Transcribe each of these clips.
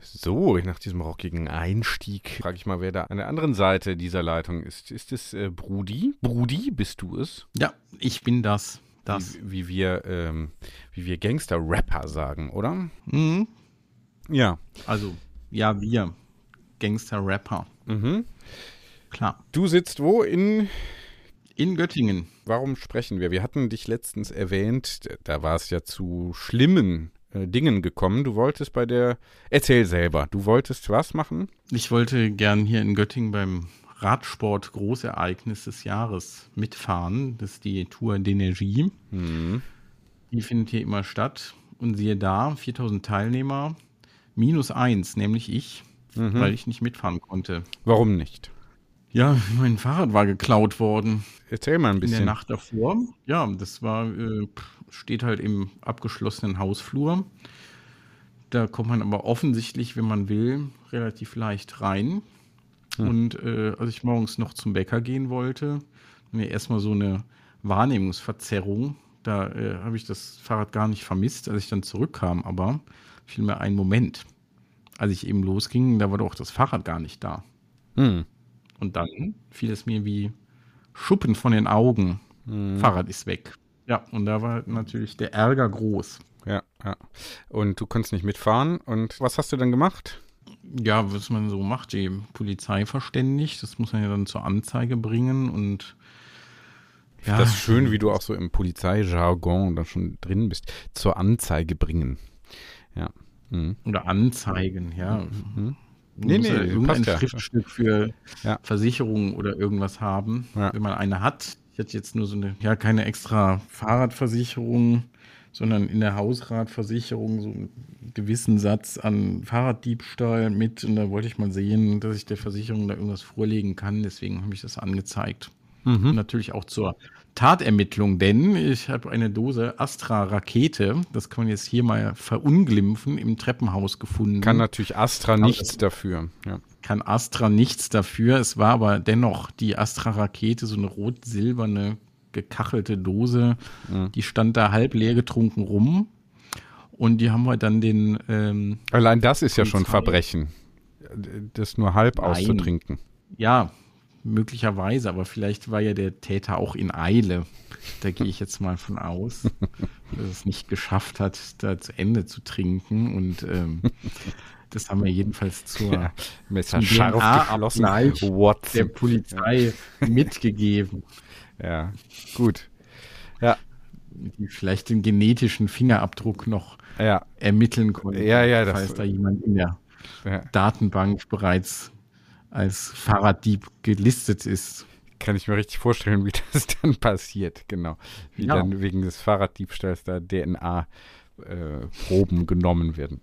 So, nach diesem rockigen Einstieg frage ich mal, wer da an der anderen Seite dieser Leitung ist. Ist es Brudi? Brudi, bist du es? Ja, ich bin das. Wie wir Gangster-Rapper sagen, oder? Mhm. Ja. Also, ja, wir Gangster-Rapper. Mhm. Klar. Du sitzt wo? In Göttingen. Warum sprechen wir? Wir hatten dich letztens erwähnt, da war es ja zu schlimmen Dingen gekommen. Du wolltest erzähl selber, du wolltest was machen? Ich wollte gern hier in Göttingen beim Radsport-Großereignis des Jahres mitfahren. Das ist die Tour d'Energie. Mhm. Die findet hier immer statt. Und siehe da, 4000 Teilnehmer, -1, nämlich ich, weil ich nicht mitfahren konnte. Warum nicht? Ja, mein Fahrrad war geklaut worden. Erzähl mal ein bisschen. In der Nacht davor. Ja, das war, steht halt im abgeschlossenen Hausflur. Da kommt man aber offensichtlich, wenn man will, relativ leicht rein. Und als ich morgens noch zum Bäcker gehen wollte, mir erstmal so eine Wahrnehmungsverzerrung. Da habe ich das Fahrrad gar nicht vermisst, als ich dann zurückkam. Aber fiel mir ein Moment, als ich eben losging, da war doch das Fahrrad gar nicht da. Und dann fiel es mir wie Schuppen von den Augen. Fahrrad ist weg. Ja, und da war natürlich der Ärger groß. Ja. Und du konntest nicht mitfahren. Und was hast du dann gemacht? Ja, was man so macht, die Polizei verständigt. Das muss man ja dann zur Anzeige bringen. Und ja. Das ist schön, wie du auch so im Polizeijargon da schon drin bist. Zur Anzeige bringen. Ja. Oder anzeigen, ja. Nee, irgendein passt Schriftstück für Versicherungen oder irgendwas haben, wenn man eine hat. Ich hatte jetzt nur so keine extra Fahrradversicherung, sondern in der Hausratversicherung so einen gewissen Satz an Fahrraddiebstahl mit. Und da wollte ich mal sehen, dass ich der Versicherung da irgendwas vorlegen kann. Deswegen habe ich das angezeigt. Und natürlich auch zur Tatermittlung, denn ich habe eine Dose Astra-Rakete, das kann man jetzt hier mal verunglimpfen, im Treppenhaus gefunden. Kann natürlich Astra nichts dafür. Ja. Kann Astra nichts dafür. Es war aber dennoch die Astra-Rakete, so eine rot-silberne, gekachelte Dose. Die stand da halb leer getrunken rum. Und die haben wir dann den Allein das ist ja schon Verbrechen, das nur halb auszutrinken. Ja, möglicherweise, aber vielleicht war ja der Täter auch in Eile. Da gehe ich jetzt mal von aus, dass es nicht geschafft hat, da zu Ende zu trinken. Und das haben wir jedenfalls zum scharf geschlossen der Polizei mitgegeben. Ja, gut. Ja. Die vielleicht den genetischen Fingerabdruck noch ermitteln konnten, falls da jemand in der Datenbank bereits als Fahrraddieb gelistet ist. Kann ich mir richtig vorstellen, wie das dann passiert, genau. Wie dann wegen des Fahrraddiebstahls da DNA-Proben genommen werden.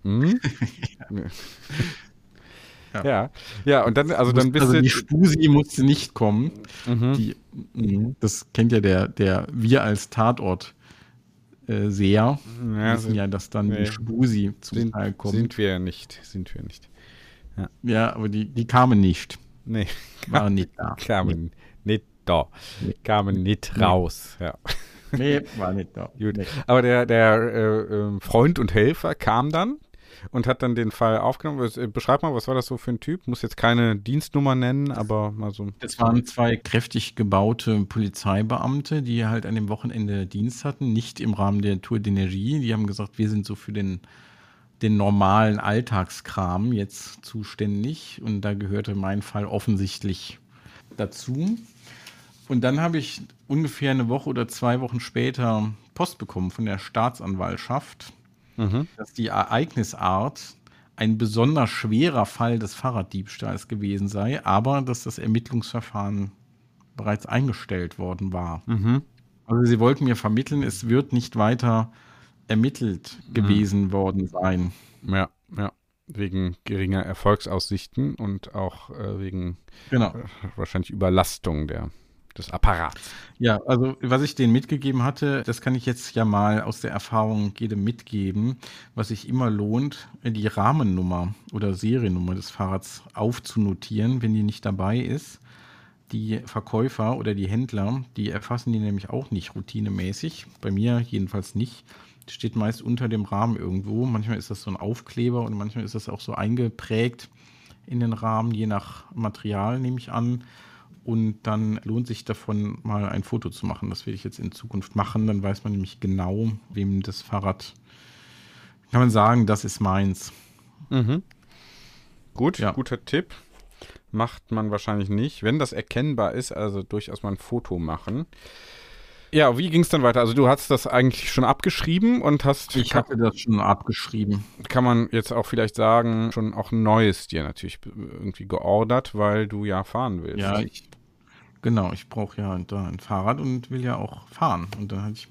Ja, und dann, dann bist du. Die Spusi musste nicht kommen. Das kennt ja der wir als Tatort Seher. Wissen ja, dass dann die Spusi zum Teil kommt. Sind wir nicht. Ja, aber die kamen nicht. Nee. Waren nicht da. Kamen nicht da. Kamen nicht raus. Ja. Nee, war nicht da. Gut. Nee. Aber der Freund und Helfer kam dann und hat dann den Fall aufgenommen. Beschreib mal, was war das so für ein Typ? Muss jetzt keine Dienstnummer nennen, aber mal so. Das waren 2 kräftig gebaute Polizeibeamte, die halt an dem Wochenende Dienst hatten, nicht im Rahmen der Tour d'Energie. Die haben gesagt, wir sind so für den normalen Alltagskram jetzt zuständig. Und da gehörte mein Fall offensichtlich dazu. Und dann habe ich ungefähr eine Woche oder 2 Wochen später Post bekommen von der Staatsanwaltschaft, dass die Ereignisart ein besonders schwerer Fall des Fahrraddiebstahls gewesen sei, aber dass das Ermittlungsverfahren bereits eingestellt worden war. Also sie wollten mir vermitteln, es wird nicht weiter ermittelt gewesen worden sein. Ja. Wegen geringer Erfolgsaussichten und auch wegen wahrscheinlich Überlastung des Apparats. Ja, also was ich denen mitgegeben hatte, das kann ich jetzt ja mal aus der Erfahrung jedem mitgeben, was sich immer lohnt, die Rahmennummer oder Seriennummer des Fahrrads aufzunotieren, wenn die nicht dabei ist. Die Verkäufer oder die Händler, die erfassen die nämlich auch nicht routinemäßig, bei mir jedenfalls nicht. steht meist unter dem Rahmen irgendwo. Manchmal ist das so ein Aufkleber und manchmal ist das auch so eingeprägt in den Rahmen, je nach Material, nehme ich an. Und dann lohnt sich davon mal ein Foto zu machen. Das werde ich jetzt in Zukunft machen. Dann weiß man nämlich genau, wem das Fahrrad, kann man sagen, das ist meins. Gut, Ja. guter Tipp. Macht man wahrscheinlich nicht. Wenn das erkennbar ist, also durchaus mal ein Foto machen. Ja, wie ging es dann weiter? Also du hast das eigentlich schon abgeschrieben und Ich hatte das schon abgeschrieben. kann man jetzt auch vielleicht sagen, schon auch ein neues dir natürlich irgendwie geordert, weil du ja fahren willst. Ja, ich brauche ja da ein Fahrrad und will ja auch fahren. Und dann hatte ich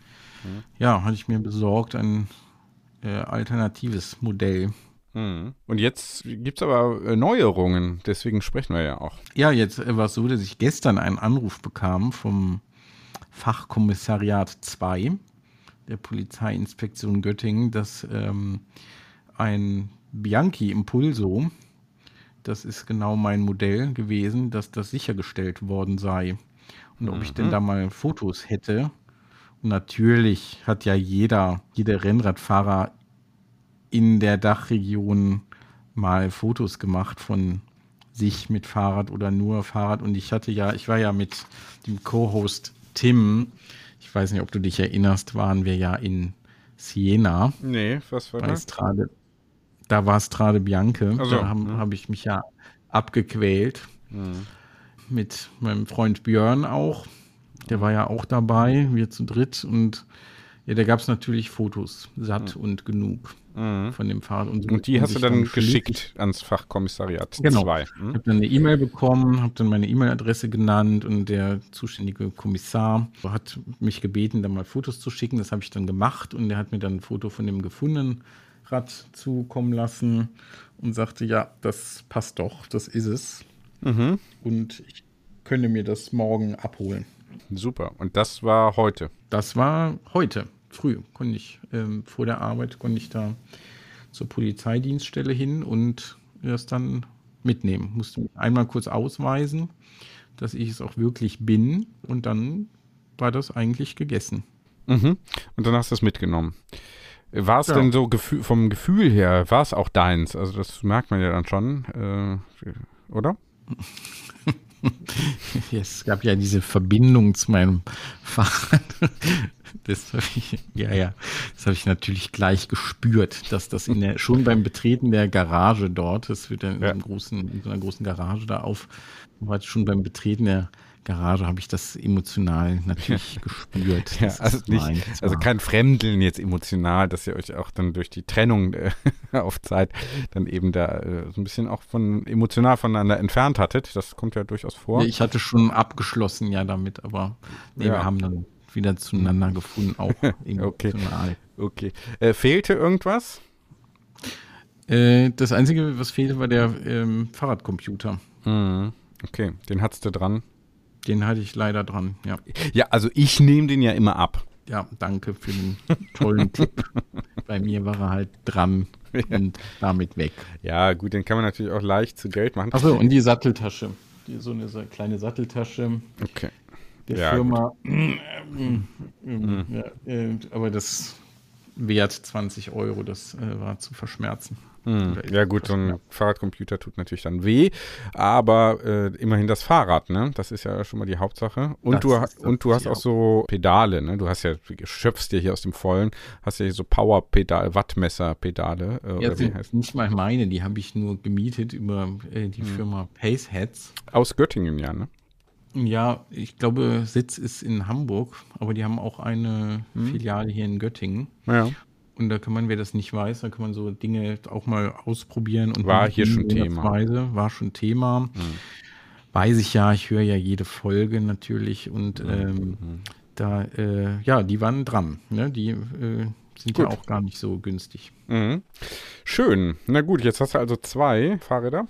mir besorgt ein alternatives Modell. Und jetzt gibt es aber Neuerungen, deswegen sprechen wir ja auch. Ja, jetzt war es so, dass ich gestern einen Anruf bekam vom Fachkommissariat 2 der Polizeiinspektion Göttingen, dass ein Bianchi Impulso, das ist genau mein Modell gewesen, dass das sichergestellt worden sei. Und ob ich denn da mal Fotos hätte. Und natürlich hat ja jeder Rennradfahrer in der Dachregion mal Fotos gemacht von sich mit Fahrrad oder nur Fahrrad. Und ich war ja mit dem Co-Host Tim, ich weiß nicht, ob du dich erinnerst, waren wir ja in Siena. Nee, was war das? Da war Strade Bianche. Also, Da habe ich mich ja abgequält. Mit meinem Freund Björn auch. Der war ja auch dabei, wir zu dritt. Und ja, da gab es natürlich Fotos, satt und genug von dem Fahrrad. Und die hast du dann geschickt ans Fachkommissariat 2. Genau. Ich habe dann eine E-Mail bekommen, habe dann meine E-Mail-Adresse genannt und der zuständige Kommissar hat mich gebeten, da mal Fotos zu schicken. Das habe ich dann gemacht und der hat mir dann ein Foto von dem gefundenen Rad zukommen lassen und sagte, ja, das passt doch, das ist es. Und ich könnte mir das morgen abholen. Super. Und das war heute? Das war heute. Früh konnte ich, vor der Arbeit konnte ich da zur Polizeidienststelle hin und das dann mitnehmen. Musste mich einmal kurz ausweisen, dass ich es auch wirklich bin und dann war das eigentlich gegessen. Und dann hast du es mitgenommen. War es denn so vom Gefühl her, war es auch deins? Also das merkt man ja dann schon, oder? Es gab ja diese Verbindung zu meinem Fahrrad. Das habe ich natürlich gleich gespürt, dass das schon beim Betreten der Garage dort, das wird dann in so einer großen Garage da schon beim Betreten der Garage habe ich das emotional natürlich gespürt. Ja, also kein Fremdeln jetzt emotional, dass ihr euch auch dann durch die Trennung auf Zeit dann eben da so ein bisschen auch emotional voneinander entfernt hattet. Das kommt ja durchaus vor. Ich hatte schon abgeschlossen damit, aber wir haben dann wieder zueinander gefunden, auch emotional. Okay. Fehlte irgendwas? Das Einzige, was fehlte, war der Fahrradcomputer. Okay, den hattest du dran. Den hatte ich leider dran, ja. Ja, also ich nehme den ja immer ab. Ja, danke für den tollen Tipp. Bei mir war er halt dran und damit weg. Ja, gut, den kann man natürlich auch leicht zu Geld machen. Achso, und die Satteltasche. So eine kleine Satteltasche. Okay. Der Firma. Aber das wert 20 €, das war zu verschmerzen. Ja gut, so ein Fahrradcomputer tut natürlich dann weh, aber immerhin das Fahrrad, ne? Das ist ja schon mal die Hauptsache. Und du hast auch so Pedale, ne? Du schöpfst ja hier aus dem Vollen, hast ja hier so Power-Pedal, Wattmesser-Pedale. Das sind nicht mal meine, die habe ich nur gemietet über die Firma Paceheads. Aus Göttingen, ja, ne? Ja, ich glaube, Sitz ist in Hamburg, aber die haben auch eine Filiale hier in Göttingen. Ja. Und da kann man, wer das nicht weiß, da kann man so Dinge auch mal ausprobieren. Und war hier schon Thema. War schon Thema. Weiß ich ja, ich höre ja jede Folge natürlich. Und die waren dran. Ne? Die sind ja auch gar nicht so günstig. Schön. Na gut, jetzt hast du also 2 Fahrräder.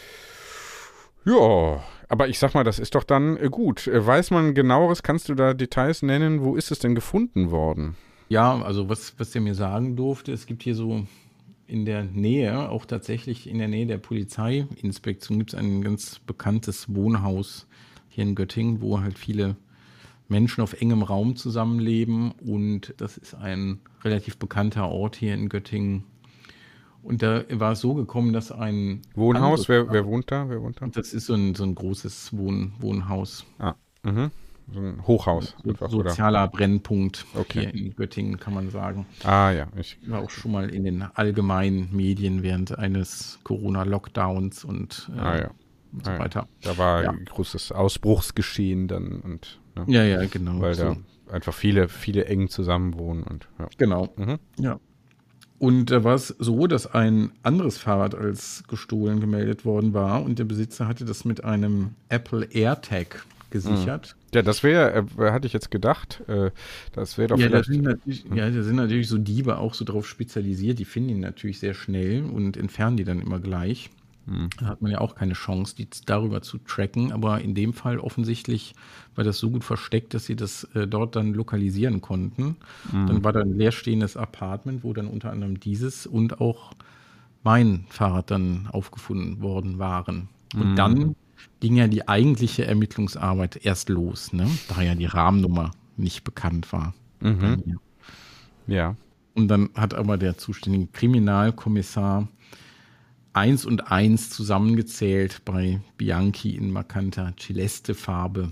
Ja, aber ich sag mal, das ist doch dann gut. Weiß man genaueres, kannst du da Details nennen? Wo ist es denn gefunden worden? Ja, also was der mir sagen durfte, es gibt hier so in der Nähe, auch tatsächlich in der Nähe der Polizeiinspektion, gibt es ein ganz bekanntes Wohnhaus hier in Göttingen, wo halt viele Menschen auf engem Raum zusammenleben und das ist ein relativ bekannter Ort hier in Göttingen. Und da war es so gekommen, dass ein Wohnhaus, wer wohnt da? Das ist so ein großes Wohnhaus. Ah, so ein Hochhaus. Einfach, sozialer Brennpunkt hier in Göttingen, kann man sagen. Ah ja. Ich war auch schon mal in den allgemeinen Medien während eines Corona-Lockdowns und so weiter. Da war ein großes Ausbruchsgeschehen dann. Und, ja, genau. Weil da einfach viele eng zusammen wohnen. Und, Genau, ja. Und da war es so, dass ein anderes Fahrrad als gestohlen gemeldet worden war und der Besitzer hatte das mit einem Apple AirTag gesichert. Ja, das hatte ich jetzt gedacht, das wäre doch vielleicht... Da sind natürlich so Diebe auch so drauf spezialisiert, die finden ihn natürlich sehr schnell und entfernen die dann immer gleich. Da hat man ja auch keine Chance, die darüber zu tracken, aber in dem Fall offensichtlich war das so gut versteckt, dass sie das dort dann lokalisieren konnten. Dann war da ein leerstehendes Apartment, wo dann unter anderem dieses und auch mein Fahrrad dann aufgefunden worden waren. Und dann ging ja die eigentliche Ermittlungsarbeit erst los, ne? Da ja die Rahmennummer nicht bekannt war. Ja. Und dann hat aber der zuständige Kriminalkommissar 1 und 1 zusammengezählt bei Bianchi in markanter Celeste-Farbe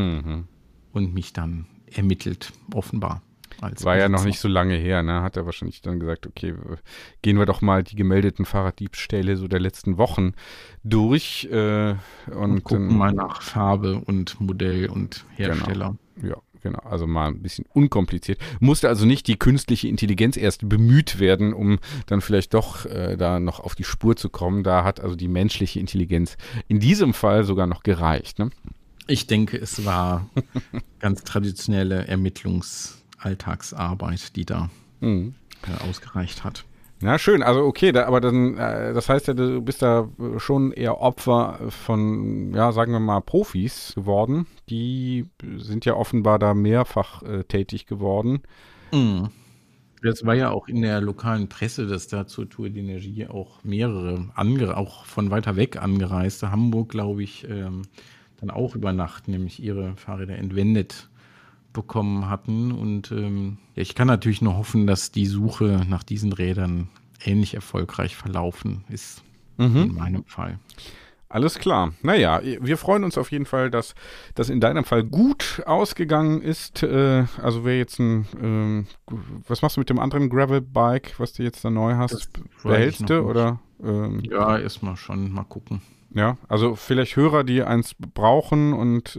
und mich dann ermittelt, offenbar. War ja noch nicht so lange her, ne? Hat er wahrscheinlich dann gesagt, okay, gehen wir doch mal die gemeldeten Fahrraddiebstähle so der letzten Wochen durch und gucken mal nach Farbe und Modell und Hersteller. Genau, also mal ein bisschen unkompliziert. Musste also nicht die künstliche Intelligenz erst bemüht werden, um dann vielleicht doch da noch auf die Spur zu kommen. Da hat also die menschliche Intelligenz in diesem Fall sogar noch gereicht, ne? Ich denke, es war ganz traditionelle Ermittlungsalltagsarbeit, die da ausgereicht hat. Na schön, also okay, aber dann, das heißt ja, du bist da schon eher Opfer von, sagen wir mal, Profis geworden. Die sind ja offenbar da mehrfach tätig geworden. Das war ja auch in der lokalen Presse, dass da zur Tour d'Energie auch mehrere auch von weiter weg angereiste, Hamburg, glaube ich, dann auch über Nacht nämlich ihre Fahrräder entwendet bekommen hatten. Und ich kann natürlich nur hoffen, dass die Suche nach diesen Rädern ähnlich erfolgreich verlaufen ist in meinem Fall. Alles klar. Naja, wir freuen uns auf jeden Fall, dass das in deinem Fall gut ausgegangen ist. Also wer jetzt was machst du mit dem anderen Gravelbike, was du jetzt da neu hast? Behältst du oder? Ja, erstmal schon. Mal gucken. Ja, also vielleicht Hörer, die eins brauchen und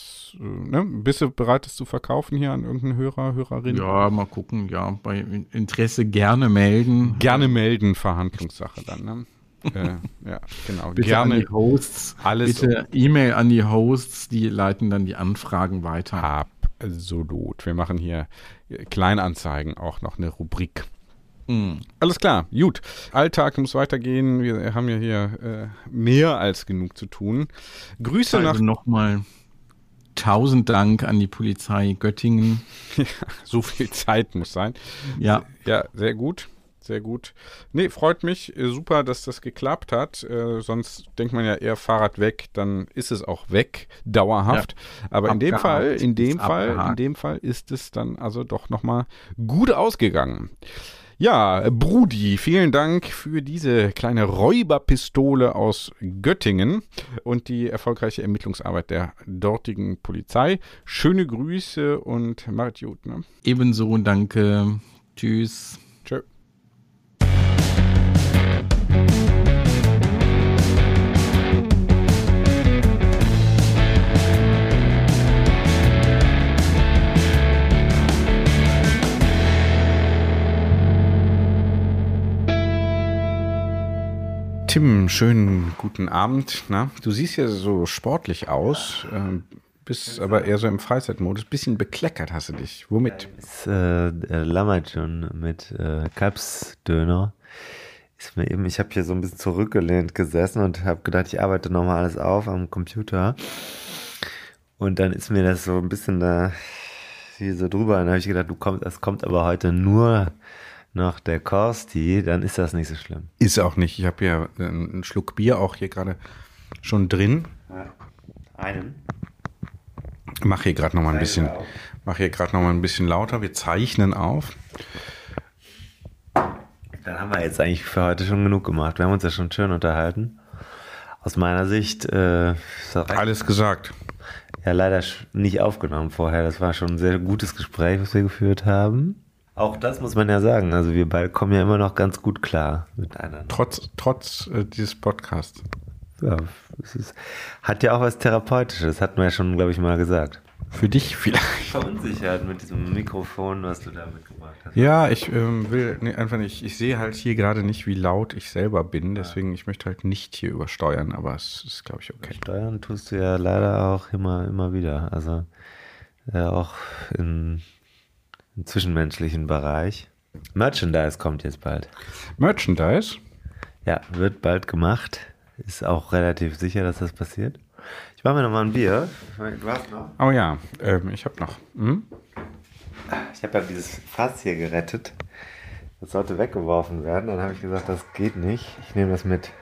bist du bereit, das zu verkaufen hier an irgendeinen Hörer, Hörerin? Ja, mal gucken, ja, bei Interesse gerne melden. Gerne melden, Verhandlungssache dann, ne? Ja, genau. Bitte gerne an die Hosts, bitte E-Mail an die Hosts, die leiten dann die Anfragen weiter. Absolut. Wir machen hier Kleinanzeigen, auch noch eine Rubrik. Alles klar, gut. Alltag muss weitergehen. Wir haben ja hier mehr als genug zu tun. Grüße also nochmal 1000 Dank an die Polizei Göttingen. Ja, so viel Zeit muss sein. Ja. Ja, sehr gut. Sehr gut. Nee, freut mich. Super, dass das geklappt hat. Sonst denkt man ja eher Fahrrad weg, dann ist es auch weg, dauerhaft. Ja. Aber in dem Fall ist es dann also doch nochmal gut ausgegangen. Ja, Brudi, vielen Dank für diese kleine Räuberpistole aus Göttingen und die erfolgreiche Ermittlungsarbeit der dortigen Polizei. Schöne Grüße und macht gut, ne? Ebenso, danke. Tschüss. Tschö. Tim, schönen guten Abend. Na, du siehst ja so sportlich aus, bist aber eher so im Freizeitmodus. Bisschen bekleckert hast du dich. Womit? Das Lammertun mit Kalbsdöner. Ich habe hier so ein bisschen zurückgelehnt gesessen und habe gedacht, ich arbeite nochmal alles auf am Computer. Und dann ist mir das so ein bisschen da hier so drüber. Und dann habe ich gedacht, es kommt aber heute nur noch der Korsti, dann ist das nicht so schlimm. Ist auch nicht. Ich habe ja einen Schluck Bier auch hier gerade schon drin. Einen? Mach hier gerade noch mal ein bisschen lauter. Wir zeichnen auf. Dann haben wir jetzt eigentlich für heute schon genug gemacht. Wir haben uns ja schon schön unterhalten. Aus meiner Sicht alles gesagt. Ja, leider nicht aufgenommen vorher. Das war schon ein sehr gutes Gespräch, was wir geführt haben. Auch das muss man ja sagen. Also wir beide kommen ja immer noch ganz gut klar miteinander. Trotz dieses Podcasts. Ja, hat ja auch was Therapeutisches, hatten wir ja schon, glaube ich, mal gesagt. Für dich vielleicht. Verunsichert mit diesem Mikrofon, was du da mitgebracht hast. Ja, ich will einfach nicht, ich sehe halt hier gerade nicht, wie laut ich selber bin, deswegen ich möchte halt nicht hier übersteuern, aber es ist, glaube ich, okay. Steuern tust du ja leider auch immer wieder, also auch im zwischenmenschlichen Bereich. Merchandise kommt jetzt bald. Merchandise? Ja, wird bald gemacht. Ist auch relativ sicher, dass das passiert. Ich mache mir noch mal ein Bier. Du hast noch? Oh ja, ich habe noch. Ich habe ja dieses Fass hier gerettet. Das sollte weggeworfen werden. Dann habe ich gesagt, das geht nicht. Ich nehme das mit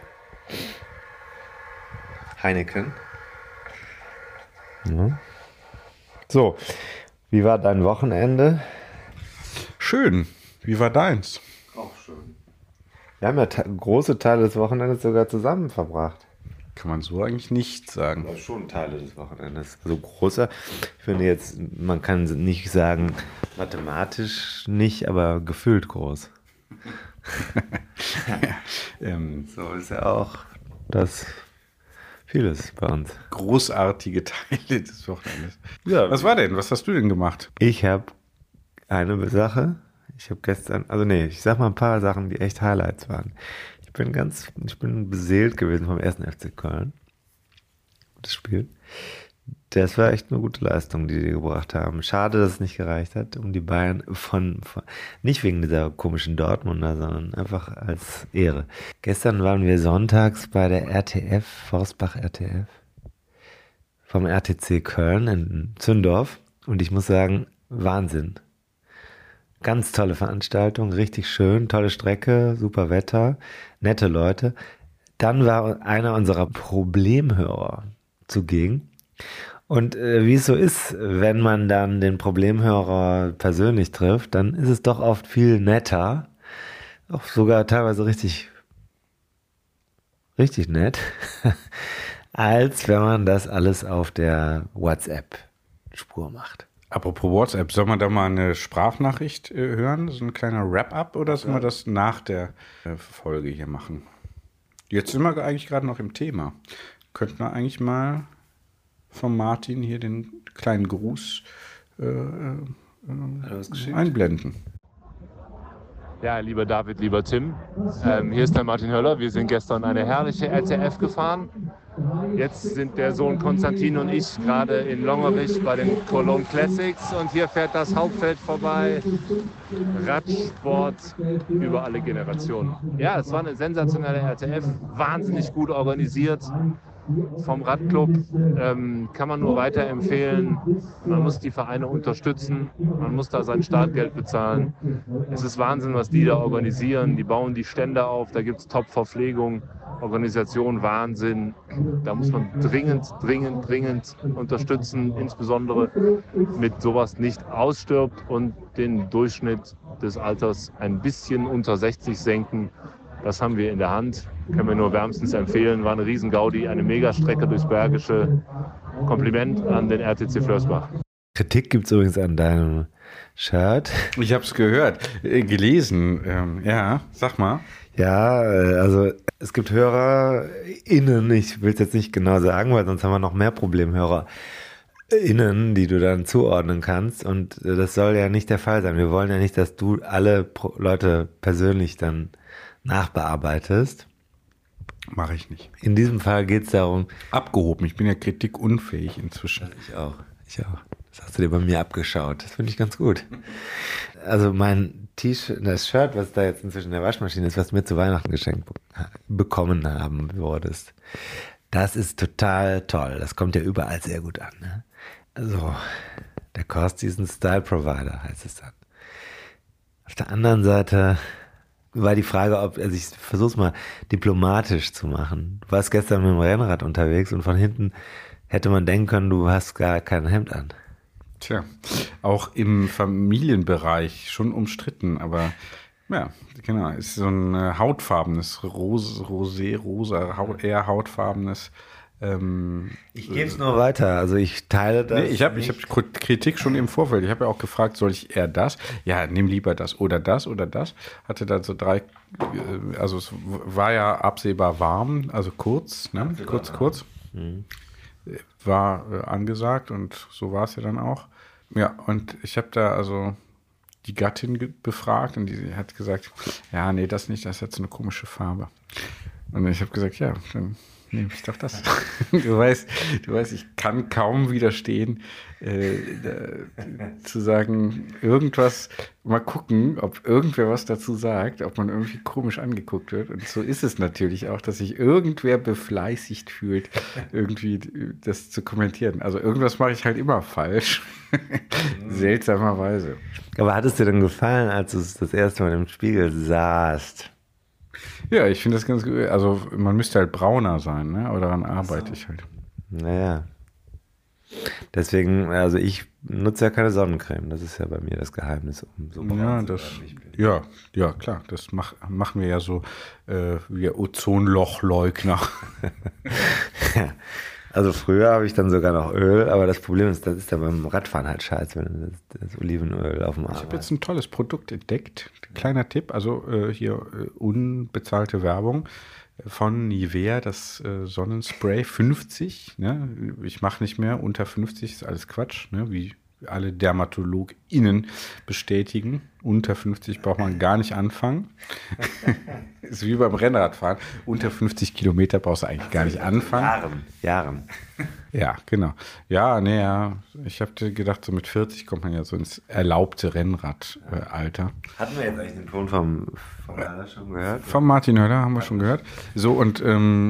Heineken. Ja. So, wie war dein Wochenende? Schön. Wie war deins? Auch schön. Wir haben ja große Teile des Wochenendes sogar zusammen verbracht. Kann man so eigentlich nicht sagen. Aber schon Teile des Wochenendes. Also großer. Ich finde jetzt, man kann nicht sagen, mathematisch nicht, aber gefühlt groß. So ist ja auch das vieles bei uns. Großartige Teile des Wochenendes. Ja. Was war denn? Was hast du denn gemacht? Ich habe eine Sache. Ich habe gestern, ich sag mal ein paar Sachen, die echt Highlights waren. Ich bin beseelt gewesen vom 1. FC Köln. Das Spiel. Das war echt eine gute Leistung, die gebracht haben. Schade, dass es nicht gereicht hat, um die Bayern nicht wegen dieser komischen Dortmunder, sondern einfach als Ehre. Gestern waren wir sonntags bei der RTF, Forstbach RTF, vom RTC Köln in Zündorf. Und ich muss sagen, Wahnsinn. Ganz tolle Veranstaltung, richtig schön, tolle Strecke, super Wetter, nette Leute. Dann war einer unserer Problemhörer zugegen. Und wie es so ist, wenn man dann den Problemhörer persönlich trifft, dann ist es doch oft viel netter, auch sogar teilweise richtig nett, als wenn man das alles auf der WhatsApp-Spur macht. Apropos WhatsApp, soll man da mal eine Sprachnachricht hören? So ein kleiner Wrap-up oder sollen wir das nach der Folge hier machen? Jetzt sind wir eigentlich gerade noch im Thema. Könnten wir eigentlich mal von Martin hier den kleinen Gruß einblenden. Ja, lieber David, lieber Tim, hier ist der Martin Höller. Wir sind gestern eine herrliche RTF gefahren. Jetzt sind der Sohn Konstantin und ich gerade in Longerich bei den Cologne Classics und hier fährt das Hauptfeld vorbei. Radsport über alle Generationen. Ja, es war eine sensationelle RTF, wahnsinnig gut organisiert. Vom Radclub kann man nur weiterempfehlen. Man muss die Vereine unterstützen, man muss da sein Startgeld bezahlen. Es ist Wahnsinn, was die da organisieren. Die bauen die Stände auf, da gibt es Top-Verpflegung, Organisation, Wahnsinn. Da muss man dringend unterstützen, insbesondere mit sowas nicht ausstirbt und den Durchschnitt des Alters ein bisschen unter 60 senken. Das haben wir in der Hand, können wir nur wärmstens empfehlen. War eine Riesengaudi, eine Megastrecke durchs Bergische. Kompliment an den RTC Flörsbach. Kritik gibt es übrigens an deinem Shirt. Ich habe es gehört, gelesen. Ja, sag mal. Ja, also es gibt HörerInnen, ich will es jetzt nicht genau sagen, weil sonst haben wir noch mehr ProblemhörerInnen, die du dann zuordnen kannst. Und das soll ja nicht der Fall sein. Wir wollen ja nicht, dass du alle Leute persönlich dann nachbearbeitest. Mache ich nicht. In diesem Fall geht es darum... Abgehoben, ich bin ja kritikunfähig inzwischen. Ich auch. Das hast du dir bei mir abgeschaut. Das finde ich ganz gut. Also mein T-Shirt, das Shirt, was da jetzt inzwischen in der Waschmaschine ist, was du mir zu Weihnachten geschenkt bekommen haben würdest, das ist total toll. Das kommt ja überall sehr gut an. Ne? Also, der Kost ist ein Style Provider, heißt es dann. Auf der anderen Seite war die Frage, also ich versuche es mal diplomatisch zu machen. Du warst gestern mit dem Rennrad unterwegs und von hinten Hätte man denken können, du hast gar kein Hemd an. Tja, auch im Familienbereich schon umstritten, aber ja, genau, ist so ein hautfarbenes, rosa, eher hautfarbenes. Ich gebe es nur weiter, also ich teile das. Nee, ich hab Kritik schon im Vorfeld. Ich habe ja auch gefragt, soll ich eher das? Ja, nimm lieber das oder das oder das. Hatte dann so 3, also es war ja absehbar warm, also kurz, ne? Kurz. War angesagt und so war es ja dann auch. Ja, und ich habe da also die Gattin befragt und die hat gesagt, ja, nee, das nicht, das hat so eine komische Farbe. Und ich habe gesagt, ja, dann nehme ich doch das. Du weißt, ich kann kaum widerstehen, zu sagen, irgendwas, mal gucken, ob irgendwer was dazu sagt, ob man irgendwie komisch angeguckt wird. Und so ist es natürlich auch, dass sich irgendwer befleißigt fühlt, irgendwie das zu kommentieren. Also irgendwas mache ich halt immer falsch. Seltsamerweise. Aber hat es dir denn gefallen, als du das erste Mal im Spiegel sahst? Ja, ich finde das ganz gut. Also man müsste halt brauner sein, ne? Aber daran arbeite ich halt. Naja. Deswegen, also ich nutze ja keine Sonnencreme. Das ist ja bei mir das Geheimnis. Um so ja, klar. Das machen wir ja so, wir Ozonlochleugner. Ja. Also früher habe ich dann sogar noch Öl, aber das Problem ist, das ist ja beim Radfahren halt scheiße, wenn du das Olivenöl auf dem Arm hast. Ich habe jetzt ein tolles Produkt entdeckt. Kleiner Tipp, also hier unbezahlte Werbung von Nivea, das Sonnenspray 50. Ne? Ich mache nicht mehr, unter 50 ist alles Quatsch, ne? Wie alle DermatologInnen bestätigen. Unter 50 braucht man gar nicht anfangen. Ist wie beim Rennradfahren. Unter 50 Kilometer brauchst du eigentlich gar nicht anfangen. Jahren. Ja, genau. Ja, ich habe gedacht, so mit 40 kommt man ja so ins erlaubte Rennradalter. Hatten wir jetzt eigentlich den Ton vom Höller schon gehört? Vom Martin Höller haben wir schon gehört. So, und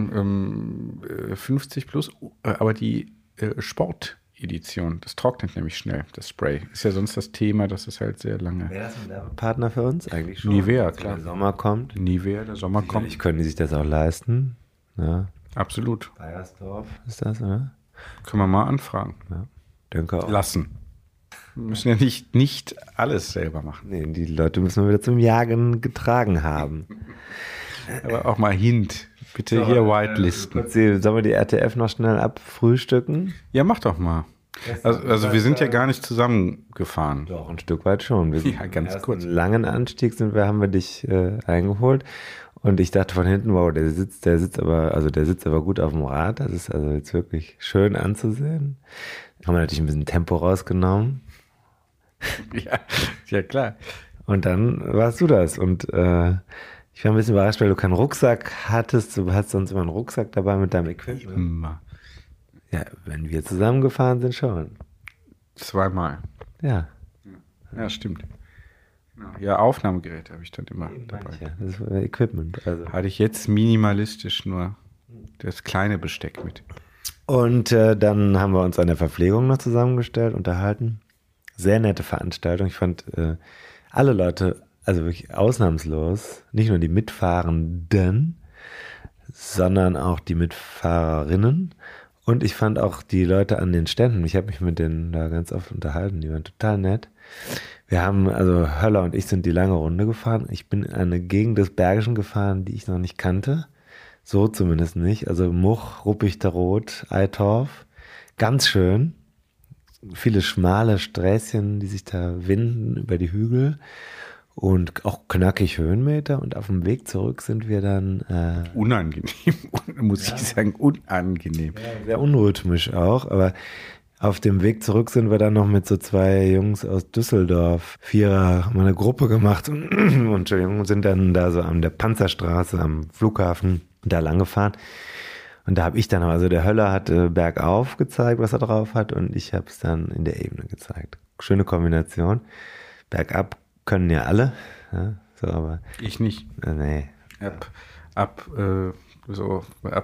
50 plus, aber die Sportedition, das trocknet nämlich schnell, das Spray. Ist ja sonst das Thema, dass es halt sehr lange... Wäre das ein Werbepartner für uns eigentlich schon? Nivea, klar. Der Sommer kommt. Der Sommer kommt. Sicherlich können die sich das auch leisten. Ja. Absolut. Bayersdorf ist das, oder? Können wir mal anfragen. Ja, denke auch. Lassen. Wir müssen ja nicht alles selber machen. Nee, die Leute müssen wir wieder zum Jagen getragen haben. Aber auch mal Hint. Bitte so, hier whitelisten. Sollen wir die RTF noch schnell abfrühstücken? Ja, mach doch mal. Also wir sind ja gar nicht zusammengefahren. Doch, ein Stück weit schon. Ja, ganz kurz. Einen langen Anstieg haben wir dich eingeholt. Und ich dachte von hinten, wow, der sitzt aber gut auf dem Rad. Das ist also jetzt wirklich schön anzusehen. Haben wir natürlich ein bisschen Tempo rausgenommen. Ja, klar. Und dann warst du das. Und ich war ein bisschen überrascht, weil du keinen Rucksack hattest. Du hast sonst immer einen Rucksack dabei mit deinem Equipment. Immer. Ja, wenn wir zusammengefahren sind, schon. 2-mal. Ja. Ja, stimmt. Ja, Aufnahmegeräte habe ich dann immer dabei. Ja, das war Equipment. Also. Hatte ich jetzt minimalistisch nur das kleine Besteck mit. Und dann haben wir uns an der Verpflegung noch zusammengestellt, unterhalten. Sehr nette Veranstaltung. Ich fand alle Leute, also wirklich ausnahmslos, nicht nur die Mitfahrenden, sondern auch die Mitfahrerinnen. Und ich fand auch die Leute an den Ständen, ich habe mich mit denen da ganz oft unterhalten, die waren total nett. Wir haben, also Höller und ich sind die lange Runde gefahren. Ich bin in eine Gegend des Bergischen gefahren, die ich noch nicht kannte. So zumindest nicht. Also Much, Ruppichteroth, Eitorf. Ganz schön. Viele schmale Sträßchen, die sich da winden über die Hügel. Und auch knackig Höhenmeter. Und auf dem Weg zurück sind wir dann... unangenehm, muss ich sagen, unangenehm. Ja, sehr unrhythmisch auch, aber... Auf dem Weg zurück sind wir dann noch mit so 2 Jungs aus Düsseldorf, 4 haben wir eine Gruppe gemacht und sind dann da so an der Panzerstraße am Flughafen da lang gefahren. Und da habe ich dann, also der Höller hat bergauf gezeigt, was er drauf hat, und ich habe es dann in der Ebene gezeigt. Schöne Kombination. Bergab können ja alle, ja, so, aber... Ich nicht. Nee. So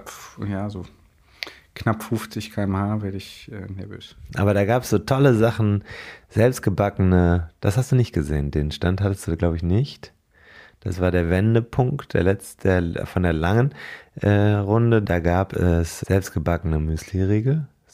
knapp 50 km/h werde ich nervös. Aber da gab es so tolle Sachen, selbstgebackene, das hast du nicht gesehen, den Stand hattest du, glaube ich, nicht. Das war der Wendepunkt, der letzte von der langen Runde. Da gab es selbstgebackene Müsli-Riegel,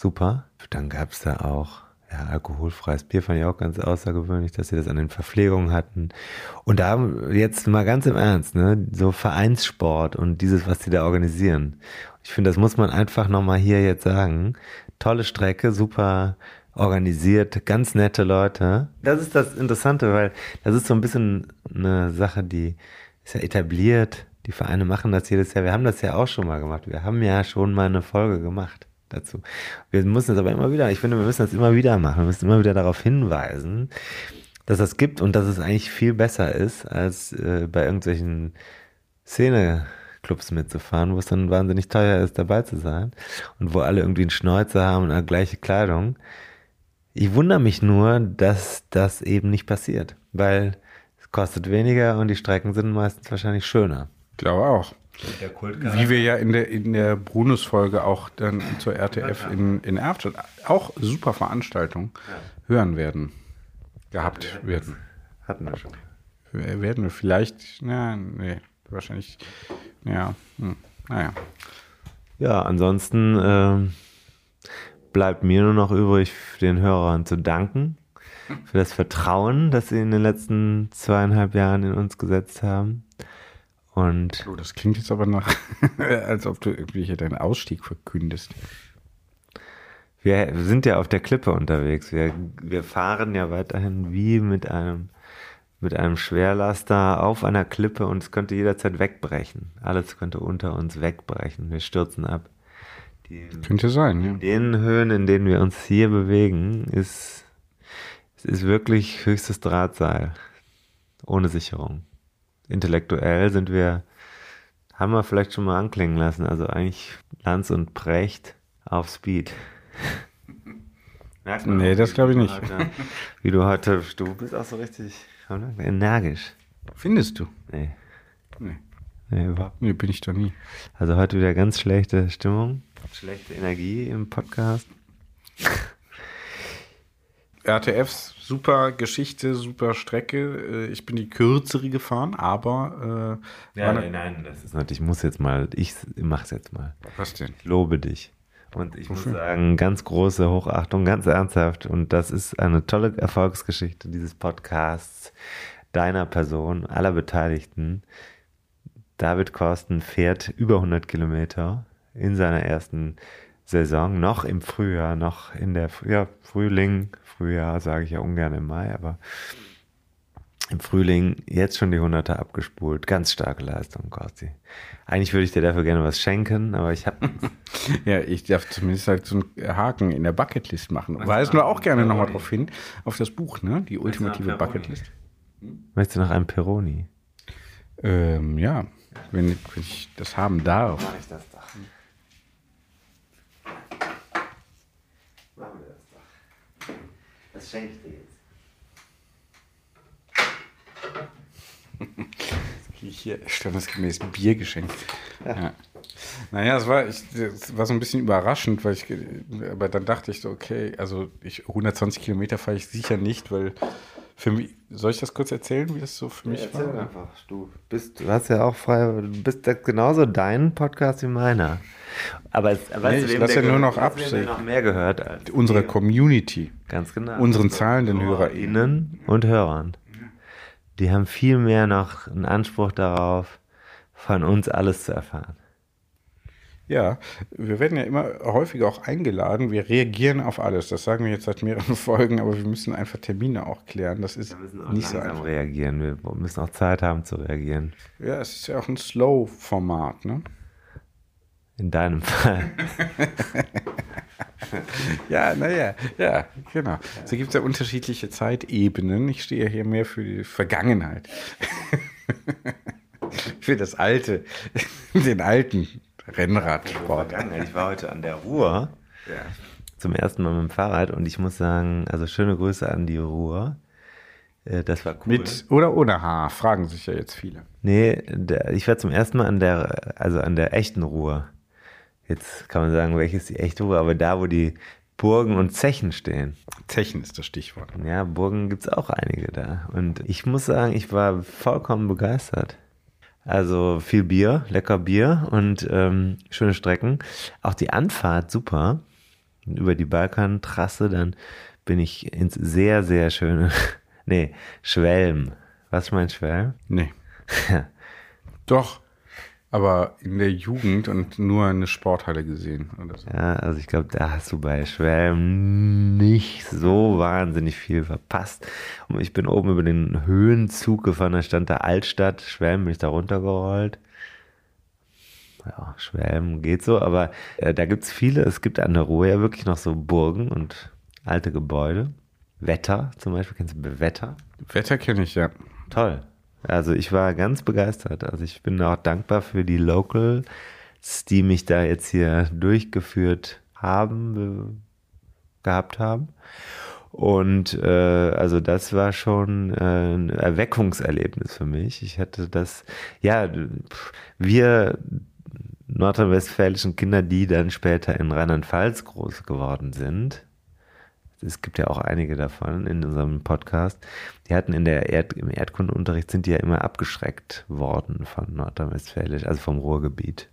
super. Dann gab es da auch alkoholfreies Bier, fand ich auch ganz außergewöhnlich, dass sie das an den Verpflegungen hatten. Und da jetzt mal ganz im Ernst, ne, so Vereinssport und dieses, was sie da organisieren. Ich finde, das muss man einfach nochmal hier jetzt sagen. Tolle Strecke, super organisiert, ganz nette Leute. Das ist das Interessante, weil das ist so ein bisschen eine Sache, die ist ja etabliert. Die Vereine machen das jedes Jahr. Wir haben das ja auch schon mal gemacht. Wir haben ja schon mal eine Folge gemacht dazu. Wir müssen es aber immer wieder, ich finde, wir müssen das immer wieder machen. Wir müssen immer wieder darauf hinweisen, dass das gibt und dass es eigentlich viel besser ist, als bei irgendwelchen Szene-Clubs mitzufahren, wo es dann wahnsinnig teuer ist, dabei zu sein und wo alle irgendwie einen Schnäuzer haben und eine gleiche Kleidung. Ich wundere mich nur, dass das eben nicht passiert, weil es kostet weniger und die Strecken sind meistens wahrscheinlich schöner. Ich glaube auch. Wie wir ja in der Brunus-Folge auch dann zur RTF in Erftstadt, auch super Veranstaltung, hören werden. Hatten wir schon. Werden wir vielleicht, wahrscheinlich, naja. Ja, ansonsten bleibt mir nur noch übrig, den Hörern zu danken für das Vertrauen, das sie in den letzten 2,5 Jahren in uns gesetzt haben. Und das klingt jetzt aber nach, als ob du irgendwie hier deinen Ausstieg verkündest. Wir sind ja auf der Klippe unterwegs. Wir fahren ja weiterhin wie mit einem Schwerlaster auf einer Klippe und es könnte jederzeit wegbrechen. Alles könnte unter uns wegbrechen. Wir stürzen ab. Könnte sein, ja. In den Höhen, in denen wir uns hier bewegen, es ist wirklich höchstes Drahtseil. Ohne Sicherung. Intellektuell haben wir vielleicht schon mal anklingen lassen, also eigentlich Lanz und Precht auf Speed. Nee, das glaube ich nicht. Du bist auch so richtig energisch. Findest du? Nee, überhaupt. Nee, bin ich doch nie. Also heute wieder ganz schlechte Stimmung, schlechte Energie im Podcast. RTFs, super Geschichte, super Strecke. Ich bin die kürzere gefahren, aber nein, das ist natürlich, ich mach's jetzt mal. Was denn? Ich lobe dich. Und ich muss sagen, ganz große Hochachtung, ganz ernsthaft. Und das ist eine tolle Erfolgsgeschichte dieses Podcasts, deiner Person, aller Beteiligten. David Korsten fährt über 100 Kilometer in seiner ersten Saison, noch im Frühjahr, noch in der Frühjahr sage ich ja ungern im Mai, aber im Frühling jetzt schon die 100er abgespult. Ganz starke Leistung, Korsti. Eigentlich würde ich dir dafür gerne was schenken, aber ich habe... Ja, ich darf zumindest halt so einen Haken in der Bucketlist machen. Weisen wir auch gerne nochmal drauf hin, auf das Buch, ne? Die ultimative Bucketlist. Möchtest du noch einen Peroni? Ja, wenn ich das haben darf. Mach ich das doch. Machen wir das doch. Das schenke ich dir jetzt. Hier standesgemäß Bier geschenkt. Ja. Naja, es war so ein bisschen überraschend, aber dann dachte ich so, okay, also 120 Kilometer fahre ich sicher nicht, weil für mich, soll ich das kurz erzählen, wie das so für mich war? Erzähl einfach, du hast ja auch frei, du bist genauso dein Podcast wie meiner. Aber ich lasse ja nur noch absehen. noch mehr gehört als unsere Community. Ganz genau. Unseren zahlenden HörerInnen und Hörern. Die haben viel mehr noch einen Anspruch darauf, von uns alles zu erfahren. Ja, wir werden ja immer häufiger auch eingeladen. Wir reagieren auf alles. Das sagen wir jetzt seit mehreren Folgen, aber wir müssen einfach Termine auch klären. Das ist nicht so einfach. Reagieren. Wir müssen auch Zeit haben zu reagieren. Ja, es ist ja auch ein Slow-Format, ne? In deinem Fall. Ja, genau. So gibt es ja unterschiedliche Zeitebenen. Ich stehe ja hier mehr für die Vergangenheit. Für das Alte, den alten Rennradsport. Ich war heute an der Ruhr, zum ersten Mal mit dem Fahrrad und ich muss sagen, also schöne Grüße an die Ruhr. Das war cool. Mit oder ohne Haar, fragen sich ja jetzt viele. Nee, ich war zum ersten Mal an der echten Ruhr. Jetzt kann man sagen, welches die echte Ruhr, aber da, wo die Burgen und Zechen stehen. Zechen ist das Stichwort. Ja, Burgen gibt es auch einige da. Und ich muss sagen, ich war vollkommen begeistert. Also viel Bier, lecker Bier und schöne Strecken. Auch die Anfahrt super. über die Balkantrasse, dann bin ich ins sehr, sehr schöne, Schwelm. Was ist mein Schwelm? Nee. Ja. Doch. Aber in der Jugend und nur eine Sporthalle gesehen. Oder so. Ja, also ich glaube, da hast du bei Schwelm nicht so wahnsinnig viel verpasst. Und ich bin oben über den Höhenzug gefahren, da stand da Altstadt, Schwelm, bin ich da runtergerollt. Ja, Schwelm geht so, aber da gibt es viele. Es gibt an der Ruhr ja wirklich noch so Burgen und alte Gebäude. Wetter zum Beispiel, kennst du Wetter? Wetter kenne ich, ja. Toll. Also ich war ganz begeistert. Also ich bin auch dankbar für die Locals, die mich da jetzt hier durchgeführt gehabt haben. Und also das war schon ein Erweckungserlebnis für mich. Ich hatte das, wir nordrhein-westfälischen Kinder, die dann später in Rheinland-Pfalz groß geworden sind, es gibt ja auch einige davon in unserem Podcast, die hatten im Erdkundeunterricht sind die ja immer abgeschreckt worden von Nordrhein-Westfälisch, also vom Ruhrgebiet.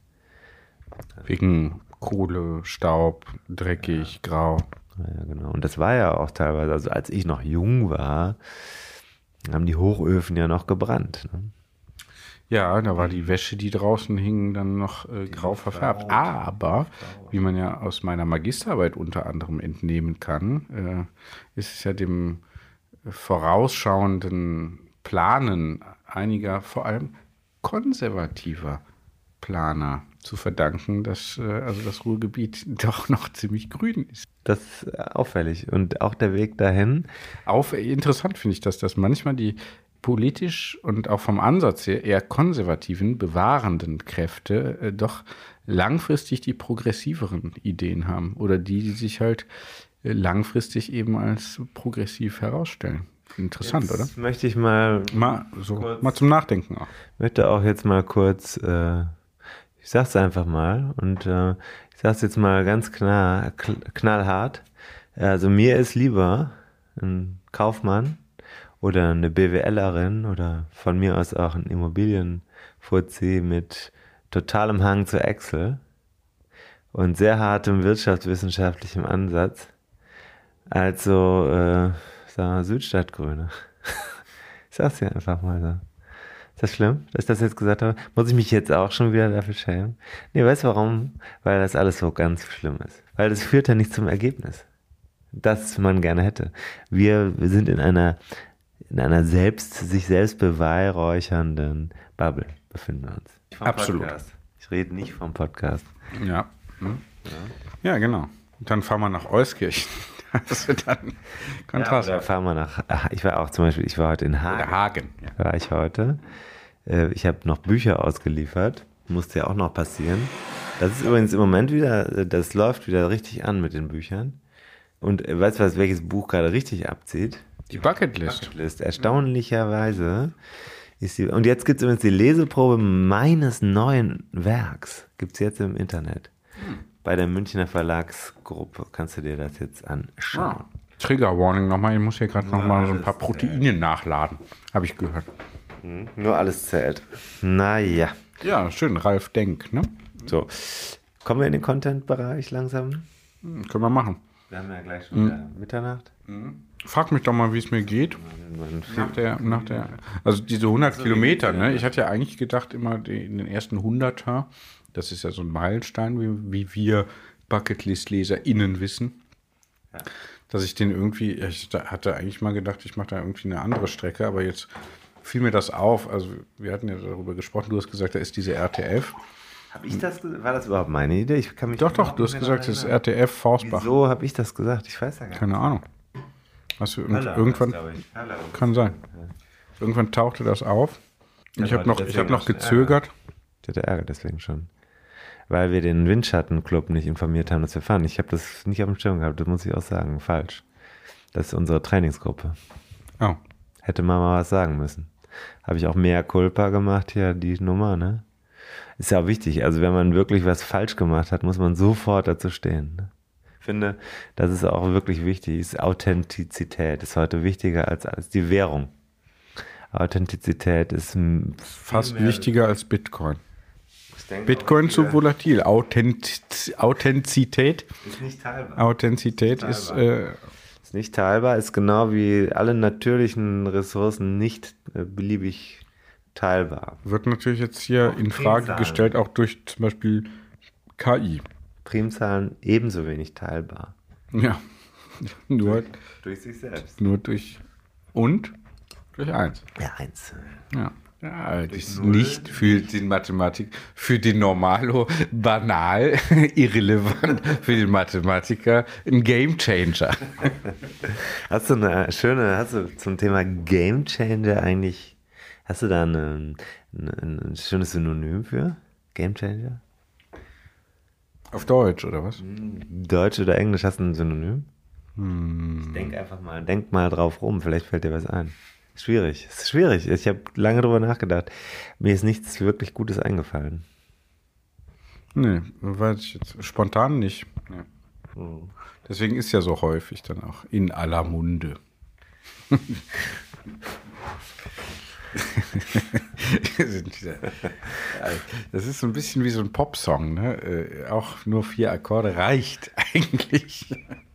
Wegen Kohle, Staub, dreckig, grau. Ja, genau. Und das war ja auch teilweise, also als ich noch jung war, haben die Hochöfen ja noch gebrannt. Ne? Ja, da war die Wäsche, die draußen hing, dann noch grau verfärbt. Aber, wie man ja aus meiner Magisterarbeit unter anderem entnehmen kann, ist es ja dem vorausschauenden Planen einiger, vor allem konservativer Planer zu verdanken, dass also das Ruhrgebiet doch noch ziemlich grün ist. Das ist auffällig. Und auch der Weg dahin. Interessant finde ich, dass manchmal die politisch und auch vom Ansatz her eher konservativen, bewahrenden Kräfte doch langfristig die progressiveren Ideen haben oder die sich halt langfristig eben als progressiv herausstellen. Interessant, jetzt oder? Möchte ich mal zum Nachdenken auch. Möchte auch jetzt mal kurz, ich sag's einfach mal und ich sag's jetzt mal ganz knallhart. Also mir ist lieber ein Kaufmann oder eine BWLerin oder von mir aus auch ein Immobilienfuzzi mit totalem Hang zu Excel und sehr hartem wirtschaftswissenschaftlichem Ansatz als so Südstadtgrüne. Ich sag's dir einfach mal so. Ist das schlimm, dass ich das jetzt gesagt habe? Muss ich mich jetzt auch schon wieder dafür schämen? Nee, weißt du warum? Weil das alles so ganz schlimm ist. Weil das führt ja nicht zum Ergebnis, das man gerne hätte. Wir sind in einer sich selbst beweihräuchernden Bubble befinden wir uns. Absolut. Podcast. Ich rede nicht vom Podcast. Ja. Ja, genau. Und dann fahren wir nach Euskirchen. Das wird dann Kontrast. Ja, da fahren wir ich war heute in Hagen. Oder Hagen. Ja. War ich heute. Ich habe noch Bücher ausgeliefert. Musste ja auch noch passieren. Das ist übrigens im Moment wieder, das läuft wieder richtig an mit den Büchern. Und weißt du, welches Buch gerade richtig abzieht? Die Bucketlist. Erstaunlicherweise ist sie. Und jetzt gibt es übrigens die Leseprobe meines neuen Werks. Gibt es jetzt im Internet. Bei der Münchner Verlagsgruppe. Kannst du dir das jetzt anschauen. Trigger Warning nochmal. Ich muss hier gerade nochmal so ein paar Proteine nachladen. Habe ich gehört. Nur alles zählt. Naja. Ja, schön. Ralf Denk, ne? So. Kommen wir in den Content-Bereich langsam? Können wir machen. Wir haben ja gleich schon wieder Mitternacht. Frag mich doch mal, wie es mir geht. Also diese 100 Kilometer, ne? Ich hatte ja eigentlich gedacht, immer in den ersten 100er, das ist ja so ein Meilenstein, wie wir Bucketlist-LeserInnen wissen, dass ich den irgendwie, ich hatte eigentlich mal gedacht, ich mache da irgendwie eine andere Strecke, aber jetzt fiel mir das auf. Also wir hatten ja darüber gesprochen, du hast gesagt, da ist diese RTF. Habe ich das gesagt? War das überhaupt meine Idee? Ich kann mich Doch, du hast gesagt, das ist RTF Faustbach. Wieso habe ich das gesagt? Ich weiß ja gar nicht. Keine Ahnung. Irgendwann kann sein. Irgendwann tauchte das auf. Und ich habe noch gezögert. Ich hatte Ärger deswegen schon. Weil wir den Windschattenclub nicht informiert haben, dass wir fahren. Ich habe das nicht auf dem Schirm gehabt, das muss ich auch sagen. Falsch. Das ist unsere Trainingsgruppe. Oh. Hätte Mama was sagen müssen. Habe ich auch mehr Culpa gemacht hier, die Nummer, ne? Ist ja auch wichtig. Also wenn man wirklich was falsch gemacht hat, muss man sofort dazu stehen. Ne? Ich finde, das ist auch wirklich wichtig. Authentizität ist heute wichtiger als die Währung. Authentizität ist fast wichtiger als Bitcoin. Bitcoin zu volatil. Authentizität. Ist nicht teilbar. Authentizität ist nicht teilbar, ist genau wie alle natürlichen Ressourcen nicht beliebig teilbar. Wird natürlich jetzt hier in Frage gestellt, auch durch zum Beispiel KI. Primzahlen ebenso wenig teilbar. Ja, nur durch sich selbst. Nur durch 1. Ja, 1. Ja. Ja, das ist nicht für den Mathematik, für den Normalo banal, irrelevant, für den Mathematiker ein Gamechanger. Hast du zum Thema Gamechanger eigentlich, hast du da ein schönes Synonym für Gamechanger? Auf Deutsch, oder was? Deutsch oder Englisch, hast du ein Synonym? Denk mal drauf rum, vielleicht fällt dir was ein. Schwierig, es ist schwierig. Ich habe lange drüber nachgedacht. Mir ist nichts wirklich Gutes eingefallen. Nee, weiß ich jetzt spontan nicht. Nee. Deswegen ist ja so häufig dann auch in aller Munde. Das ist so ein bisschen wie so ein Popsong, ne? Auch nur 4 Akkorde reicht eigentlich.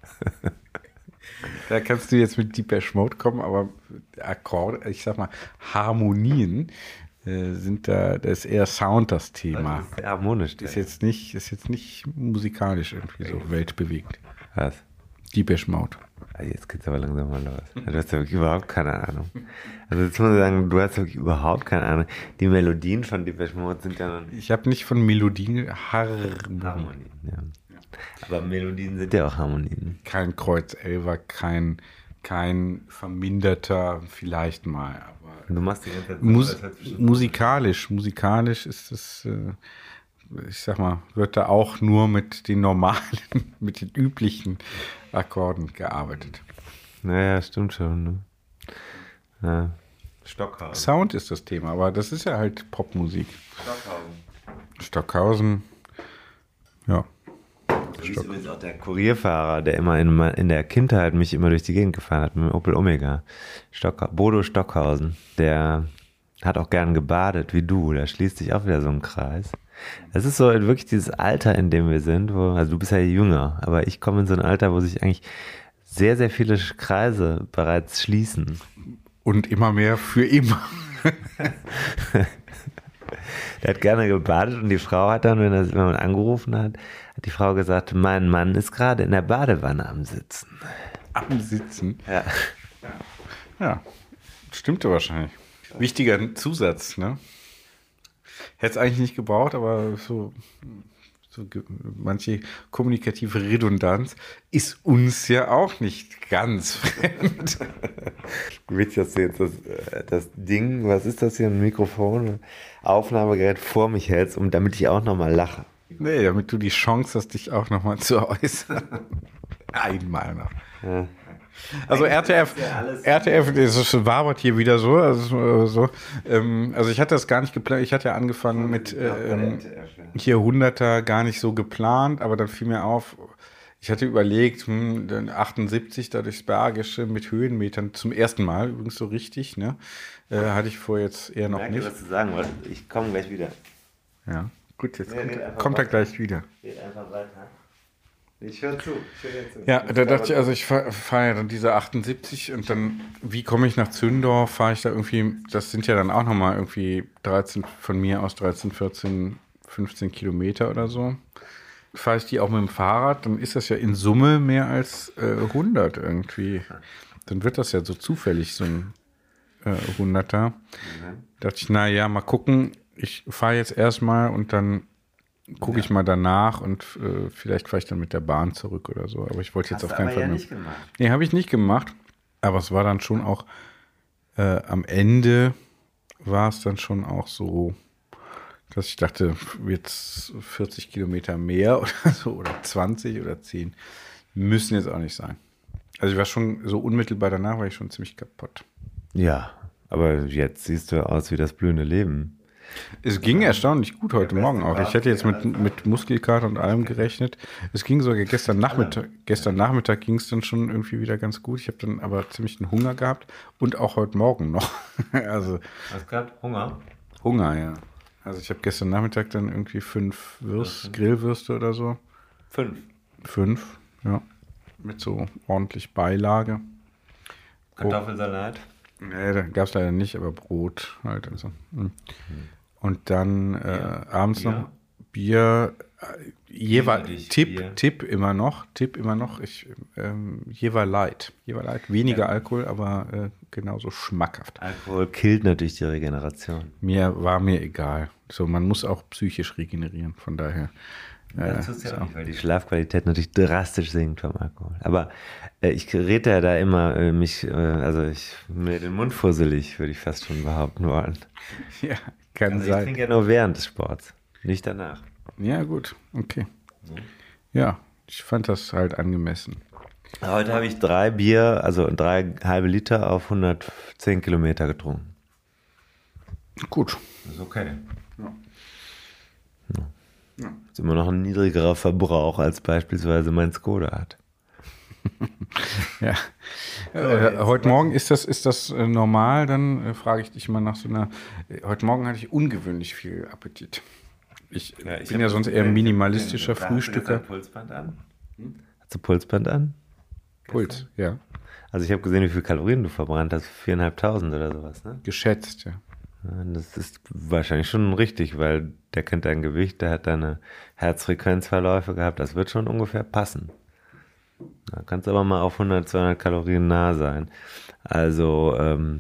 Da kannst du jetzt mit Depeche Mode kommen, aber Akkorde, ich sag mal, Harmonien sind da, da ist eher Sound das Thema. Das ist sehr harmonisch. Ist jetzt nicht musikalisch irgendwie so weltbewegt. Was? Depeche Mode. Jetzt geht's aber langsam mal los. Du hast ja wirklich überhaupt keine Ahnung. Also jetzt muss ich sagen, du hast wirklich überhaupt keine Ahnung. Die Melodien von Depeche Mode sind ja noch nicht... Ich habe nicht von Melodien, Harmonien. Ja. Aber Melodien sind ja auch Harmonien. Kein Kreuz-Elfer, kein verminderter, vielleicht mal. Aber du machst die ganze Zeit musikalisch ist es, ich sag mal, wird da auch nur mit den normalen, mit den üblichen Akkorden gearbeitet. Naja, stimmt schon. Ne? Ja. Stockhausen. Sound ist das Thema, aber das ist ja halt Popmusik. Stockhausen, ja. Du bist übrigens auch der Kurierfahrer, der immer in der Kindheit mich immer durch die Gegend gefahren hat mit dem Opel Omega. Bodo Stockhausen, der hat auch gern gebadet wie du. Da schließt sich auch wieder so ein Kreis. Es ist so wirklich dieses Alter, in dem wir sind, also du bist ja jünger, aber ich komme in so ein Alter, wo sich eigentlich sehr, sehr viele Kreise bereits schließen. Und immer mehr für immer. Der hat gerne gebadet und die Frau hat dann, wenn man angerufen hat, hat die Frau gesagt, mein Mann ist gerade in der Badewanne am Sitzen. Am Sitzen? Ja. Ja, stimmte wahrscheinlich. Wichtiger Zusatz, ne? Hätte es eigentlich nicht gebraucht, aber so manche kommunikative Redundanz ist uns ja auch nicht ganz fremd. Witzig, dass du jetzt das Ding, was ist das hier, ein Mikrofon, Aufnahmegerät vor mich hältst, damit ich auch nochmal lache. Nee, damit du die Chance hast, dich auch nochmal zu äußern. Einmal noch. Ja. Also RTF, das wabert hier wieder so. Also ich hatte das gar nicht geplant. Ich hatte ja angefangen mit hier 100er gar nicht so geplant, aber dann fiel mir auf, ich hatte überlegt, dann 78 da durchs Bergische mit Höhenmetern zum ersten Mal, übrigens so richtig, ne? Hatte ich vorher jetzt eher noch nicht. Merke, was du sagen wolltest. Ich komme gleich wieder. Ja, gut, jetzt kommt er gleich wieder. Geht einfach weiter. Ich höre zu. Ja, da dachte ich, also ich fahre ja dann diese 78 und dann, wie komme ich nach Zündorf, fahre ich da irgendwie, das sind ja dann auch nochmal irgendwie 13, 14, 15 Kilometer oder so. Fahre ich die auch mit dem Fahrrad, dann ist das ja in Summe mehr als 100 irgendwie. Dann wird das ja so zufällig so ein 100er. Dachte ich, naja, mal gucken, ich fahre jetzt erstmal und dann gucke ich mal danach und vielleicht fahre ich dann mit der Bahn zurück oder so. Aber ich wollte jetzt auf keinen Fall. Hast du aber ja nicht gemacht. Nee, habe ich nicht gemacht. Aber es war dann schon auch, am Ende war es dann schon auch so, dass ich dachte, jetzt 40 Kilometer mehr oder so oder 20 oder 10 müssen jetzt auch nicht sein. Also ich war schon so unmittelbar danach, war ich schon ziemlich kaputt. Ja, aber jetzt siehst du aus wie das blühende Leben. Es ging erstaunlich gut heute Morgen auch. Ich hätte jetzt mit Muskelkater und allem gerechnet. Es ging sogar gestern Nachmittag. Gestern Nachmittag ging es dann schon irgendwie wieder ganz gut. Ich habe dann aber ziemlich einen Hunger gehabt und auch heute Morgen noch. Also was gehabt? Hunger? Hunger, ja. Also ich habe gestern Nachmittag dann irgendwie 5 Grillwürste oder so. 5, ja. Mit so ordentlich Beilage. Kartoffelsalat? Nee, da gab es leider nicht, aber Brot halt. Also. Und dann abends noch Bier. Jeweils Tipp immer noch. Jeweils Light. Weniger Alkohol, aber genauso schmackhaft. Alkohol killt natürlich die Regeneration. War mir egal. So, man muss auch psychisch regenerieren, von daher. Das tut ja auch nicht, weil die Schlafqualität natürlich drastisch sinkt vom Alkohol. Aber ich rede ja da immer mir den Mund fusselig, würde ich fast schon behaupten wollen. Ja, kann sein. Ich trinke ja nur während des Sports, nicht danach. Ja, gut, okay. Ja, ich fand das halt angemessen. Heute habe ich 3 Bier, also 3 halbe Liter auf 110 Kilometer getrunken. Gut. Das ist okay. Ja. Ist immer noch ein niedrigerer Verbrauch als beispielsweise mein Skoda hat. Ja. Heute Morgen ist das normal, dann frage ich dich mal nach so einer. Heute Morgen hatte ich ungewöhnlich viel Appetit. Ich bin ja sonst eher minimalistischer Frühstücker. Hast du Pulsband an? Hast du Pulsband an? Puls, ja. Also ich habe gesehen, wie viel Kalorien du verbrannt hast. 4.500 oder sowas, ne? Geschätzt, ja. Das ist wahrscheinlich schon richtig, weil der kennt dein Gewicht, der hat deine Herzfrequenzverläufe gehabt. Das wird schon ungefähr passen. Da kannst du aber mal auf 100, 200 Kalorien nah sein. Also,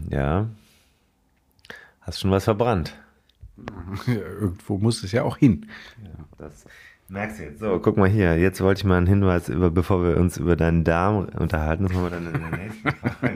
hast schon was verbrannt. Ja, irgendwo muss es ja auch hin. Ja, das merkst du jetzt. So, guck mal hier. Jetzt wollte ich mal einen Hinweis, bevor wir uns über deinen Darm unterhalten, das machen wir dann in der nächsten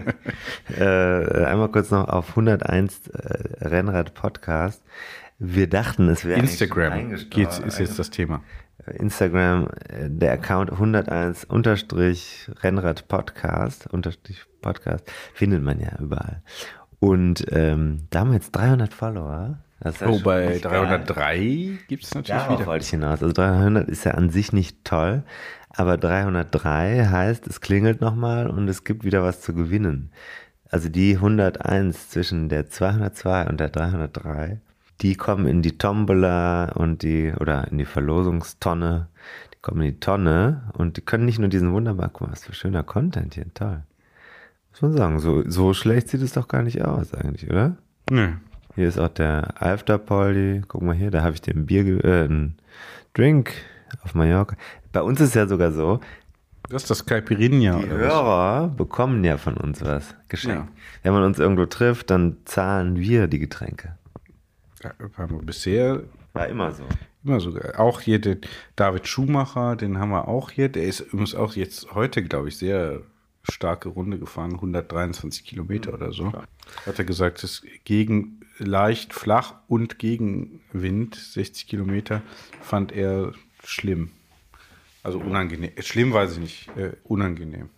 Frage. Einmal kurz noch auf 101 Rennrad-Podcast. Wir dachten, es wäre Instagram ist jetzt das Thema. Instagram, der Account 101 Rennrad Podcast, Podcast, findet man ja überall. Und da haben wir jetzt 300 Follower. Bei 303 gibt es natürlich Darauf wieder. Wollte ich hinaus. Also 300 ist ja an sich nicht toll, aber 303 heißt, es klingelt nochmal und es gibt wieder was zu gewinnen. Also die 101 zwischen der 202 und der 303, die kommen in die Tombola oder in die Verlosungstonne. Die kommen in die Tonne und die können nicht nur diesen wunderbaren, guck mal, was für schöner Content hier, toll. Muss man sagen, so schlecht sieht es doch gar nicht aus eigentlich, oder? Nö. Hier ist auch der Alfter-Poldi. Guck mal hier, da habe ich dir einen Drink auf Mallorca. Bei uns ist ja sogar so, das ist das Caipirinha. Die Hörer bekommen ja von uns was geschenkt. Ja. Wenn man uns irgendwo trifft, dann zahlen wir die Getränke. Ja, bisher war immer so. Immer so. Auch hier den David Schumacher, den haben wir auch hier. Der ist übrigens auch jetzt heute, glaube ich, sehr starke Runde gefahren, 123 Kilometer oder so. Klar. Hat er gesagt, es gegen leicht flach und gegen Wind, 60 Kilometer, fand er schlimm. Also unangenehm. Schlimm weiß ich nicht, unangenehm.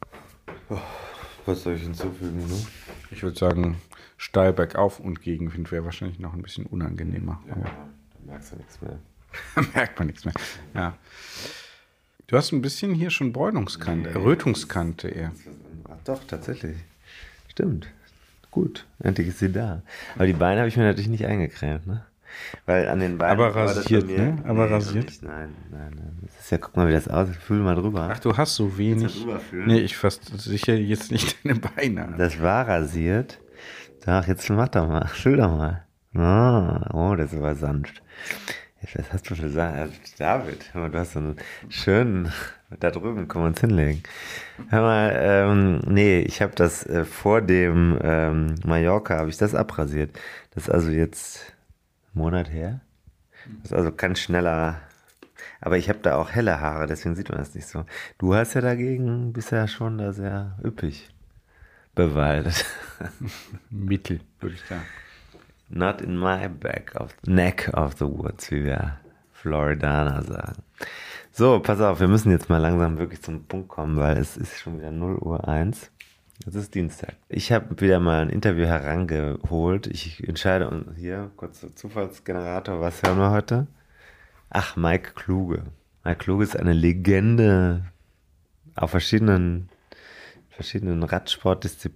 Was soll ich hinzufügen, ne? Ich würde sagen, steil bergauf und Gegenwind wäre wahrscheinlich noch ein bisschen unangenehmer. Ja, da merkst du nichts mehr. Merkt man nichts mehr, ja. Du hast ein bisschen hier schon Bräunungskante, Rötungskante eher. Ach doch, tatsächlich. Stimmt. Gut, endlich ist sie da. Aber die Beine habe ich mir natürlich nicht eingecremt, ne? Weil an den Beinen... Aber rasiert, ne? Aber rasiert? Nein. Das ist ja, guck mal, wie das aussieht. Fühl mal drüber. Ach, du hast so wenig. Nee, ich fasse sicher jetzt nicht deine Beine an. Das war rasiert. Ach, jetzt mach doch mal. Fühl doch mal. Oh, das ist aber sanft. Was hast du für David, du hast so einen schönen, da drüben können wir uns hinlegen. Hör mal, nee, ich habe das vor dem Mallorca, habe ich das abrasiert. Das ist also jetzt einen Monat her. Das ist also ganz schneller, aber ich habe da auch helle Haare, deswegen sieht man das nicht so. Du hast ja dagegen, bist ja schon da sehr üppig bewaldet. Mittel, würde ich sagen. Not in my neck of the woods, wie wir Floridaner sagen. So, pass auf, wir müssen jetzt mal langsam wirklich zum Punkt kommen, weil es ist schon wieder 0:01 Uhr. Es ist Dienstag. Ich habe wieder mal ein Interview herangeholt. Ich entscheide hier, kurz Zufallsgenerator, was hören wir heute? Ach, Mike Kluge. Mike Kluge ist eine Legende auf verschiedenen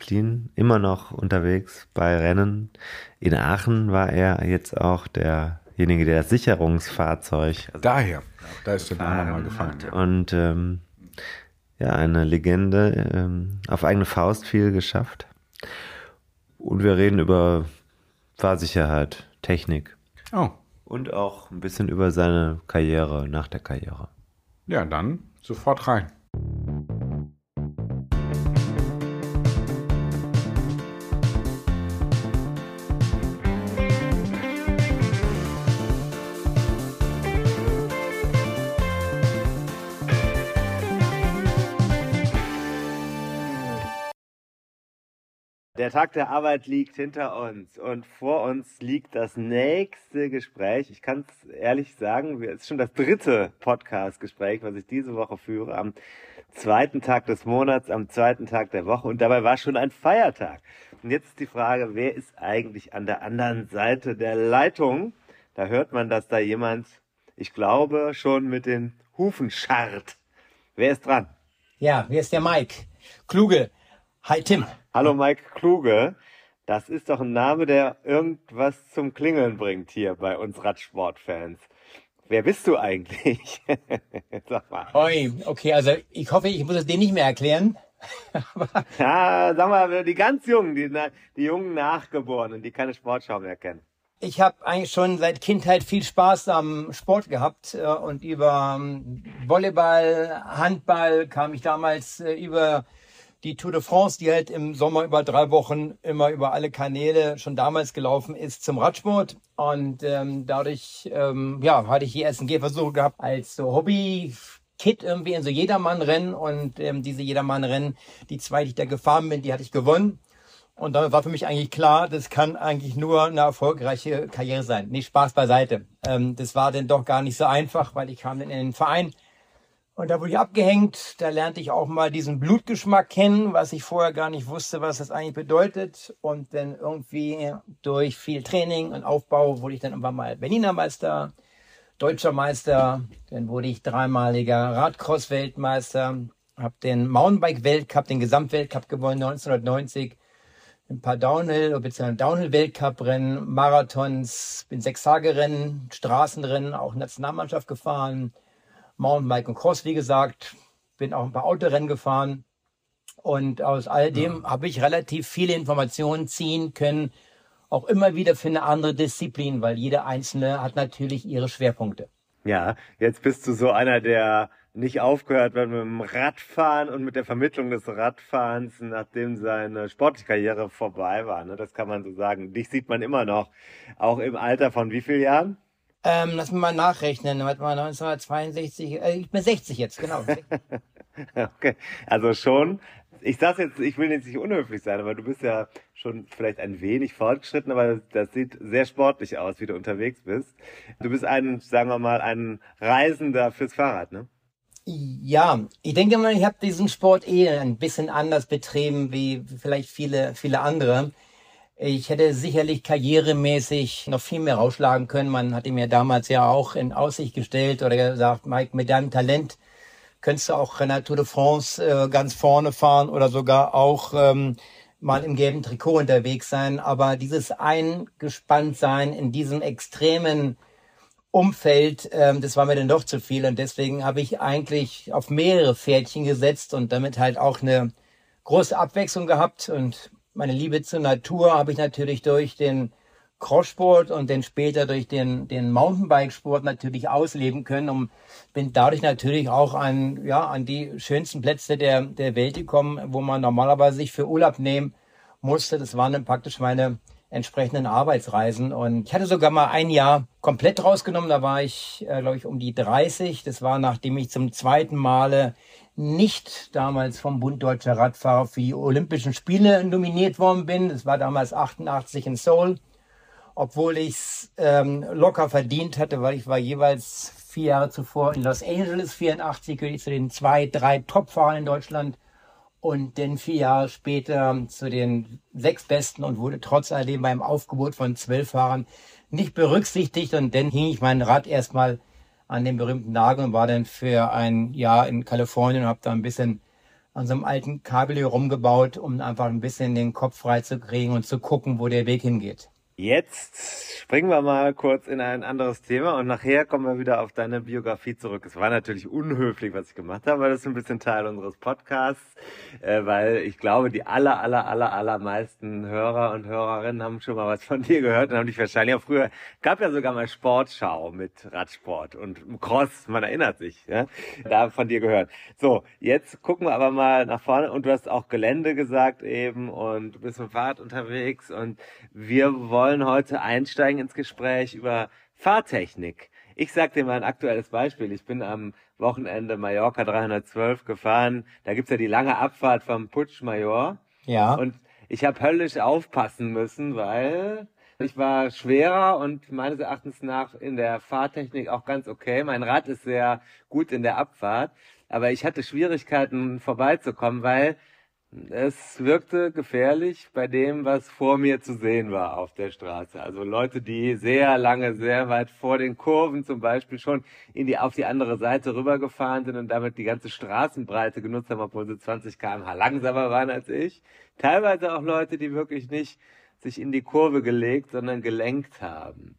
Radsportdisziplinen, immer noch unterwegs bei Rennen. In Aachen war er jetzt auch der derjenige, der das Sicherungsfahrzeug Daher, da ist der Name mal gefallen. Ja. Und eine Legende, auf eigene Faust viel geschafft. Und wir reden über Fahrsicherheit, Technik. Oh. Und auch ein bisschen über seine Karriere nach der Karriere. Ja, dann sofort rein. Der Tag der Arbeit liegt hinter uns und vor uns liegt das nächste Gespräch. Ich kann es ehrlich sagen, es ist schon das 3. Podcast-Gespräch, was ich diese Woche führe, am 2. Tag des Monats, am 2. Tag der Woche und dabei war schon ein Feiertag. Und jetzt ist die Frage, wer ist eigentlich an der anderen Seite der Leitung? Da hört man, dass da jemand, ich glaube, schon mit den Hufen scharrt. Wer ist dran? Ja, hier ist der Mike Kluge. Hi Tim. Hallo Mike Kluge, das ist doch ein Name, der irgendwas zum Klingeln bringt hier bei uns Radsportfans. Wer bist du eigentlich? Sag mal. Oi, okay, also ich hoffe, ich muss es dir nicht mehr erklären. Ja, sag mal, die ganz Jungen, die jungen Nachgeborenen, die keine Sportschau mehr kennen. Ich habe eigentlich schon seit Kindheit viel Spaß am Sport gehabt und über Volleyball, Handball kam ich damals über die Tour de France, die halt im Sommer über 3 Wochen immer über alle Kanäle schon damals gelaufen ist, zum Radsport. Und dadurch hatte ich die ersten Gehversuche gehabt als so Hobby-Kid irgendwie in so Jedermann-Rennen. Und diese Jedermann-Rennen, die 2, die ich da gefahren bin, die hatte ich gewonnen. Und dann war für mich eigentlich klar, das kann eigentlich nur eine erfolgreiche Karriere sein. Nee, Spaß beiseite. Das war dann doch gar nicht so einfach, weil ich kam dann in den Verein. Und da wurde ich abgehängt, da lernte ich auch mal diesen Blutgeschmack kennen, was ich vorher gar nicht wusste, was das eigentlich bedeutet. Und dann irgendwie durch viel Training und Aufbau wurde ich dann irgendwann mal Berliner Meister, Deutscher Meister, dann wurde ich 3-maliger Radcross-Weltmeister, habe den Mountainbike-Weltcup, den Gesamtweltcup gewonnen 1990, ein paar Downhill- bzw. Downhill-Weltcup-Rennen, Marathons, bin 6-Tage-Rennen, Straßenrennen, auch Nationalmannschaft gefahren, Mountainbike und Cross, wie gesagt, bin auch ein paar Autorennen gefahren und aus all dem habe ich relativ viele Informationen ziehen können, auch immer wieder für eine andere Disziplin, weil jede einzelne hat natürlich ihre Schwerpunkte. Ja, jetzt bist du so einer, der nicht aufgehört wird mit dem Radfahren und mit der Vermittlung des Radfahrens, nachdem seine sportliche Karriere vorbei war. Ne? Das kann man so sagen. Dich sieht man immer noch, auch im Alter von wie vielen Jahren? Lass mich mal nachrechnen. Warte mal, 1962, ich bin 60 jetzt, genau. Okay, also schon. Ich sag's jetzt, ich will jetzt nicht unhöflich sein, aber du bist ja schon vielleicht ein wenig fortgeschritten, aber das sieht sehr sportlich aus, wie du unterwegs bist. Du bist sagen wir mal, ein Reisender fürs Fahrrad, ne? Ja, ich denke mal, ich habe diesen Sport ein bisschen anders betrieben wie vielleicht viele andere. Ich hätte sicherlich karrieremäßig noch viel mehr rausschlagen können. Man hatte mir damals ja auch in Aussicht gestellt oder gesagt, Mike, mit deinem Talent könntest du auch in der Tour de France ganz vorne fahren oder sogar auch mal im gelben Trikot unterwegs sein. Aber dieses Eingespanntsein in diesem extremen Umfeld, das war mir dann doch zu viel. Und deswegen habe ich eigentlich auf mehrere Pferdchen gesetzt und damit halt auch eine große Abwechslung gehabt. Und meine Liebe zur Natur habe ich natürlich durch den Crosssport und dann später durch den Mountainbikesport natürlich ausleben können und bin dadurch natürlich auch an die schönsten Plätze der Welt gekommen, wo man normalerweise sich für Urlaub nehmen musste. Das waren dann praktisch meine entsprechenden Arbeitsreisen und ich hatte sogar mal ein Jahr komplett rausgenommen. Da war ich, glaube ich, um die 30. Das war, nachdem ich zum 2. Male nicht damals vom Bund Deutscher Radfahrer für die Olympischen Spiele nominiert worden bin. Das war damals 88 in Seoul, obwohl ich es locker verdient hatte, weil ich war jeweils 4 Jahre zuvor in Los Angeles, 84, gehörte ich zu den 2, 3 Top-Fahrern in Deutschland und dann 4 Jahre später zu den 6 Besten und wurde trotz alledem beim Aufgebot von 12 Fahrern nicht berücksichtigt und dann hing ich mein Rad erstmal an dem berühmten Nagel und war dann für ein Jahr in Kalifornien und habe da ein bisschen an so einem alten Cabrio rumgebaut, um einfach ein bisschen den Kopf frei zu kriegen und zu gucken, wo der Weg hingeht. Jetzt springen wir mal kurz in ein anderes Thema und nachher kommen wir wieder auf deine Biografie zurück. Es war natürlich unhöflich, was ich gemacht habe, aber das ist ein bisschen Teil unseres Podcasts, weil ich glaube, die allermeisten Hörer und Hörerinnen haben schon mal was von dir gehört und haben dich wahrscheinlich auch früher, gab ja sogar mal Sportschau mit Radsport und Cross, man erinnert sich, ja, da von dir gehört. So, jetzt gucken wir aber mal nach vorne und du hast auch Gelände gesagt eben und du bist mit dem Fahrrad unterwegs und wir wollen heute einsteigen ins Gespräch über Fahrtechnik. Ich sag dir mal ein aktuelles Beispiel. Ich bin am Wochenende Mallorca 312 gefahren. Da gibt's ja die lange Abfahrt vom Puigdemont. Ja. Und ich habe höllisch aufpassen müssen, weil ich war schwerer und meines Erachtens nach in der Fahrtechnik auch ganz okay. Mein Rad ist sehr gut in der Abfahrt, aber ich hatte Schwierigkeiten vorbeizukommen, weil es wirkte gefährlich bei dem, was vor mir zu sehen war auf der Straße. Also Leute, die sehr lange, sehr weit vor den Kurven zum Beispiel schon auf die andere Seite rübergefahren sind und damit die ganze Straßenbreite genutzt haben, obwohl sie 20 km/h langsamer waren als ich. Teilweise auch Leute, die wirklich nicht sich in die Kurve gelegt, sondern gelenkt haben.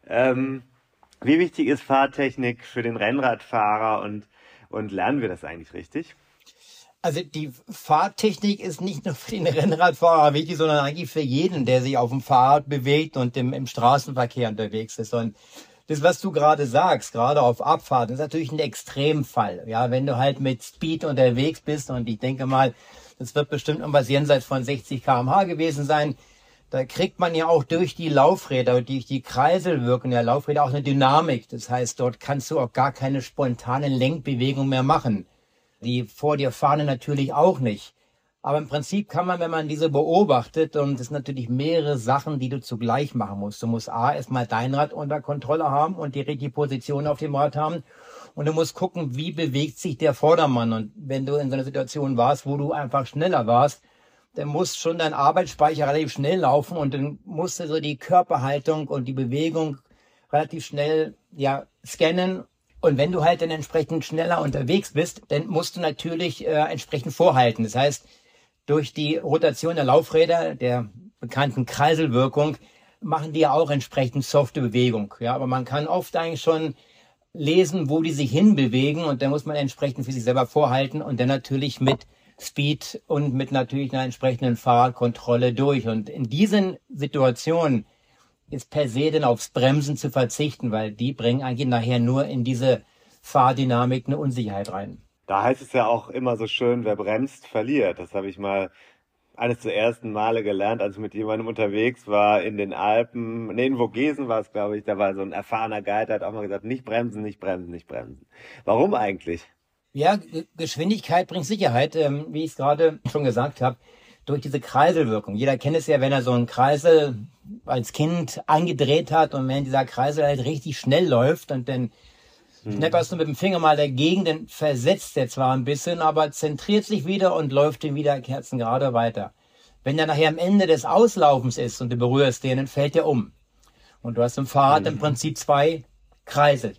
Wie wichtig ist Fahrtechnik für den Rennradfahrer und lernen wir das eigentlich richtig? Also die Fahrtechnik ist nicht nur für den Rennradfahrer wichtig, sondern eigentlich für jeden, der sich auf dem Fahrrad bewegt und im Straßenverkehr unterwegs ist. Und das, was du gerade sagst, gerade auf Abfahrten, ist natürlich ein Extremfall. Ja, wenn du halt mit Speed unterwegs bist und ich denke mal, das wird bestimmt irgendwas jenseits von 60 km/h gewesen sein, da kriegt man ja auch durch die Laufräder, durch die Kreiselwirkung der Laufräder auch eine Dynamik. Das heißt, dort kannst du auch gar keine spontane Lenkbewegung mehr machen. Die vor dir fahren natürlich auch nicht. Aber im Prinzip kann man, wenn man diese beobachtet, und es sind natürlich mehrere Sachen, die du zugleich machen musst. Du musst erstmal dein Rad unter Kontrolle haben und die richtige Position auf dem Rad haben. Und du musst gucken, wie bewegt sich der Vordermann. Und wenn du in so einer Situation warst, wo du einfach schneller warst, dann muss schon dein Arbeitsspeicher relativ schnell laufen und dann musst du so die Körperhaltung und die Bewegung relativ schnell, scannen. Und wenn du halt dann entsprechend schneller unterwegs bist, dann musst du natürlich entsprechend vorhalten. Das heißt, durch die Rotation der Laufräder, der bekannten Kreiselwirkung, machen die ja auch entsprechend softe Bewegung. Ja, aber man kann oft eigentlich schon lesen, wo die sich hinbewegen und dann muss man entsprechend für sich selber vorhalten und dann natürlich mit Speed und mit natürlich einer entsprechenden Fahrkontrolle durch. Und in diesen Situationen ist per se denn aufs Bremsen zu verzichten, weil die bringen eigentlich nachher nur in diese Fahrdynamik eine Unsicherheit rein. Da heißt es ja auch immer so schön, wer bremst, verliert. Das habe ich mal eines der ersten Male gelernt, als ich mit jemandem unterwegs war in den Alpen. In Vogesen war es, glaube ich. Da war so ein erfahrener Guide, der hat auch mal gesagt, nicht bremsen, nicht bremsen, nicht bremsen. Warum eigentlich? Ja, Geschwindigkeit bringt Sicherheit, wie ich es gerade schon gesagt habe, durch diese Kreiselwirkung. Jeder kennt es ja, wenn er so einen Kreisel als Kind angedreht hat und wenn dieser Kreisel halt richtig schnell läuft und dann schnapperst du mit dem Finger mal dagegen, dann versetzt der zwar ein bisschen, aber zentriert sich wieder und läuft dann wieder kerzengerade weiter. Wenn der nachher am Ende des Auslaufens ist und du berührst den, dann fällt der um. Und du hast im Fahrrad im Prinzip 2 Kreisel.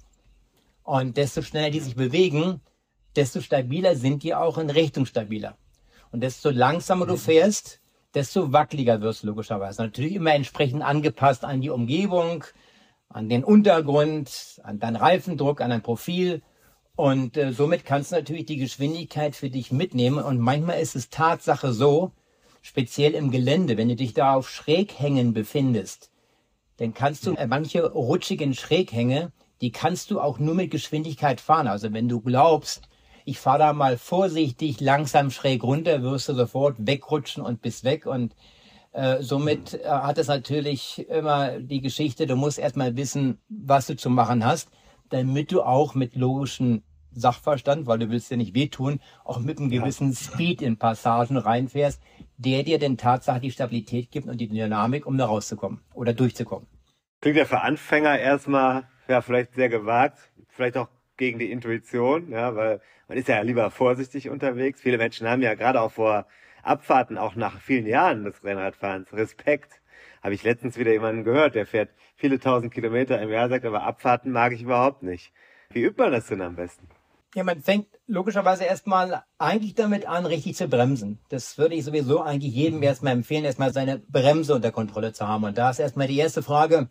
Und desto schneller die sich bewegen, desto stabiler sind die auch in Richtung stabiler. Und desto langsamer du fährst, desto wackeliger wirst du logischerweise. Natürlich immer entsprechend angepasst an die Umgebung, an den Untergrund, an deinen Reifendruck, an dein Profil. Und somit kannst du natürlich die Geschwindigkeit für dich mitnehmen. Und manchmal ist es Tatsache so, speziell im Gelände, wenn du dich da auf Schräghängen befindest, dann kannst du manche rutschigen Schräghänge, die kannst du auch nur mit Geschwindigkeit fahren. Also wenn du glaubst, ich fahre da mal vorsichtig langsam schräg runter, wirst du sofort wegrutschen und bist weg. Und somit hat es natürlich immer die Geschichte, du musst erstmal wissen, was du zu machen hast, damit du auch mit logischem Sachverstand, weil du willst ja nicht wehtun, auch mit einem gewissen Speed in Passagen reinfährst, der dir denn tatsächlich die Stabilität gibt und die Dynamik, um da rauszukommen oder durchzukommen. Klingt ja für Anfänger erstmal vielleicht sehr gewagt, vielleicht auch gegen die Intuition, ja, weil man ist ja lieber vorsichtig unterwegs. Viele Menschen haben ja gerade auch vor Abfahrten, auch nach vielen Jahren des Rennradfahrens, Respekt. Habe ich letztens wieder jemanden gehört, der fährt viele tausend Kilometer im Jahr, sagt aber Abfahrten mag ich überhaupt nicht. Wie übt man das denn am besten? Ja, man fängt logischerweise erstmal eigentlich damit an, richtig zu bremsen. Das würde ich sowieso eigentlich jedem erstmal empfehlen, erstmal seine Bremse unter Kontrolle zu haben. Und da ist erstmal die erste Frage,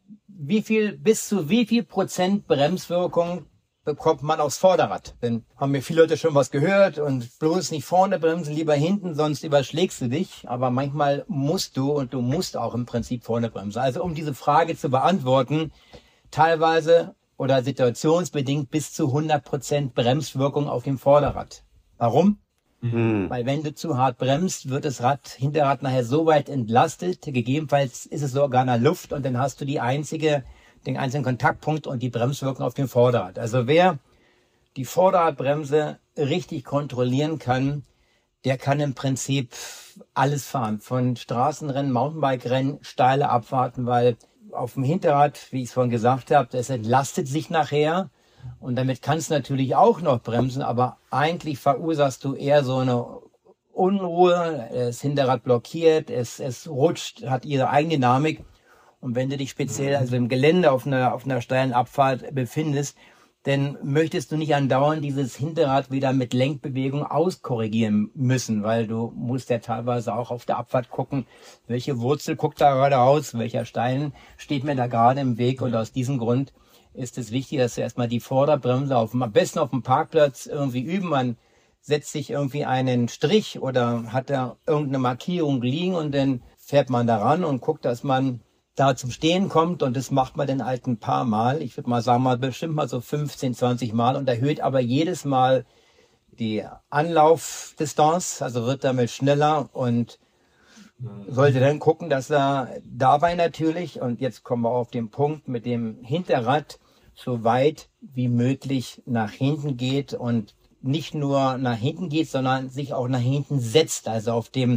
bis zu wie viel Prozent Bremswirkung bekommt man aufs Vorderrad? Denn haben mir viele Leute schon was gehört und bloß nicht vorne bremsen, lieber hinten, sonst überschlägst du dich. Aber manchmal musst du auch im Prinzip vorne bremsen. Also um diese Frage zu beantworten, teilweise oder situationsbedingt bis zu 100% Bremswirkung auf dem Vorderrad. Warum? Weil wenn du zu hart bremst, wird das Hinterrad nachher so weit entlastet, gegebenenfalls ist es sogar in der Luft und dann hast du den einzigen Kontaktpunkt und die Bremswirkung auf dem Vorderrad. Also wer die Vorderradbremse richtig kontrollieren kann, der kann im Prinzip alles fahren. Von Straßenrennen, Mountainbike-Rennen, steile Abfahrten, weil auf dem Hinterrad, wie ich es vorhin gesagt habe, das entlastet sich nachher und damit kannst du natürlich auch noch bremsen, aber eigentlich verursachst du eher so eine Unruhe, das Hinterrad blockiert, es rutscht, hat ihre eigene Dynamik und wenn du dich speziell also im Gelände auf einer steilen Abfahrt befindest, dann möchtest du nicht andauernd dieses Hinterrad wieder mit Lenkbewegung auskorrigieren müssen, weil du musst ja teilweise auch auf der Abfahrt gucken, welche Wurzel guckt da gerade raus, welcher Stein steht mir da gerade im Weg und aus diesem Grund ist es wichtig, dass du erstmal die Vorderbremse am besten auf dem Parkplatz irgendwie üben. Man setzt sich irgendwie einen Strich oder hat da irgendeine Markierung liegen und dann fährt man da ran und guckt, dass man da zum Stehen kommt und das macht man dann halt ein paar Mal. Ich würde mal sagen, bestimmt mal so 15, 20 Mal und erhöht aber jedes Mal die Anlaufdistanz, also wird damit schneller und sollte dann gucken, dass er dabei natürlich, und jetzt kommen wir auf den Punkt, mit dem Hinterrad so weit wie möglich nach hinten geht und nicht nur nach hinten geht, sondern sich auch nach hinten setzt, also auf dem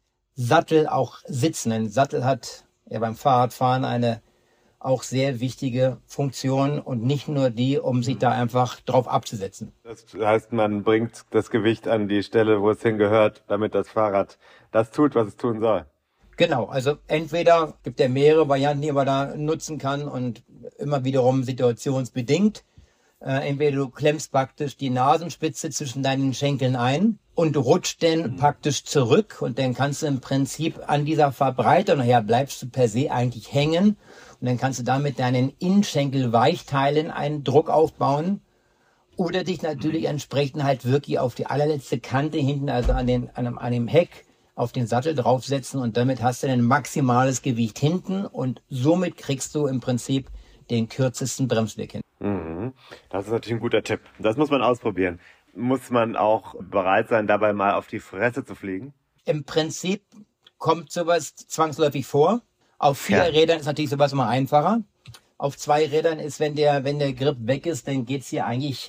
Sattel auch sitzen. Ein Sattel hat ja beim Fahrradfahren eine auch sehr wichtige Funktion und nicht nur die, um sich da einfach drauf abzusetzen. Das heißt, man bringt das Gewicht an die Stelle, wo es hingehört, damit das Fahrrad das tut, was es tun soll. Genau, also entweder gibt es mehrere Varianten, die man da nutzen kann und immer wiederum situationsbedingt. Entweder du klemmst praktisch die Nasenspitze zwischen deinen Schenkeln ein und du rutschst dann praktisch zurück und dann kannst du im Prinzip an dieser Verbreitung, nachher bleibst du per se eigentlich hängen und dann kannst du damit deinen Innenschenkel-Weichteilen einen Druck aufbauen oder dich natürlich entsprechend halt wirklich auf die allerletzte Kante hinten, also an dem Heck, auf den Sattel draufsetzen und damit hast du ein maximales Gewicht hinten und somit kriegst du im Prinzip den kürzesten Bremsweg hin. Das ist natürlich ein guter Tipp. Das muss man ausprobieren. Muss man auch bereit sein, dabei mal auf die Fresse zu fliegen? Im Prinzip kommt sowas zwangsläufig vor. Auf 4 Rädern ist natürlich sowas immer einfacher. Auf 2 Rädern ist, wenn der Grip weg ist, dann geht's hier eigentlich,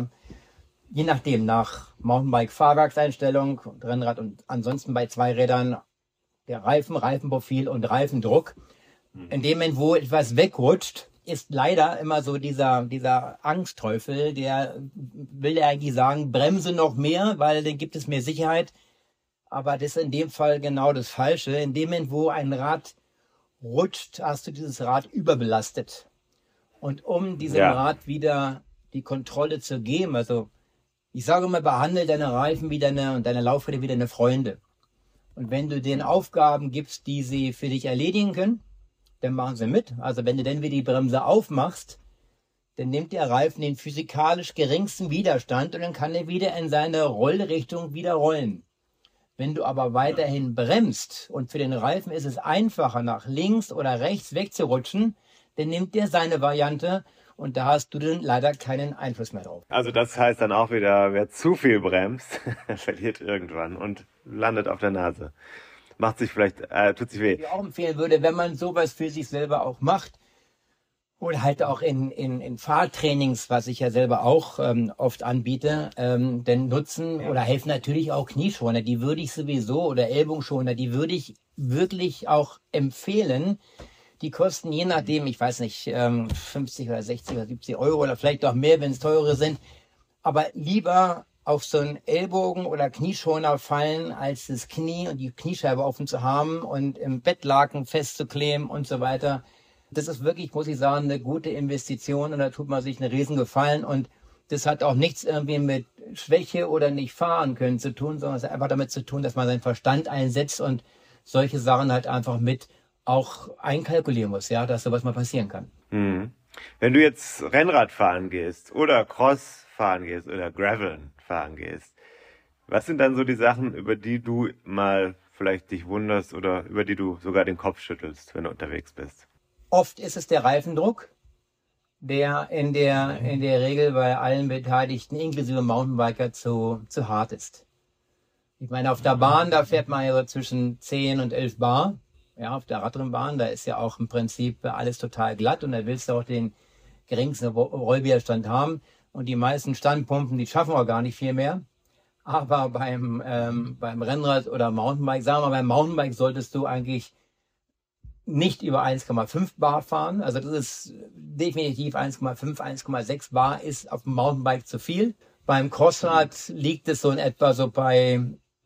je nachdem, nach Mountainbike-Fahrwerkseinstellung und Rennrad und ansonsten bei 2 Rädern der Reifenprofil und Reifendruck. In dem Moment, wo etwas wegrutscht, ist leider immer so dieser Angstteufel, der will ja eigentlich sagen, bremse noch mehr, weil dann gibt es mehr Sicherheit. Aber das ist in dem Fall genau das Falsche. In dem Moment, wo ein Rad rutscht, hast du dieses Rad überbelastet. Und um diesem Rad wieder die Kontrolle zu geben, also ich sage immer, behandle deine Reifen und deine Laufräder wie deine Freunde. Und wenn du denen Aufgaben gibst, die sie für dich erledigen können, dann machen sie mit. Also wenn du dann wieder die Bremse aufmachst, dann nimmt der Reifen den physikalisch geringsten Widerstand und dann kann er wieder in seine Rollrichtung wieder rollen. Wenn du aber weiterhin bremst und für den Reifen ist es einfacher, nach links oder rechts wegzurutschen, dann nimmt der seine Variante und da hast du dann leider keinen Einfluss mehr drauf. Also das heißt dann auch wieder, wer zu viel bremst, verliert irgendwann und landet auf der Nase. Macht sich vielleicht, tut sich weh. Was ich auch empfehlen würde, wenn man sowas für sich selber auch macht, oder halt auch in Fahrtrainings, was ich ja selber auch oft anbiete, denn nutzen oder helfen natürlich auch Knieschoner, die würde ich sowieso, oder Ellbogenschoner, die würde ich wirklich auch empfehlen. Die kosten je nachdem, ich weiß nicht, 50 oder 60 oder 70 Euro oder vielleicht auch mehr, wenn es teure sind, aber lieber auf so einen Ellbogen- oder Knieschoner fallen, als das Knie und die Kniescheibe offen zu haben und im Bettlaken festzukleben und so weiter. Das ist wirklich, muss ich sagen, eine gute Investition und da tut man sich einen Riesengefallen und Das hat auch nichts irgendwie mit Schwäche oder nicht fahren können zu tun, sondern es hat einfach damit zu tun, dass man seinen Verstand einsetzt und solche Sachen halt einfach mit auch einkalkulieren muss, ja, dass sowas mal passieren kann. Mhm. Wenn du jetzt Rennrad fahren gehst oder Cross fahren gehst oder Graveln fahren gehst, was sind dann so die Sachen, über die du mal vielleicht dich wunderst oder über die du sogar den Kopf schüttelst, wenn du unterwegs bist? Oft ist es der Reifendruck, der in der Regel bei allen Beteiligten, inklusive Mountainbiker, zu hart ist. Ich meine, auf der Bahn, da fährt man ja so zwischen 10 und 11 Bar. Ja, auf der Radrennbahn, da ist ja auch im Prinzip alles total glatt und da willst du auch den geringsten Rollwiderstand haben. Und die meisten Standpumpen, die schaffen auch gar nicht viel mehr. Aber beim Rennrad oder Mountainbike, sagen wir mal, beim Mountainbike solltest du eigentlich nicht über 1,5 Bar fahren. Also das ist definitiv 1,5, 1,6 Bar ist auf dem Mountainbike zu viel. Beim Crossrad liegt es so in etwa so bei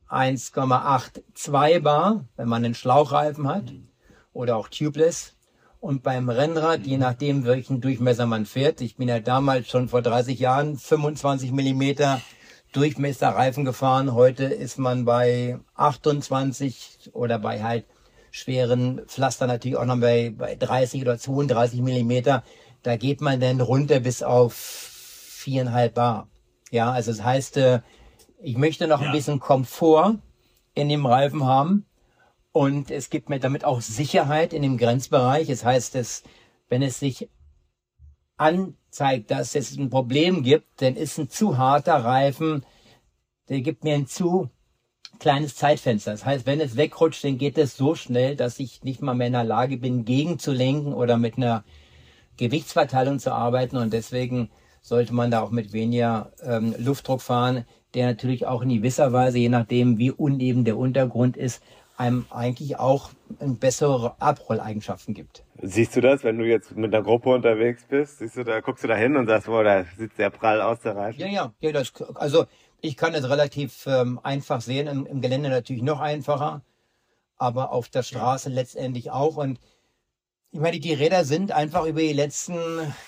1,82 Bar, wenn man einen Schlauchreifen hat oder auch tubeless. Und beim Rennrad, je nachdem, welchen Durchmesser man fährt, ich bin ja damals schon vor 30 Jahren 25 Millimeter Durchmesser Reifen gefahren. Heute ist man bei 28 oder bei halt schweren Pflaster natürlich auch noch bei 30 oder 32 Millimeter. Da geht man dann runter bis auf 4,5 Bar. Ja, also das heißt, ich möchte noch ein bisschen Komfort in dem Reifen haben und es gibt mir damit auch Sicherheit in dem Grenzbereich. Das heißt, wenn es sich anzeigt, dass es ein Problem gibt, dann ist ein zu harter Reifen, der gibt mir ein zu kleines Zeitfenster. Das heißt, wenn es wegrutscht, dann geht es so schnell, dass ich nicht mal mehr in der Lage bin, gegenzulenken oder mit einer Gewichtsverteilung zu arbeiten und deswegen sollte man da auch mit weniger Luftdruck fahren, der natürlich auch in gewisser Weise, je nachdem wie uneben der Untergrund ist, einem eigentlich auch bessere Abrolleigenschaften gibt. Siehst du das, wenn du jetzt mit einer Gruppe unterwegs bist? Guckst du da hin und sagst, boah, da sieht sehr prall aus, der Reifen? Ja, also ich kann es relativ einfach sehen, im Gelände natürlich noch einfacher, aber auf der Straße letztendlich auch. Und ich meine, die Räder sind einfach über die letzten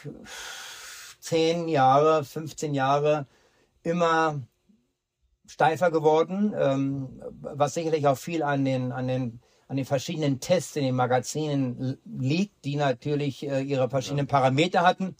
10 Jahre, 15 Jahre immer steifer geworden, was sicherlich auch viel an den verschiedenen Tests in den Magazinen liegt, die natürlich ihre verschiedenen Parameter hatten.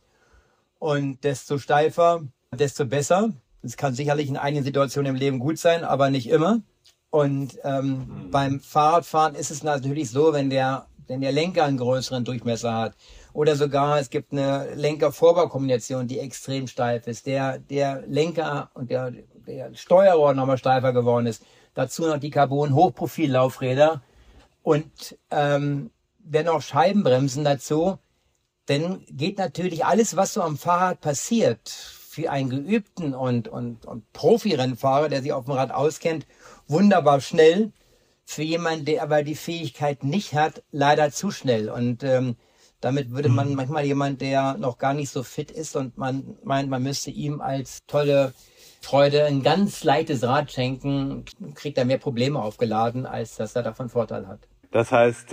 Und desto steifer, desto besser. Das kann sicherlich in einigen Situationen im Leben gut sein, aber nicht immer. Und beim Fahrradfahren ist es natürlich so, wenn der Lenker einen größeren Durchmesser hat oder sogar es gibt eine Lenker-Vorbau-Kombination, die extrem steif ist, der Lenker und der Steuerrohr nochmal steifer geworden ist, dazu noch die Carbon-Hochprofil-Laufräder und dennoch Scheibenbremsen dazu, dann geht natürlich alles, was so am Fahrrad passiert, für einen geübten und Profi-Rennfahrer, der sich auf dem Rad auskennt, wunderbar schnell. Für jemanden, der aber die Fähigkeit nicht hat, leider zu schnell. Und damit würde man manchmal jemand, der noch gar nicht so fit ist und man meint, man müsste ihm als tolle Freude ein ganz leichtes Rad schenken, kriegt er mehr Probleme aufgeladen, als dass er davon Vorteil hat. Das heißt,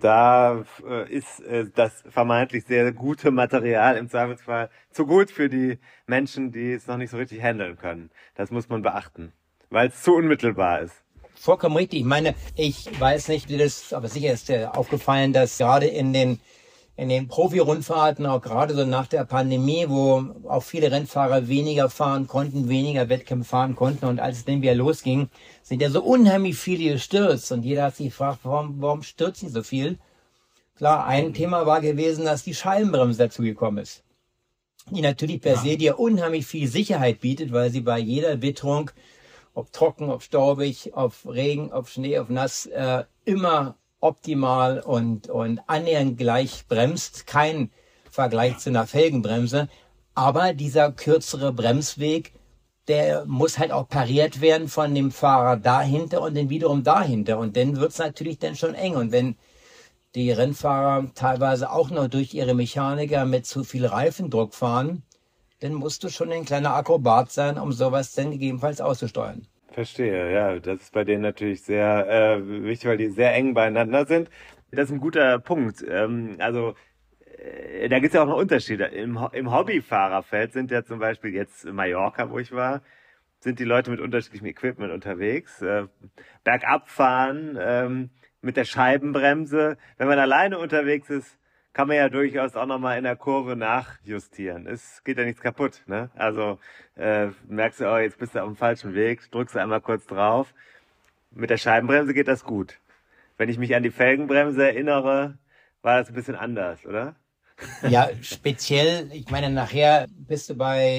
da ist das vermeintlich sehr gute Material im Zweifelsfall zu gut für die Menschen, die es noch nicht so richtig handeln können. Das muss man beachten, weil es zu unmittelbar ist. Vollkommen richtig. Ich meine, ich weiß nicht, wie das, aber sicher ist dir aufgefallen, dass gerade in den Profi-Rundfahrten, auch gerade so nach der Pandemie, wo auch viele Rennfahrer weniger fahren konnten, weniger Wettkämpfe fahren konnten und als es dann wieder losging, sind ja so unheimlich viele gestürzt und jeder hat sich gefragt, warum stürzen so viel? Klar, ein Thema war gewesen, dass die Scheibenbremse dazugekommen ist, die natürlich per se dir unheimlich viel Sicherheit bietet, weil sie bei jeder Witterung, ob trocken, ob staubig, ob Regen, ob Schnee, ob nass, immer optimal und annähernd gleich bremst. Kein Vergleich zu einer Felgenbremse. Aber dieser kürzere Bremsweg, der muss halt auch pariert werden von dem Fahrer dahinter und dann wiederum dahinter. Und dann wird's natürlich dann schon eng. Und wenn die Rennfahrer teilweise auch noch durch ihre Mechaniker mit zu viel Reifendruck fahren, dann musst du schon ein kleiner Akrobat sein, um sowas dann gegebenenfalls auszusteuern. Verstehe, ja, das ist bei denen natürlich sehr wichtig, weil die sehr eng beieinander sind. Das ist ein guter Punkt. Also da gibt es ja auch noch Unterschiede. Im Hobbyfahrerfeld sind ja zum Beispiel jetzt in Mallorca, wo ich war, sind die Leute mit unterschiedlichem Equipment unterwegs. Bergab fahren, mit der Scheibenbremse. Wenn man alleine unterwegs ist, kann man ja durchaus auch nochmal in der Kurve nachjustieren. Es geht ja nichts kaputt, ne? Also merkst du, oh, jetzt bist du auf dem falschen Weg, drückst du einmal kurz drauf. Mit der Scheibenbremse geht das gut. Wenn ich mich an die Felgenbremse erinnere, war das ein bisschen anders, oder? Ja, speziell, ich meine, nachher bist du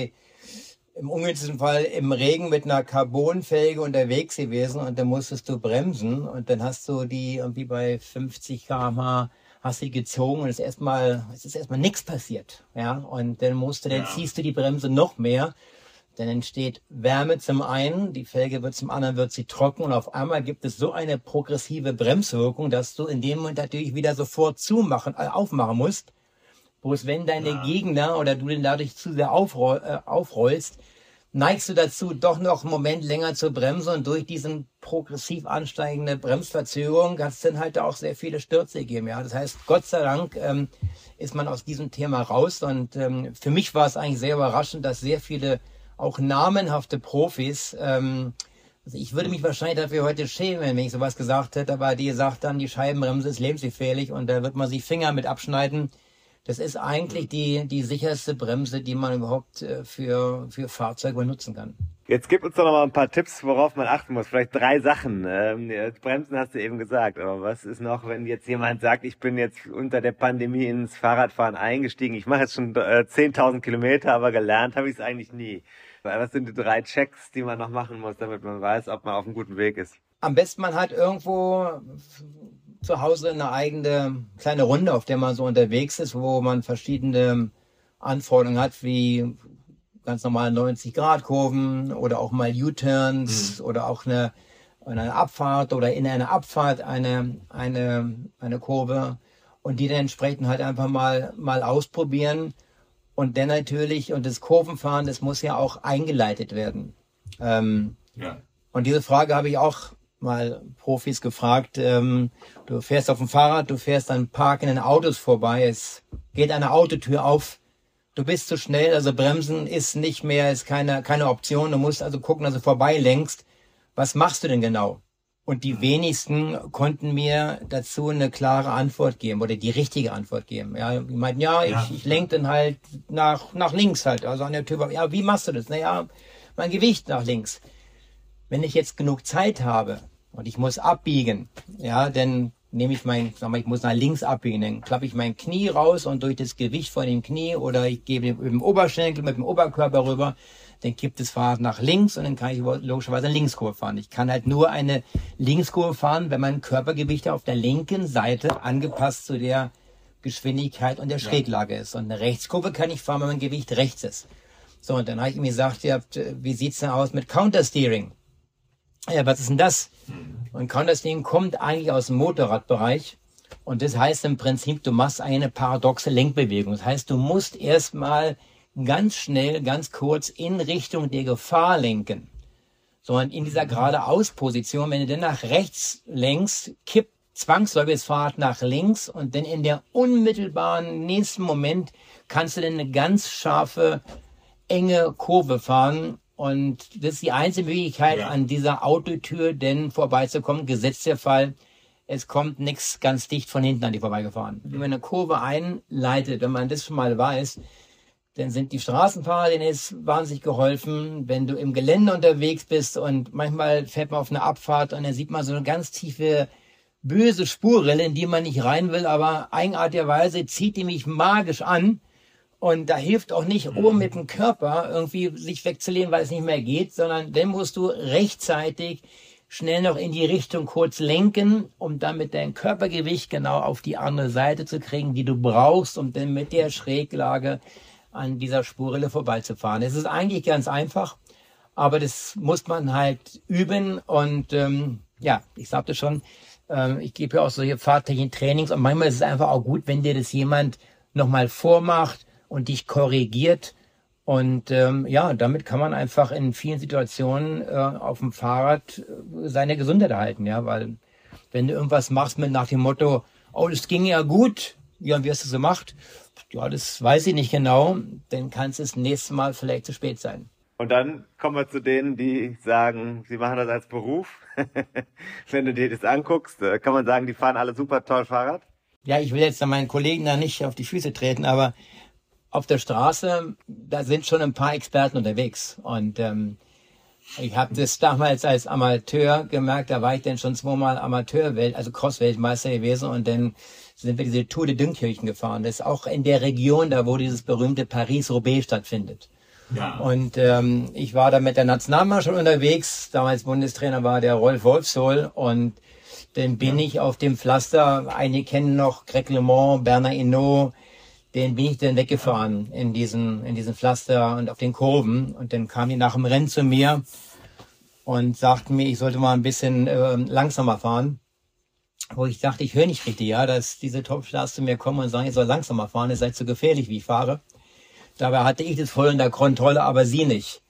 im ungünstigsten Fall im Regen mit einer Carbonfelge unterwegs gewesen und dann musstest du bremsen und dann hast du die irgendwie bei 50 km/h hast du gezogen und es ist erstmal nichts passiert, ja, und dann ziehst du die Bremse noch mehr, dann entsteht Wärme zum einen, die Felge wird zum anderen, wird sie trocken und auf einmal gibt es so eine progressive Bremswirkung, dass du in dem Moment natürlich wieder sofort aufmachen musst, bloß wenn deine Gegner oder du den dadurch zu sehr aufrollst, neigst du dazu, doch noch einen Moment länger zu bremsen und durch diesen progressiv ansteigende Bremsverzögerung hat es dann halt auch sehr viele Stürze gegeben. Ja, das heißt, Gott sei Dank ist man aus diesem Thema raus und für mich war es eigentlich sehr überraschend, dass sehr viele auch namenhafte Profis, also ich würde mich wahrscheinlich dafür heute schämen, wenn ich sowas gesagt hätte, aber die sagt dann, die Scheibenbremse ist lebensgefährlich und da wird man sich Finger mit abschneiden. Das ist eigentlich die sicherste Bremse, die man überhaupt für Fahrzeuge benutzen kann. Jetzt gib uns doch noch mal ein paar Tipps, worauf man achten muss. Vielleicht 3 Sachen. Bremsen hast du eben gesagt, aber was ist noch, wenn jetzt jemand sagt, ich bin jetzt unter der Pandemie ins Fahrradfahren eingestiegen, ich mache jetzt schon 10.000 Kilometer, aber gelernt habe ich es eigentlich nie. Was sind die 3 Checks, die man noch machen muss, damit man weiß, ob man auf einem guten Weg ist? Am besten man hat irgendwo zu Hause eine eigene kleine Runde, auf der man so unterwegs ist, wo man verschiedene Anforderungen hat, wie ganz normal 90-Grad-Kurven oder auch mal U-Turns oder auch eine Abfahrt oder in einer Abfahrt eine Kurve und die dann entsprechend halt einfach mal ausprobieren und dann natürlich, und das Kurvenfahren, das muss ja auch eingeleitet werden. Und diese Frage habe ich auch mal Profis gefragt. Du fährst auf dem Fahrrad, du fährst an parkenden Autos vorbei, es geht eine Autotür auf, du bist zu schnell, also bremsen ist keine Option, du musst also gucken, dass du vorbeilenkst. Was machst du denn genau? Und die wenigsten konnten mir dazu eine klare Antwort geben oder die richtige Antwort geben. Ja, die meinten, ich lenke dann halt nach links halt, also an der Tür. Ja, wie machst du das? Naja, mein Gewicht nach links. Wenn ich jetzt genug Zeit habe und ich muss abbiegen, ja, dann nehme ich ich muss nach links abbiegen, dann klappe ich mein Knie raus und durch das Gewicht von dem Knie oder ich gebe mit dem Oberschenkel, mit dem Oberkörper rüber, dann kippt das Fahrrad nach links und dann kann ich logischerweise eine Linkskurve fahren. Ich kann halt nur eine Linkskurve fahren, wenn mein Körpergewicht auf der linken Seite angepasst zu der Geschwindigkeit und der Schräglage ist. Und eine Rechtskurve kann ich fahren, wenn mein Gewicht rechts ist. So, und dann habe ich mir gesagt, wie sieht's denn aus mit Countersteering? Ja, was ist denn das? Und Countersteering kommt eigentlich aus dem Motorradbereich. Und das heißt im Prinzip, du machst eine paradoxe Lenkbewegung. Das heißt, du musst erstmal ganz schnell, ganz kurz in Richtung der Gefahr lenken. So, und in dieser Geradeaus-Position, wenn du dann nach rechts lenkst, kippt zwangsläufig das Fahrrad nach links und dann in der unmittelbaren nächsten Moment kannst du dann eine ganz scharfe, enge Kurve fahren. Und das ist die einzige Möglichkeit, an dieser Autotür denn vorbeizukommen. Gesetzt der Fall, es kommt nichts ganz dicht von hinten an die vorbeigefahren. Wenn man eine Kurve einleitet, wenn man das schon mal weiß, dann sind die Straßenfahrer, denen ist wahnsinnig geholfen. Wenn du im Gelände unterwegs bist und manchmal fährt man auf eine Abfahrt und dann sieht man so eine ganz tiefe, böse Spurrille, in die man nicht rein will, aber eigenartigerweise zieht die mich magisch an. Und da hilft auch nicht, oben mit dem Körper irgendwie sich wegzulehnen, weil es nicht mehr geht, sondern dann musst du rechtzeitig schnell noch in die Richtung kurz lenken, um dann mit deinem Körpergewicht genau auf die andere Seite zu kriegen, die du brauchst, um dann mit der Schräglage an dieser Spurrille vorbeizufahren. Es ist eigentlich ganz einfach, aber das muss man halt üben und ich sagte schon, ich gebe ja auch solche Fahrtechnik-Trainings und manchmal ist es einfach auch gut, wenn dir das jemand nochmal vormacht und dich korrigiert. Und damit kann man einfach in vielen Situationen auf dem Fahrrad seine Gesundheit erhalten. Ja, weil wenn du irgendwas machst mit nach dem Motto, oh, das ging ja gut, ja, und wie hast du es gemacht? Ja, das weiß ich nicht genau, dann kann es das nächste Mal vielleicht zu spät sein. Und dann kommen wir zu denen, die sagen, sie machen das als Beruf. Wenn du dir das anguckst, kann man sagen, die fahren alle super toll Fahrrad? Ja, ich will jetzt meinen Kollegen da nicht auf die Füße treten, aber auf der Straße, da sind schon ein paar Experten unterwegs. Und ich habe das damals als Amateur gemerkt, da war ich dann schon zweimal also Cross-Weltmeister gewesen und dann sind wir diese Tour de Dünkirchen gefahren. Das ist auch in der Region, da wo dieses berühmte Paris-Roubaix stattfindet. Ja. Und ich war da mit der Nationalmannschaft unterwegs. Damals Bundestrainer war der Rolf Wolfsohl und dann bin ich auf dem Pflaster, einige kennen noch Greg LeMond, Bernard Hinault, den bin ich dann weggefahren in diesen Pflaster und auf den Kurven. Und dann kamen die nach dem Rennen zu mir und sagten mir, ich sollte mal ein bisschen langsamer fahren. Wo ich dachte, ich höre nicht richtig, ja, dass diese Topstars zu mir kommen und sagen, ich soll langsamer fahren, ihr seid zu gefährlich, wie ich fahre. Dabei hatte ich das voll unter Kontrolle, aber sie nicht.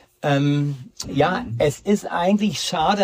Ja, es ist eigentlich schade,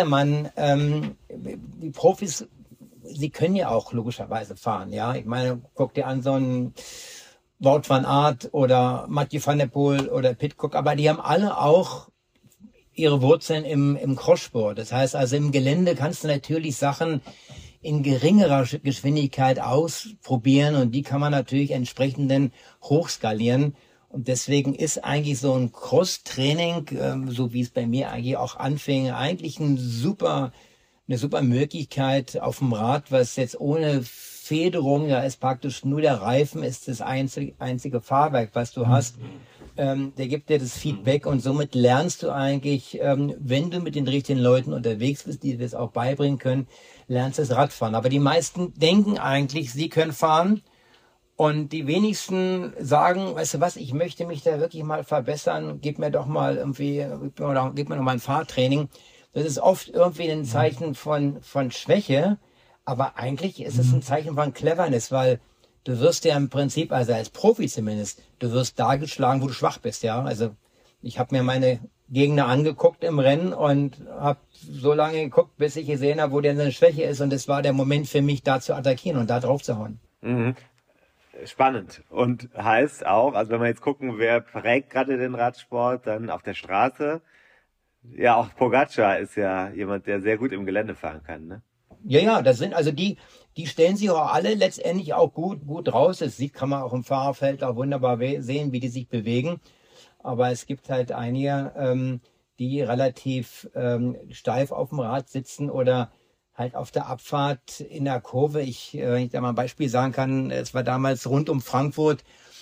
die Profis, sie können ja auch logischerweise fahren, ja. Ich meine, guck dir an so einen Wout van Aert oder Mathieu van der Poel oder Pidcock, aber die haben alle auch ihre Wurzeln im Crosssport. Das heißt also, im Gelände kannst du natürlich Sachen in geringerer Geschwindigkeit ausprobieren und die kann man natürlich entsprechend dann hochskalieren. Und deswegen ist eigentlich so ein Cross-Training, so wie es bei mir eigentlich auch anfing, eigentlich eine super Möglichkeit auf dem Rad, was jetzt ohne Federung, da ist praktisch nur der Reifen, ist das einzige Fahrwerk, was du hast. Der gibt dir das Feedback und somit lernst du eigentlich, wenn du mit den richtigen Leuten unterwegs bist, die dir das auch beibringen können, lernst du das Radfahren. Aber die meisten denken eigentlich, sie können fahren. Und die wenigsten sagen, weißt du was, ich möchte mich da wirklich mal verbessern, gib mir doch mal noch mal ein Fahrtraining. Das ist oft irgendwie ein Zeichen von Schwäche, aber eigentlich ist es ein Zeichen von Cleverness, weil du wirst ja im Prinzip, also als Profi zumindest, du wirst da geschlagen, wo du schwach bist, ja. Also ich habe mir meine Gegner angeguckt im Rennen und habe so lange geguckt, bis ich gesehen habe, wo denn eine Schwäche ist und es war der Moment für mich, da zu attackieren und da drauf zu hauen. Mhm. Spannend und heißt auch, also wenn wir jetzt gucken, wer prägt gerade den Radsport, dann auf der Straße, ja auch Pogacar ist ja jemand, der sehr gut im Gelände fahren kann, ne? Ja, das sind also die stellen sich auch alle letztendlich auch gut raus. Das kann man auch im Fahrerfeld auch wunderbar sehen, wie die sich bewegen. Aber es gibt halt einige, die relativ steif auf dem Rad sitzen oder halt auf der Abfahrt in der Kurve. Wenn ich da mal ein Beispiel sagen kann, es war damals rund um Frankfurt.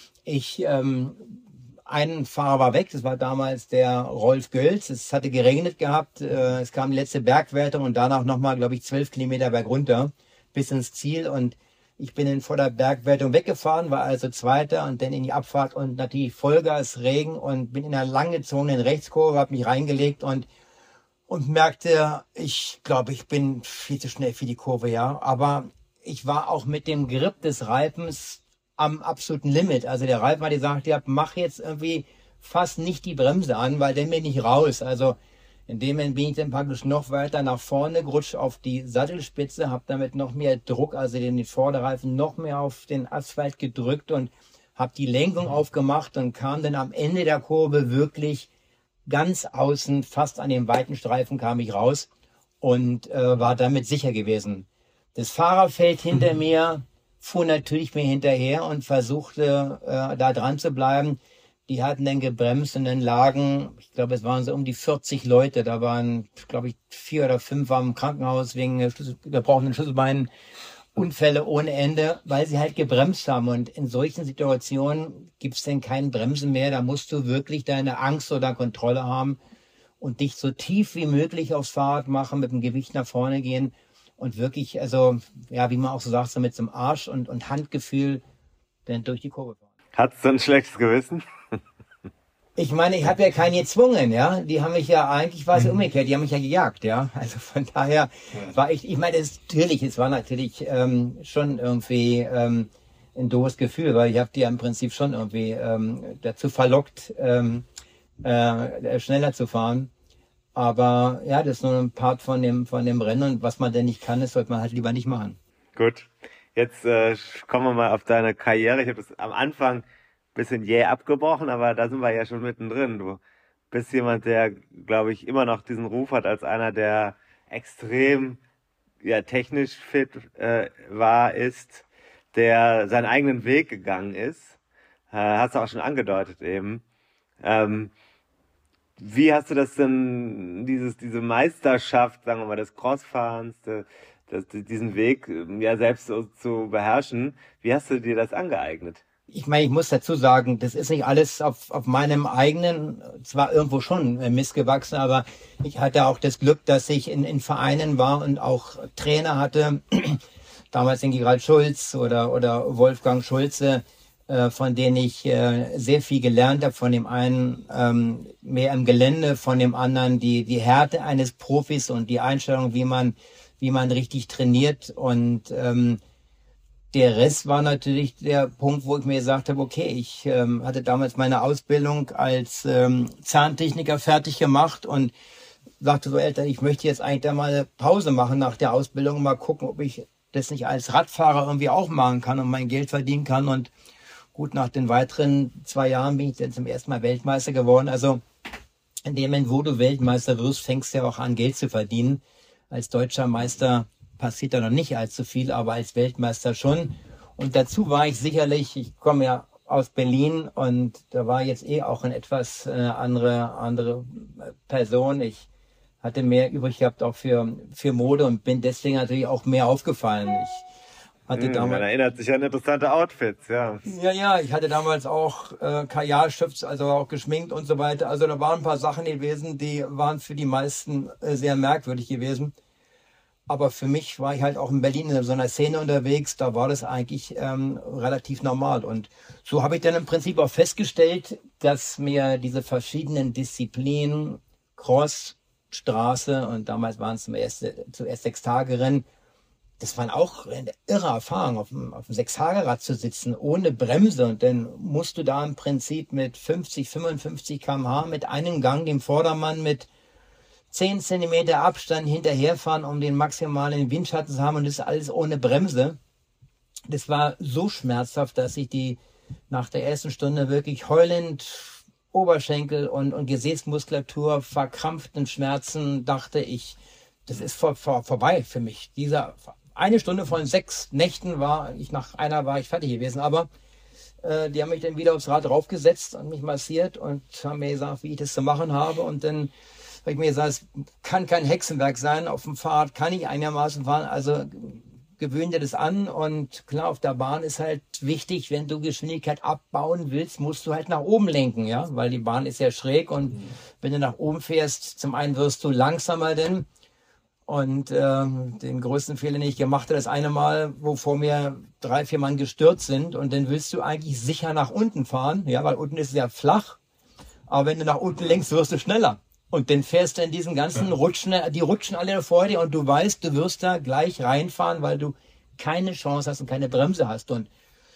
Ein Fahrer war weg, das war damals der Rolf Gölz. Es hatte geregnet gehabt, es kam die letzte Bergwertung und danach nochmal, glaube ich, 12 Kilometer bergunter bis ins Ziel. Und ich bin vor der Bergwertung weggefahren, war also Zweiter und dann in die Abfahrt und natürlich Vollgas Regen und bin in einer langgezogenen Rechtskurve, habe mich reingelegt und merkte, ich glaube, ich bin viel zu schnell für die Kurve, ja. Aber ich war auch mit dem Grip des Reifens am absoluten Limit. Also der Reifen hat gesagt, ja, mach jetzt irgendwie fast nicht die Bremse an, weil der bin ich raus. Also in dem Moment bin ich dann praktisch noch weiter nach vorne gerutscht auf die Sattelspitze, habe damit noch mehr Druck, also den Vorderreifen noch mehr auf den Asphalt gedrückt und habe die Lenkung aufgemacht und kam dann am Ende der Kurve wirklich ganz außen, fast an dem weiten Streifen kam ich raus und war damit sicher gewesen. Das Fahrerfeld hinter mir fuhr natürlich mir hinterher und versuchte da dran zu bleiben. Die hatten dann gebremst und dann lagen, ich glaube, es waren so um die 40 Leute. Da waren, glaube ich, 4 oder 5 waren im Krankenhaus wegen gebrochenen Schlüsselbeinen. Unfälle ohne Ende, weil sie halt gebremst haben. Und in solchen Situationen gibt es denn kein Bremsen mehr. Da musst du wirklich deine Angst oder Kontrolle haben und dich so tief wie möglich aufs Fahrrad machen, mit dem Gewicht nach vorne gehen und wirklich, also, ja, wie man auch so sagt, so mit so einem Arsch und Handgefühl dann durch die Kurve fahren. Hattest du ein schlechtes Gewissen? Ich meine, ich habe ja keinen gezwungen, ja. Die haben mich ja, eigentlich war es umgekehrt, die haben mich ja gejagt, ja. Also von daher war ich meine, es war natürlich schon irgendwie ein doofes Gefühl, weil ich habe die ja im Prinzip schon irgendwie dazu verlockt, schneller zu fahren. Aber ja, das ist nur ein Part von dem Rennen und was man denn nicht kann, das sollte man halt lieber nicht machen. Gut. Jetzt kommen wir mal auf deine Karriere. Ich habe das am Anfang ein bisschen jäh abgebrochen, aber da sind wir ja schon mittendrin. Du bist jemand, der, glaube ich, immer noch diesen Ruf hat als einer, der extrem technisch fit ist, der seinen eigenen Weg gegangen ist. Hast du auch schon angedeutet eben. Wie hast du das denn, diese Meisterschaft, sagen wir mal, des Crossfahrens, diesen Weg selbst so zu beherrschen, wie hast du dir das angeeignet? Ich meine, ich muss dazu sagen, das ist nicht alles auf meinem eigenen, zwar irgendwo schon missgewachsen, aber ich hatte auch das Glück, dass ich in Vereinen war und auch Trainer hatte. Damals den Gerald Schulz oder Wolfgang Schulze, von denen ich sehr viel gelernt habe. Von dem einen mehr im Gelände, von dem anderen die Härte eines Profis und die Einstellung, wie man richtig trainiert. Und der Rest war natürlich der Punkt, wo ich mir gesagt habe, okay, ich hatte damals meine Ausbildung als Zahntechniker fertig gemacht und sagte so, Eltern, ich möchte jetzt eigentlich da mal eine Pause machen nach der Ausbildung, mal gucken, ob ich das nicht als Radfahrer irgendwie auch machen kann und mein Geld verdienen kann. Und gut, nach den weiteren 2 Jahren bin ich dann zum ersten Mal Weltmeister geworden. Also in dem Moment, wo du Weltmeister wirst, fängst du ja auch an, Geld zu verdienen. Als deutscher Meister passiert da noch nicht allzu viel, aber als Weltmeister schon. Und dazu war ich sicherlich, ich komme ja aus Berlin und da war jetzt auch eine etwas andere Person. Ich hatte mehr übrig gehabt auch für Mode und bin deswegen natürlich auch mehr aufgefallen. Ich hatte damals, man erinnert sich an interessante Outfits, ja. Ja, ich hatte damals auch Kajalschöpf, also auch geschminkt und so weiter. Also da waren ein paar Sachen gewesen, die waren für die meisten sehr merkwürdig gewesen. Aber für mich war ich halt auch in Berlin in so einer Szene unterwegs, da war das eigentlich relativ normal. Und so habe ich dann im Prinzip auch festgestellt, dass mir diese verschiedenen Disziplinen, Cross, Straße und damals waren es zuerst 6-Tage-Rennen, das waren auch eine irre Erfahrung, auf dem 6-Tage-Rad zu sitzen, ohne Bremse. Und dann musst du da im Prinzip mit 50, 55 km/h mit einem Gang dem Vordermann mit 10 Zentimeter Abstand hinterherfahren, um den maximalen Windschatten zu haben. Und das ist alles ohne Bremse. Das war so schmerzhaft, dass ich nach der ersten Stunde wirklich heulend Oberschenkel und Gesäßmuskulatur, verkrampften Schmerzen, dachte ich, das ist vorbei für mich. Diese 1 Stunde von 6 Nächten nach einer war ich fertig gewesen, aber die haben mich dann wieder aufs Rad draufgesetzt und mich massiert und haben mir gesagt, wie ich das zu machen habe. Und dann habe ich mir gesagt, es kann kein Hexenwerk sein, auf dem Fahrrad kann ich einigermaßen fahren, also gewöhn dir das an. Und klar, auf der Bahn ist halt wichtig, wenn du Geschwindigkeit abbauen willst, musst du halt nach oben lenken, ja, weil die Bahn ist ja schräg und wenn du nach oben fährst, zum einen wirst du langsamer denn. Und den größten Fehler, den ich gemacht habe, das eine Mal, wo vor mir 3, 4 Mann gestürzt sind und dann willst du eigentlich sicher nach unten fahren, ja, weil unten ist es ja flach, aber wenn du nach unten lenkst, wirst du schneller. Und dann fährst du in diesen ganzen Rutschen, die rutschen alle vor dir und du weißt, du wirst da gleich reinfahren, weil du keine Chance hast und keine Bremse hast. Und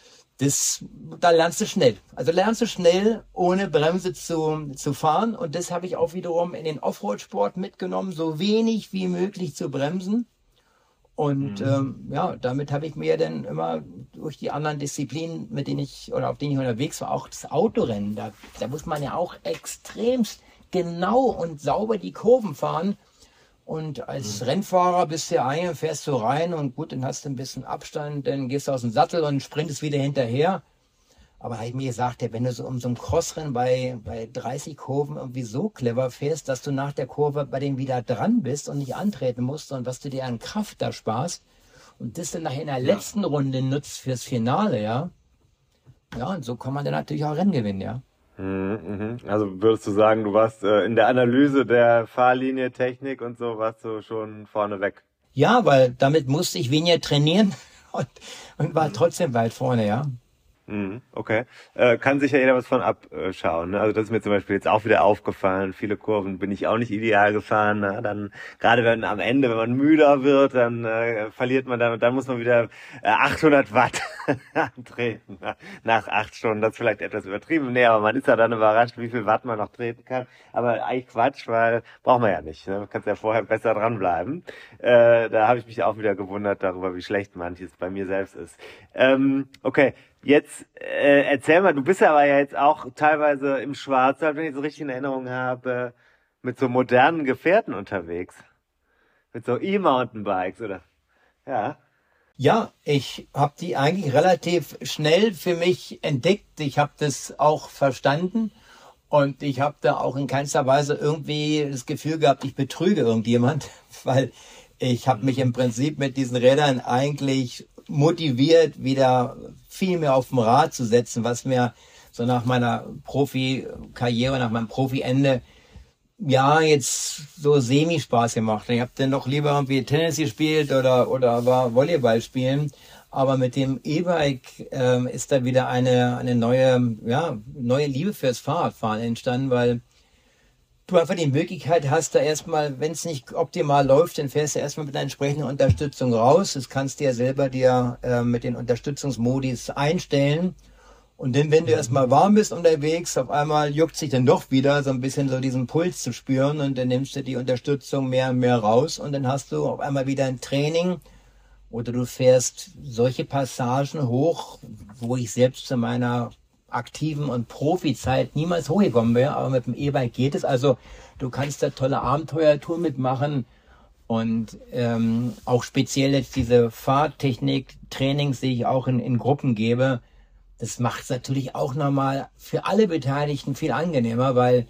da lernst du schnell. Also lernst du schnell, ohne Bremse zu fahren. Und das habe ich auch wiederum in den Offroad-Sport mitgenommen, so wenig wie möglich zu bremsen. Und damit habe ich mir dann immer durch die anderen Disziplinen, auf denen ich unterwegs war, auch das Autorennen, da muss man ja auch extremst genau und sauber die Kurven fahren. Und als Rennfahrer bist du ja ein, fährst du rein und gut, dann hast du ein bisschen Abstand, dann gehst du aus dem Sattel und sprintest wieder hinterher. Aber da habe ich mir gesagt, wenn du so um so ein Crossrennen bei 30 Kurven irgendwie so clever fährst, dass du nach der Kurve bei dem wieder dran bist und nicht antreten musst und was du dir an Kraft da sparst und das dann nachher in der letzten Runde nutzt fürs Finale, ja. Ja, und so kann man dann natürlich auch Rennen gewinnen, ja. Also würdest du sagen, du warst in der Analyse der Fahrlinie, Technik und so, warst du schon vorne weg? Ja, weil damit musste ich weniger trainieren und war trotzdem weit vorne, ja. Okay. Kann sich ja jeder was von abschauen. Ne? Also das ist mir zum Beispiel jetzt auch wieder aufgefallen. Viele Kurven bin ich auch nicht ideal gefahren. Ne? Dann gerade wenn am Ende, wenn man müder wird, dann verliert man dann und dann muss man wieder 800 Watt treten. Nach 8 Stunden. Das ist vielleicht etwas übertrieben. Nee, aber man ist ja dann überrascht, wie viel Watt man noch treten kann. Aber eigentlich Quatsch, weil braucht man ja nicht. Ne? Man kann ja vorher besser dranbleiben. Da habe ich mich auch wieder gewundert darüber, wie schlecht manches bei mir selbst ist. Okay. Jetzt erzähl mal, du bist aber ja jetzt auch teilweise im Schwarzwald, wenn ich so richtig in Erinnerung habe, mit so modernen Gefährten unterwegs. Mit so E-Mountainbikes, oder? Ja. Ja, ich habe die eigentlich relativ schnell für mich entdeckt. Ich habe das auch verstanden und ich habe da auch in keinster Weise irgendwie das Gefühl gehabt, ich betrüge irgendjemand, weil ich habe mich im Prinzip mit diesen Rädern eigentlich motiviert, wieder viel mehr auf dem Rad zu setzen, was mir so nach meiner Profi-Karriere, nach meinem Profi-Ende, ja, jetzt so semi-Spaß gemacht. Ich habe dann noch lieber irgendwie Tennis gespielt oder war Volleyball spielen. Aber mit dem E-Bike ist da wieder eine neue Liebe fürs Fahrradfahren entstanden, weil du einfach die Möglichkeit hast, da erstmal, wenn es nicht optimal läuft, dann fährst du erstmal mit einer entsprechenden Unterstützung raus. Das kannst du ja selber mit den Unterstützungsmodis einstellen. Und dann, wenn du erstmal warm bist unterwegs, auf einmal juckt sich dann doch wieder so ein bisschen so diesen Puls zu spüren und dann nimmst du die Unterstützung mehr und mehr raus und dann hast du auf einmal wieder ein Training oder du fährst solche Passagen hoch, wo ich selbst zu meiner aktiven und Profizeit niemals hochgekommen wäre, aber mit dem E-Bike geht es. Also du kannst da tolle Abenteuertouren mitmachen und auch speziell jetzt diese Fahrtechnik-Trainings, die ich auch in Gruppen gebe, das macht es natürlich auch nochmal für alle Beteiligten viel angenehmer, weil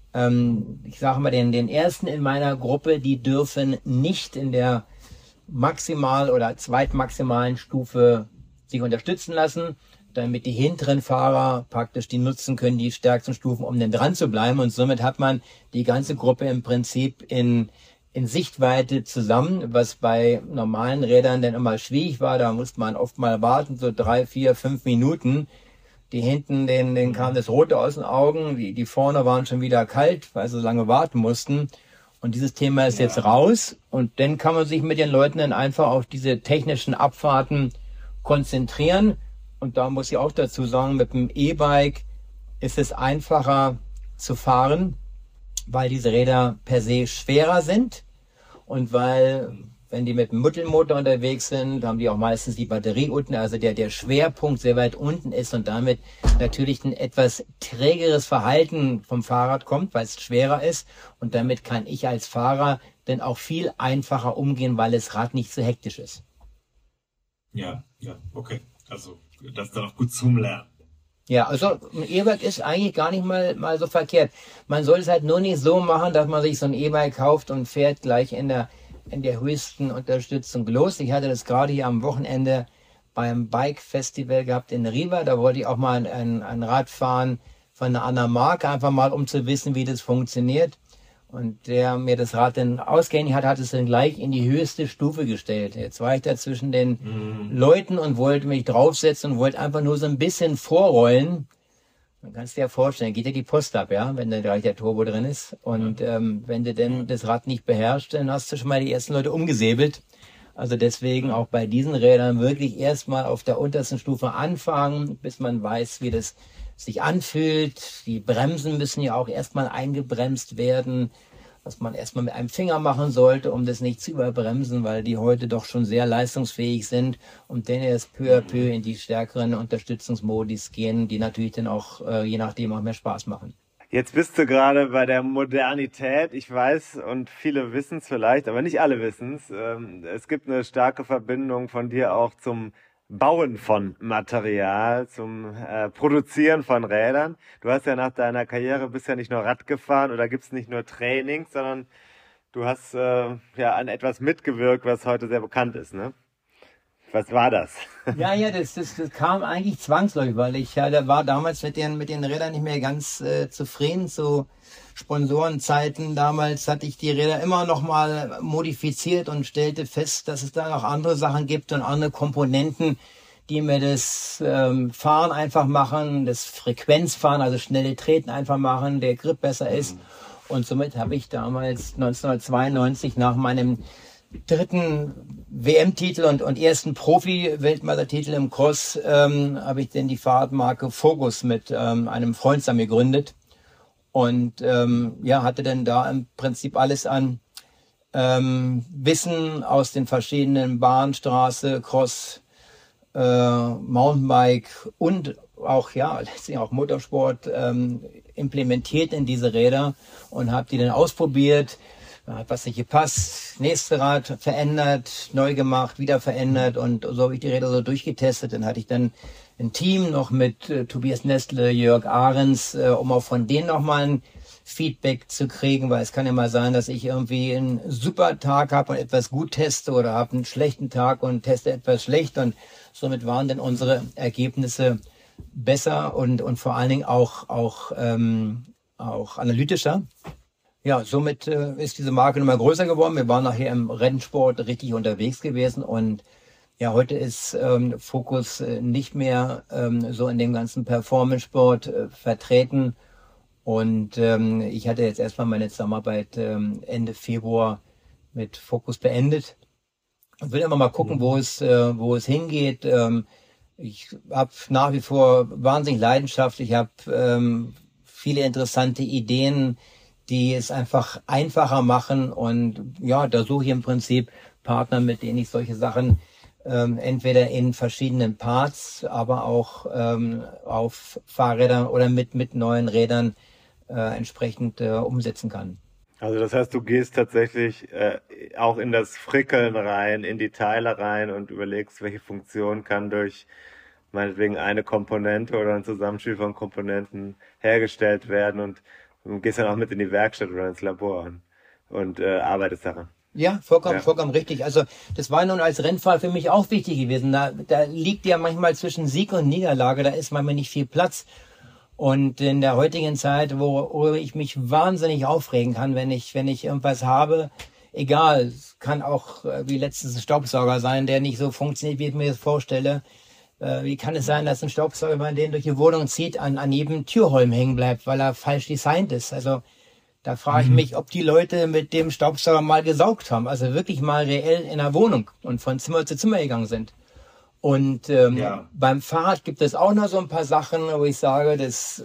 ich sage mal, den Ersten in meiner Gruppe, die dürfen nicht in der maximal oder zweitmaximalen Stufe sich unterstützen lassen, damit die hinteren Fahrer praktisch die nutzen können, die stärksten Stufen, um dann dran zu bleiben. Und somit hat man die ganze Gruppe im Prinzip in Sichtweite zusammen, was bei normalen Rädern dann immer schwierig war. Da musste man oft mal warten, so 3, 4, 5 Minuten. Die hinten, denen kam das Rote aus den Augen. Die vorne waren schon wieder kalt, weil sie so lange warten mussten. Und dieses Thema ist jetzt raus. Und dann kann man sich mit den Leuten dann einfach auf diese technischen Abfahrten konzentrieren. Und da muss ich auch dazu sagen, mit dem E-Bike ist es einfacher zu fahren, weil diese Räder per se schwerer sind und weil, wenn die mit dem Mittelmotor unterwegs sind, haben die auch meistens die Batterie unten, also der Schwerpunkt sehr weit unten ist und damit natürlich ein etwas trägeres Verhalten vom Fahrrad kommt, weil es schwerer ist und damit kann ich als Fahrer dann auch viel einfacher umgehen, weil das Rad nicht so hektisch ist. Ja, okay. Also das ist dann auch gut zum Lernen. Ja, also ein E-Bike ist eigentlich gar nicht mal so verkehrt. Man soll es halt nur nicht so machen, dass man sich so ein E-Bike kauft und fährt gleich in der höchsten Unterstützung los. Ich hatte das gerade hier am Wochenende beim Bike-Festival gehabt in Riva. Da wollte ich auch mal ein Rad fahren von einer anderen Marke, einfach mal um zu wissen, wie das funktioniert. Und der mir das Rad dann ausgehändigt hat es dann gleich in die höchste Stufe gestellt. Jetzt war ich da zwischen den Leuten und wollte mich draufsetzen und wollte einfach nur so ein bisschen vorrollen. Man kann es dir ja vorstellen, geht ja die Post ab, ja, wenn da gleich der Turbo drin ist. Und wenn du denn das Rad nicht beherrschst, dann hast du schon mal die ersten Leute umgesäbelt. Also deswegen auch bei diesen Rädern wirklich erstmal auf der untersten Stufe anfangen, bis man weiß, wie das sich anfühlt. Die Bremsen müssen ja auch erstmal eingebremst werden, was man erstmal mit einem Finger machen sollte, um das nicht zu überbremsen, weil die heute doch schon sehr leistungsfähig sind und dann erst peu à peu in die stärkeren Unterstützungsmodis gehen, die natürlich dann auch je nachdem auch mehr Spaß machen. Jetzt bist du gerade bei der Modernität. Ich weiß, und viele wissen es vielleicht, aber nicht alle wissen es. Es gibt eine starke Verbindung von dir auch zum Bauen von Material, zum Produzieren von Rädern. Du hast ja nach deiner Karriere bisher nicht nur Rad gefahren oder gibt's nicht nur Trainings, sondern du hast an etwas mitgewirkt, was heute sehr bekannt ist, ne? Was war das? Ja, das kam eigentlich zwangsläufig, weil ich war damals mit den Rädern nicht mehr ganz zufrieden. Zu Sponsorenzeiten damals hatte ich die Räder immer noch mal modifiziert und stellte fest, dass es da noch andere Sachen gibt und andere Komponenten, die mir das Fahren einfach machen, das Frequenzfahren, also schnelle Treten einfach machen, der Grip besser ist. Und somit habe ich damals 1992 nach meinem dritten WM-Titel und ersten Profi-Weltmeistertitel im Cross habe ich dann die Fahrradmarke Focus mit einem Freund zusammen gegründet und hatte dann da im Prinzip alles an Wissen aus den verschiedenen Bahn, Straße, Cross, Mountainbike und auch letztlich auch Motorsport implementiert in diese Räder und habe die dann ausprobiert. Hat was nicht gepasst, nächste Rad verändert, neu gemacht, wieder verändert und so habe ich die Räder so durchgetestet. Dann hatte ich dann ein Team noch mit Tobias Nestle, Jörg Ahrens, um auch von denen nochmal ein Feedback zu kriegen, weil es kann ja mal sein, dass ich irgendwie einen super Tag habe und etwas gut teste oder habe einen schlechten Tag und teste etwas schlecht und somit waren dann unsere Ergebnisse besser und vor allen Dingen auch analytischer. Ja, somit ist diese Marke nochmal größer geworden. Wir waren nachher im Rennsport richtig unterwegs gewesen und ja, heute ist Focus nicht mehr so in dem ganzen Performance-Sport vertreten. Und ich hatte jetzt erstmal meine Zusammenarbeit Ende Februar mit Focus beendet und will immer mal gucken, wo es hingeht. Ich habe nach wie vor wahnsinnig Leidenschaft. Ich habe viele interessante Ideen, die es einfach einfacher machen. Und ja, da suche ich im Prinzip Partner, mit denen ich solche Sachen entweder in verschiedenen Parts, aber auch auf Fahrrädern oder mit neuen Rädern entsprechend umsetzen kann. Also das heißt, du gehst tatsächlich auch in das Frickeln rein, in die Teile rein und überlegst, welche Funktion kann durch meinetwegen eine Komponente oder ein Zusammenspiel von Komponenten hergestellt werden und du gehst dann auch mit in die Werkstatt oder ins Labor und arbeitest daran. Ja, vollkommen richtig. Also das war nun als Rennfahrer für mich auch wichtig gewesen. Da liegt ja manchmal zwischen Sieg und Niederlage, da ist manchmal nicht viel Platz. Und in der heutigen Zeit, wo ich mich wahnsinnig aufregen kann, wenn ich irgendwas habe, egal, es kann auch wie letztens ein Staubsauger sein, der nicht so funktioniert, wie ich mir das vorstelle. Wie kann es sein, dass ein Staubsauger, wenn man den durch die Wohnung zieht, an jedem Türholm hängen bleibt, weil er falsch designt ist? Also da frage ich mich, ob die Leute mit dem Staubsauger mal gesaugt haben, also wirklich mal reell in der Wohnung und von Zimmer zu Zimmer gegangen sind. Und beim Fahrrad gibt es auch noch so ein paar Sachen, wo ich sage,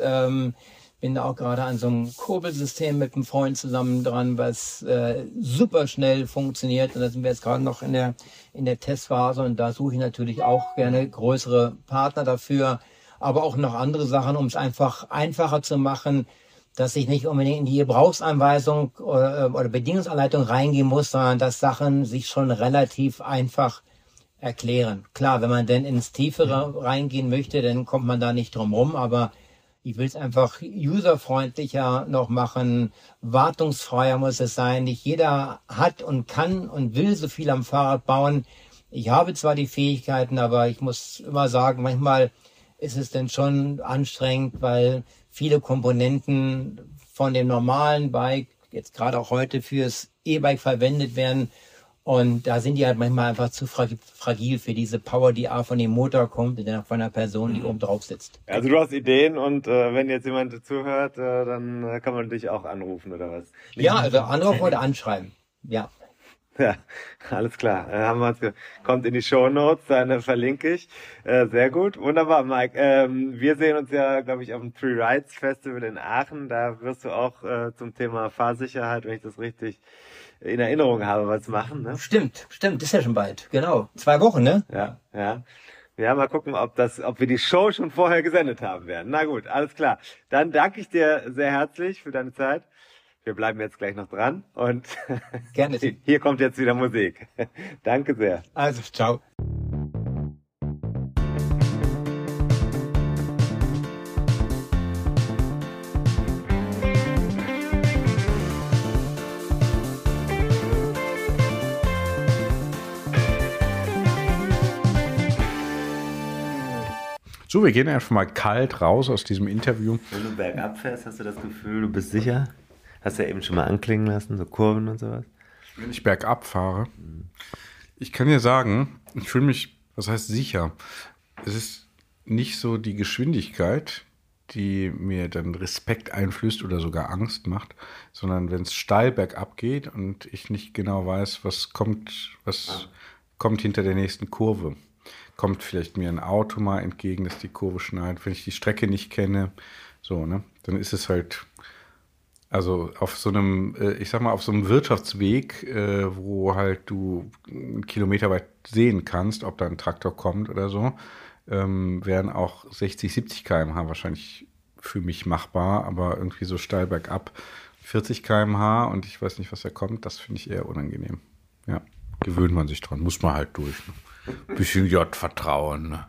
bin da auch gerade an so einem Kurbelsystem mit einem Freund zusammen dran, was super schnell funktioniert. Und da sind wir jetzt gerade noch in der Testphase und da suche ich natürlich auch gerne größere Partner dafür, aber auch noch andere Sachen, um es einfach einfacher zu machen, dass ich nicht unbedingt in die Gebrauchsanweisung oder Bedienungsanleitung reingehen muss, sondern dass Sachen sich schon relativ einfach erklären. Klar, wenn man denn ins Tiefere reingehen möchte, dann kommt man da nicht drum rum, aber ich will es einfach userfreundlicher noch machen, wartungsfreier muss es sein. Nicht jeder hat und kann und will so viel am Fahrrad bauen. Ich habe zwar die Fähigkeiten, aber ich muss immer sagen, manchmal ist es denn schon anstrengend, weil viele Komponenten von dem normalen Bike, jetzt gerade auch heute fürs E-Bike verwendet werden. Und da sind die halt manchmal einfach zu fragil für diese Power, die von dem Motor kommt und dann von einer Person, die oben drauf sitzt. Also du hast Ideen und wenn jetzt jemand zuhört, dann kann man dich auch anrufen oder was? Ja, also anrufen oder anschreiben. Ja. Ja, alles klar. Kommt in die Shownotes, dann verlinke ich. Sehr gut, wunderbar, Mike. Wir sehen uns ja, glaube ich, auf dem Three Rides Festival in Aachen. Da wirst du auch zum Thema Fahrsicherheit, wenn ich das richtig in Erinnerung habe, was machen. Ne? Stimmt, ist ja schon bald. Genau, 2 Wochen, ne? Ja. Ja, mal gucken, ob wir die Show schon vorher gesendet haben werden. Na gut, alles klar. Dann danke ich dir sehr herzlich für deine Zeit. Wir bleiben jetzt gleich noch dran und gerne. Hier kommt jetzt wieder Musik. Danke sehr. Also, ciao. So, wir gehen einfach mal kalt raus aus diesem Interview. Wenn du bergab fährst, hast du das Gefühl, du bist sicher? Hast du ja eben schon mal anklingen lassen, so Kurven und sowas. Wenn ich bergab fahre, ich kann dir sagen, ich fühle mich, was heißt sicher? es ist nicht so die Geschwindigkeit, die mir dann Respekt einflößt oder sogar Angst macht, sondern wenn es steil bergab geht und ich nicht genau weiß, was kommt hinter der nächsten Kurve. Kommt vielleicht mir ein Auto mal entgegen, das die Kurve schneidet, wenn ich die Strecke nicht kenne, so, ne? Dann ist es halt, also auf so einem, ich sag mal, auf so einem Wirtschaftsweg, wo halt du einen Kilometer weit sehen kannst, ob da ein Traktor kommt oder so, wären auch 60, 70 km/h wahrscheinlich für mich machbar, aber irgendwie so steil bergab 40 km/h und ich weiß nicht, was da kommt, das finde ich eher unangenehm. Ja, gewöhnt man sich dran, muss man halt durch. Ne? Bisschen J-Vertrauen. Ne?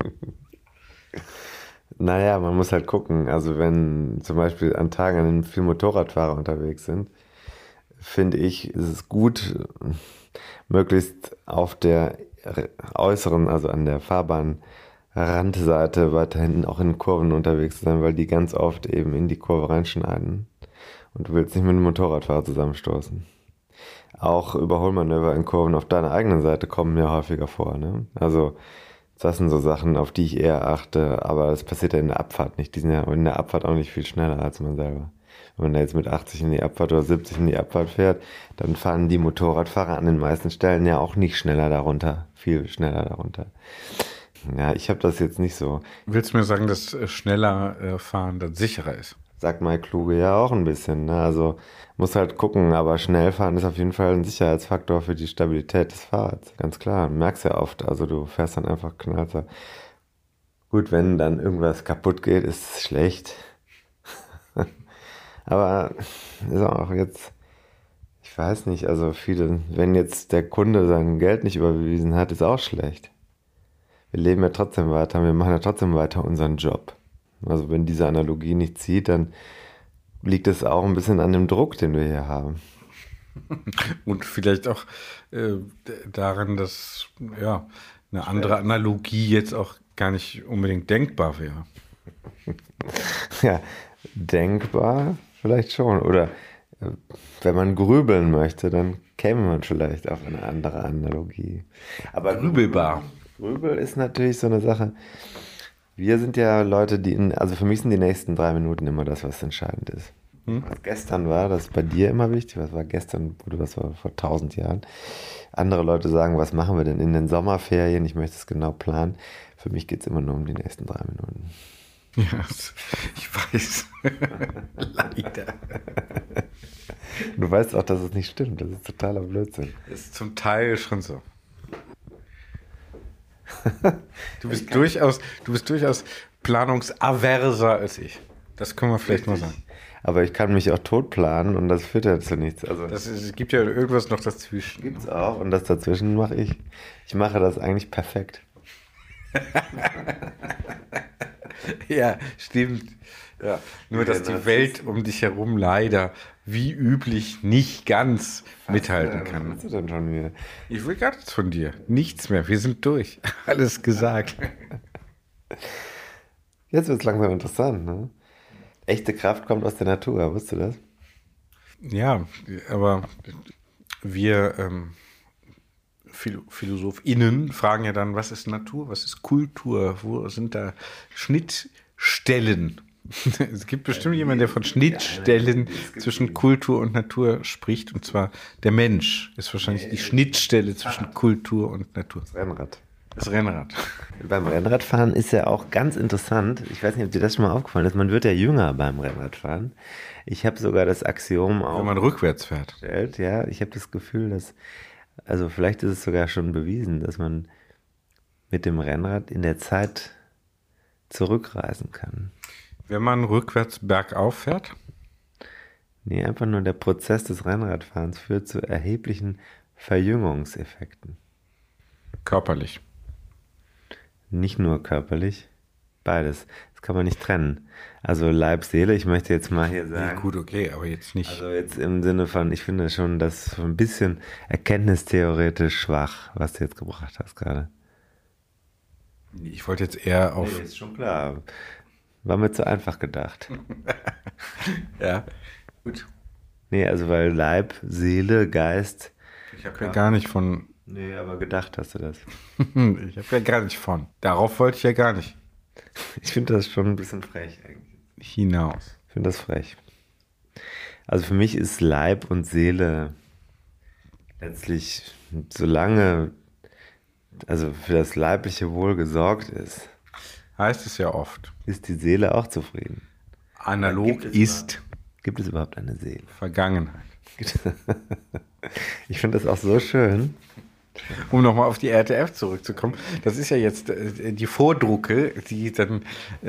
Naja, man muss halt gucken. Also wenn zum Beispiel an Tagen, an denen viele Motorradfahrer unterwegs sind, finde ich, ist es gut, möglichst auf der äußeren, also an der Fahrbahnrandseite weiter hinten auch in Kurven unterwegs zu sein, weil die ganz oft eben in die Kurve reinschneiden und du willst nicht mit einem Motorradfahrer zusammenstoßen. Auch Überholmanöver in Kurven auf deiner eigenen Seite kommen mir häufiger vor, ne? Also das sind so Sachen, auf die ich eher achte, aber das passiert ja in der Abfahrt nicht. Die sind ja in der Abfahrt auch nicht viel schneller als man selber. Wenn man da jetzt mit 80 in die Abfahrt oder 70 in die Abfahrt fährt, dann fahren die Motorradfahrer an den meisten Stellen ja auch nicht schneller darunter, viel schneller darunter. Ja, ich habe das jetzt nicht so. Willst du mir sagen, dass schneller fahren dann sicherer ist? Sagt Mike Kluge ja auch ein bisschen, ne? Also muss halt gucken, aber schnell fahren ist auf jeden Fall ein Sicherheitsfaktor für die Stabilität des Fahrrads. Ganz klar, merkst ja oft, also du fährst dann einfach knallhart. Gut, wenn dann irgendwas kaputt geht, ist es schlecht. Aber ist auch jetzt, ich weiß nicht, also viele, wenn jetzt der Kunde sein Geld nicht überwiesen hat, ist auch schlecht. Wir leben ja trotzdem weiter, wir machen ja trotzdem weiter unseren Job. Also wenn diese Analogie nicht zieht, dann liegt es auch ein bisschen an dem Druck, den wir hier haben. Und vielleicht auch daran, dass ja, eine andere Analogie jetzt auch gar nicht unbedingt denkbar wäre. Ja, denkbar vielleicht schon. Oder wenn man grübeln möchte, dann käme man vielleicht auf eine andere Analogie. Aber grübelbar. Grübel ist natürlich so eine Sache. Wir sind ja Leute, also für mich sind die nächsten 3 Minuten immer das, was entscheidend ist. Was gestern war, das ist bei dir immer wichtig. Was war gestern, was war vor 1000 Jahren? Andere Leute sagen, was machen wir denn in den Sommerferien? Ich möchte es genau planen. Für mich geht es immer nur um die nächsten 3 Minuten. Ja, ich weiß. Leider. Du weißt auch, dass es nicht stimmt. Das ist totaler Blödsinn. Ist zum Teil schon so. Du bist durchaus planungsaverser als ich. Das können wir vielleicht mal sagen. Aber ich kann mich auch tot planen und das führt ja zu nichts. Also es gibt ja irgendwas noch dazwischen. Gibt's auch und das dazwischen mache ich. Ich mache das eigentlich perfekt. Ja, stimmt. Ja, nur, dass die Welt um dich herum leider wie üblich nicht ganz mithalten kann. Was willst du denn schon wieder? Ich will gar nichts von dir. Nichts mehr. Wir sind durch. Alles gesagt. Jetzt wird es langsam interessant, ne? Echte Kraft kommt aus der Natur, wusstest du das? Ja, aber wir PhilosophInnen fragen ja dann, was ist Natur, was ist Kultur, wo sind da Schnittstellen? Es gibt bestimmt jemanden, der von Schnittstellen zwischen Kultur und Natur spricht, und zwar der Mensch ist wahrscheinlich die Schnittstelle zwischen Kultur und Natur. Das Rennrad. Das Rennrad. Beim Rennradfahren ist ja auch ganz interessant, ich weiß nicht, ob dir das schon mal aufgefallen ist, man wird ja jünger beim Rennradfahren. Ich habe sogar das Axiom auch. Wenn man rückwärts fährt. Ja, ich habe das Gefühl, dass, also vielleicht ist es sogar schon bewiesen, dass man mit dem Rennrad in der Zeit zurückreisen kann. Wenn man rückwärts bergauf fährt? Nee, einfach nur der Prozess des Rennradfahrens führt zu erheblichen Verjüngungseffekten. Körperlich. Nicht nur körperlich, beides. Das kann man nicht trennen. Also Leib, Seele, ich möchte jetzt mal hier sagen. Ja, gut, okay, aber jetzt nicht. Also jetzt im Sinne von, ich finde schon, das so ein bisschen erkenntnistheoretisch schwach, was du jetzt gebracht hast gerade. Ich wollte jetzt eher auf... Nee, ist schon klar. War mir zu einfach gedacht. Ja, gut. Nee, also weil Leib, Seele, Geist... Ich habe ja gar nicht von Nee, aber gedacht hast du das. Ich habe ja gar nicht von. Darauf wollte ich ja gar nicht Ich finde das schon ein bisschen frech eigentlich. hinaus. Ich finde das frech. Also für mich ist Leib und Seele letztlich, solange also für das leibliche Wohl gesorgt ist, Heißt es ja oft. ist die Seele auch zufrieden. Analog ist Gibt es überhaupt eine Seele? Vergangenheit. Ich finde das auch so schön. Um nochmal auf die RTF zurückzukommen, das ist ja jetzt die Vordrucke, die dann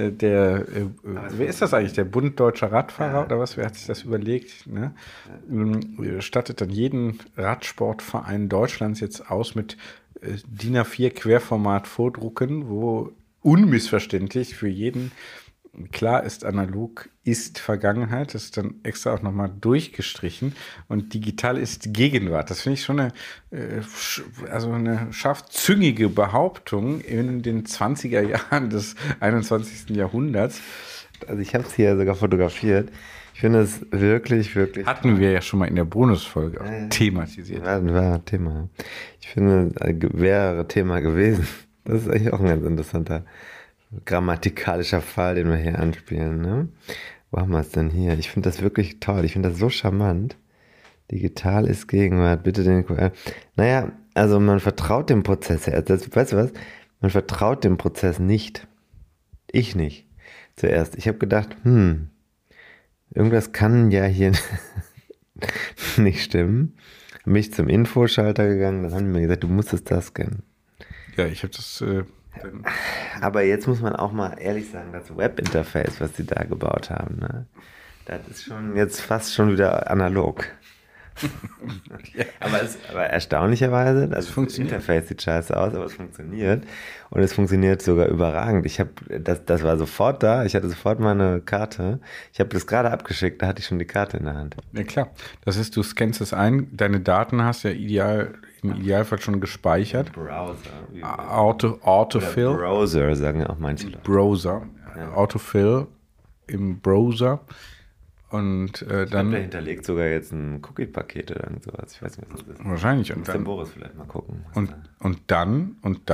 wer ist das eigentlich, der Bund Deutscher Radfahrer oder was, wer hat sich das überlegt, ne? Stattet dann jeden Radsportverein Deutschlands jetzt aus mit DIN A4 Querformat Vordrucken, wo unmissverständlich für jeden klar ist, analog ist Vergangenheit. Das ist dann extra auch nochmal durchgestrichen. Und digital ist Gegenwart. Das finde ich schon eine scharfzüngige Behauptung in den 20er Jahren des 21. Jahrhunderts. Also ich habe es hier sogar fotografiert. Ich finde es wirklich, wirklich... Hatten wir ja schon mal in der Bonusfolge auch thematisiert. War Thema. Ich finde, wäre Thema gewesen. Das ist eigentlich auch ein ganz interessanter grammatikalischer Fall, den wir hier anspielen. Ne? Wo haben wir es denn hier? Ich finde das wirklich toll. Ich finde das so charmant. Digital ist Gegenwart. Bitte den QR. Naja, also man vertraut dem Prozess. Weißt du was? Man vertraut dem Prozess nicht. Ich nicht. Zuerst. Ich habe gedacht, irgendwas kann ja hier nicht stimmen. Bin ich zum Infoschalter gegangen. Dann haben die mir gesagt, du musstest das scannen. Ja, ich habe das... Aber jetzt muss man auch mal ehrlich sagen, das Webinterface, was sie da gebaut haben, ne? Das ist schon jetzt fast schon wieder analog. Ja. aber erstaunlicherweise, das Interface sieht scheiße aus, aber es funktioniert. Und es funktioniert sogar überragend. Das war sofort da, ich hatte sofort meine Karte. Ich habe das gerade abgeschickt, da hatte ich schon die Karte in der Hand. Ja klar, das ist, du scannst es ein, deine Daten hast ja im Idealfall schon gespeichert. Browser. Autofill. Browser, sagen ja auch manche Leute. Browser. Ja. Autofill im Browser. Und dann. Der hinterlegt sogar jetzt ein Cookie-Paket oder sowas. Ich weiß nicht, was das ist. Wahrscheinlich. Und dann den Boris vielleicht mal gucken. Und dann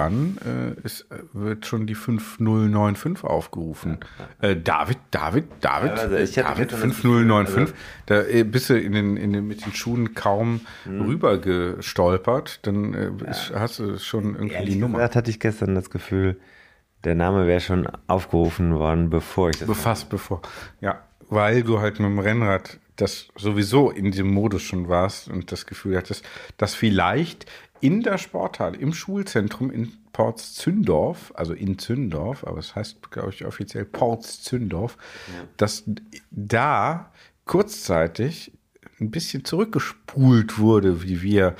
wird schon die 5095 aufgerufen. Ja. David, also ich David 5095. Da bist du mit den Schuhen kaum rüber gestolpert. Dann hast du schon irgendwie die Nummer. Gesagt, hatte ich gestern das Gefühl, der Name wäre schon aufgerufen worden, bevor ich das. Bevor. Ja. Weil du halt mit dem Rennrad das sowieso in diesem Modus schon warst und das Gefühl hattest, dass vielleicht in der Sporthalle, im Schulzentrum in Porz-Zündorf, also in Zündorf, aber es heißt, glaube ich, offiziell Porz-Zündorf, dass da kurzzeitig ein bisschen zurückgespult wurde, wie wir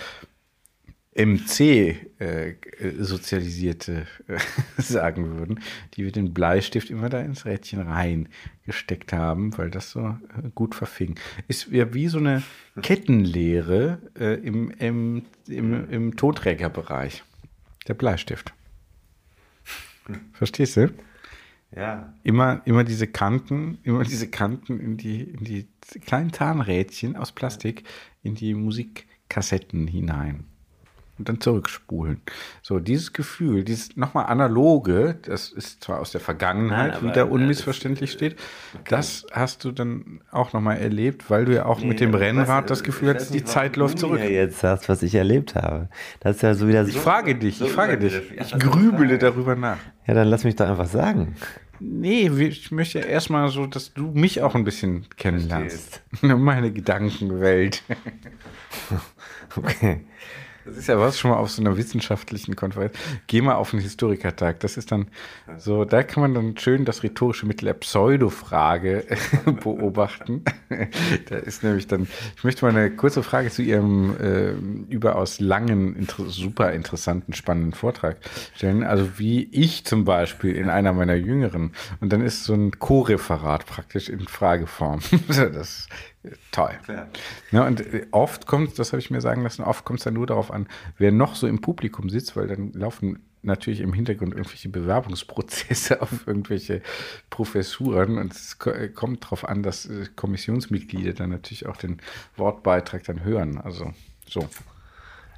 MC-Sozialisierte sagen würden, die wir den Bleistift immer da ins Rädchen reingesteckt haben, weil das so gut verfing. Ist ja wie so eine Kettenlehre im Tonträgerbereich. Der Bleistift. Verstehst du? Ja. Immer diese Kanten in die kleinen Zahnrädchen aus Plastik in die Musikkassetten hinein. Und dann zurückspulen. So, dieses Gefühl, dieses nochmal analoge, das ist zwar aus der Vergangenheit, wie da unmissverständlich steht, das hast du dann auch nochmal erlebt, weil du ja auch mit dem Rennrad das Gefühl hattest, die Zeit läuft zurück. Du mir jetzt sagst, was ich erlebt habe. Das ist ja so wieder so. Ich frage dich. Ich grübele darüber nach. Ja, dann lass mich doch einfach sagen. Nee, ich möchte ja erstmal so, dass du mich auch ein bisschen kennenlernst. Meine Gedankenwelt. Okay. Das ist ja was schon mal auf so einer wissenschaftlichen Konferenz. Geh mal auf einen Historikertag. Das ist dann so, da kann man dann schön das rhetorische Mittel der Pseudofrage beobachten. Da ist nämlich dann, ich möchte mal eine kurze Frage zu Ihrem überaus langen, super interessanten, spannenden Vortrag stellen. Also wie ich zum Beispiel in einer meiner jüngeren. Und dann ist so ein Co-Referat praktisch in Frageform. Das toll. Ja, und oft kommt, das habe ich mir sagen lassen, oft kommt es dann nur darauf an, wer noch so im Publikum sitzt, weil dann laufen natürlich im Hintergrund irgendwelche Bewerbungsprozesse auf irgendwelche Professuren und es kommt darauf an, dass Kommissionsmitglieder dann natürlich auch den Wortbeitrag dann hören. Also so.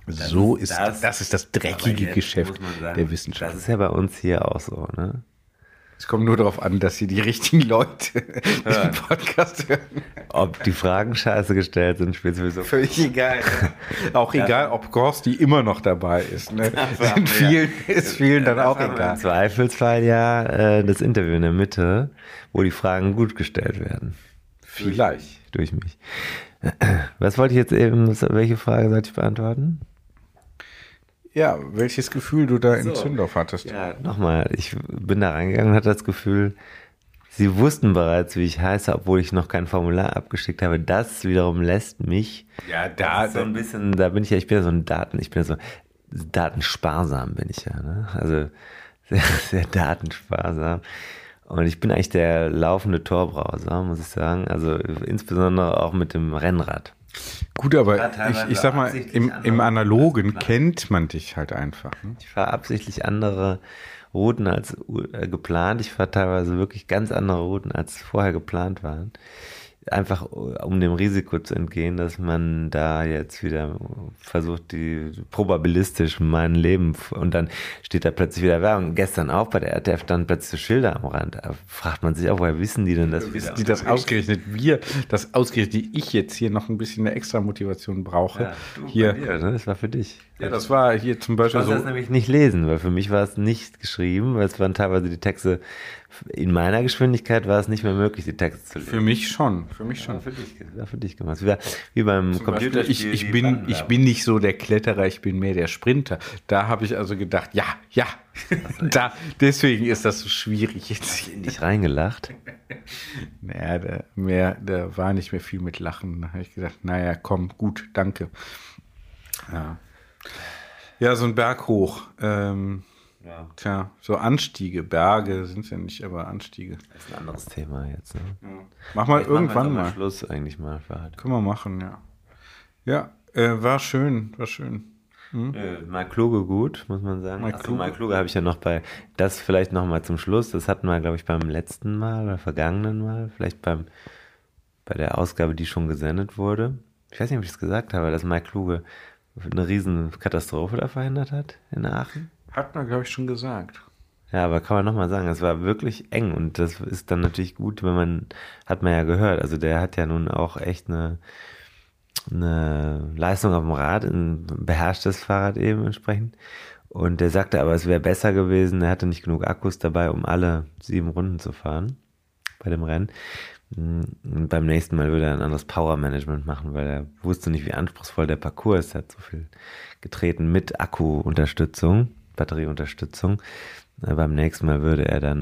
Das ist das dreckige Geschäft der Wissenschaft. Das ist ja bei uns hier auch so, ne? Es kommt nur darauf an, dass hier die richtigen Leute den Podcast hören. Ob die Fragen scheiße gestellt sind, spielt sowieso völlig egal. Auch egal, ob Gorsti immer noch dabei ist. Ne? Ist vielen dann auch egal. Im Zweifelsfall ja das Interview in der Mitte, wo die Fragen gut gestellt werden. Vielleicht. Durch mich. Was wollte ich jetzt eben, welche Frage sollte ich beantworten? Ja, welches Gefühl du da in Zündorf hattest. Ja, nochmal, ich bin da reingegangen und hatte das Gefühl, sie wussten bereits, wie ich heiße, obwohl ich noch kein Formular abgeschickt habe. Das wiederum lässt mich so ein bisschen, ich bin ja so ein datensparsam bin ich ja, ne? Also sehr, sehr datensparsam. Und ich bin eigentlich der laufende Torbrowser, muss ich sagen. Also insbesondere auch mit dem Rennrad. Gut, aber ich sag mal, im Analogen kennt man dich halt einfach. Ne? Ich fahre absichtlich andere Routen als geplant. Ich fahre teilweise wirklich ganz andere Routen, als vorher geplant waren. Einfach um dem Risiko zu entgehen, dass man da jetzt wieder versucht, die probabilistisch mein Leben, und dann steht da plötzlich wieder Werbung. Gestern auch bei der RTF dann plötzlich so Schilder am Rand. Da fragt man sich auch, woher wissen die denn das? Wissen die das ausgerechnet ich jetzt hier noch ein bisschen eine extra Motivation brauche? Ja, hier. Dir, ne? Das war für dich. Ja, das war hier zum Beispiel so. Ich konnte das nämlich nicht lesen, weil für mich war es nicht geschrieben, weil es waren teilweise die Texte, in meiner Geschwindigkeit war es nicht mehr möglich, die Texte zu lesen. Für mich schon. Ja, für dich gemacht. Wie beim zum Computerspiel. Ich bin nicht so der Kletterer, ich bin mehr der Sprinter. Da habe ich also gedacht, ja. Deswegen ist das so schwierig jetzt. Hast du in dich reingelacht? Naja, da war nicht mehr viel mit Lachen. Da habe ich gedacht, naja, komm, gut, danke. Ja, so ein Berg hoch. Tja, so Anstiege, Berge sind es ja nicht, aber Anstiege. Das ist ein anderes Thema jetzt. Ne? Ja. Mach mal irgendwann mal. Schluss eigentlich mal für heute. Können wir machen, ja. Ja, war schön. Mal Kluge gut, muss man sagen. Mal Kluge habe ich ja noch das vielleicht noch mal zum Schluss, das hatten wir, glaube ich, beim letzten Mal oder vergangenen Mal, vielleicht bei der Ausgabe, die schon gesendet wurde. Ich weiß nicht, ob ich es gesagt habe, dass Mal Kluge eine riesen Katastrophe da verhindert hat in Aachen. Hat man, glaube ich, schon gesagt. Ja, aber kann man nochmal sagen, es war wirklich eng und das ist dann natürlich gut, hat man ja gehört, also der hat ja nun auch echt eine Leistung auf dem Rad, ein beherrschtes Fahrrad eben entsprechend. Und der sagte aber, es wäre besser gewesen, er hatte nicht genug Akkus dabei, um alle 7 Runden zu fahren bei dem Rennen. Und beim nächsten Mal würde er ein anderes Power-Management machen, weil er wusste nicht, wie anspruchsvoll der Parcours ist. Er hat so viel getreten mit Akku-Unterstützung, Batterieunterstützung. Beim nächsten Mal würde er dann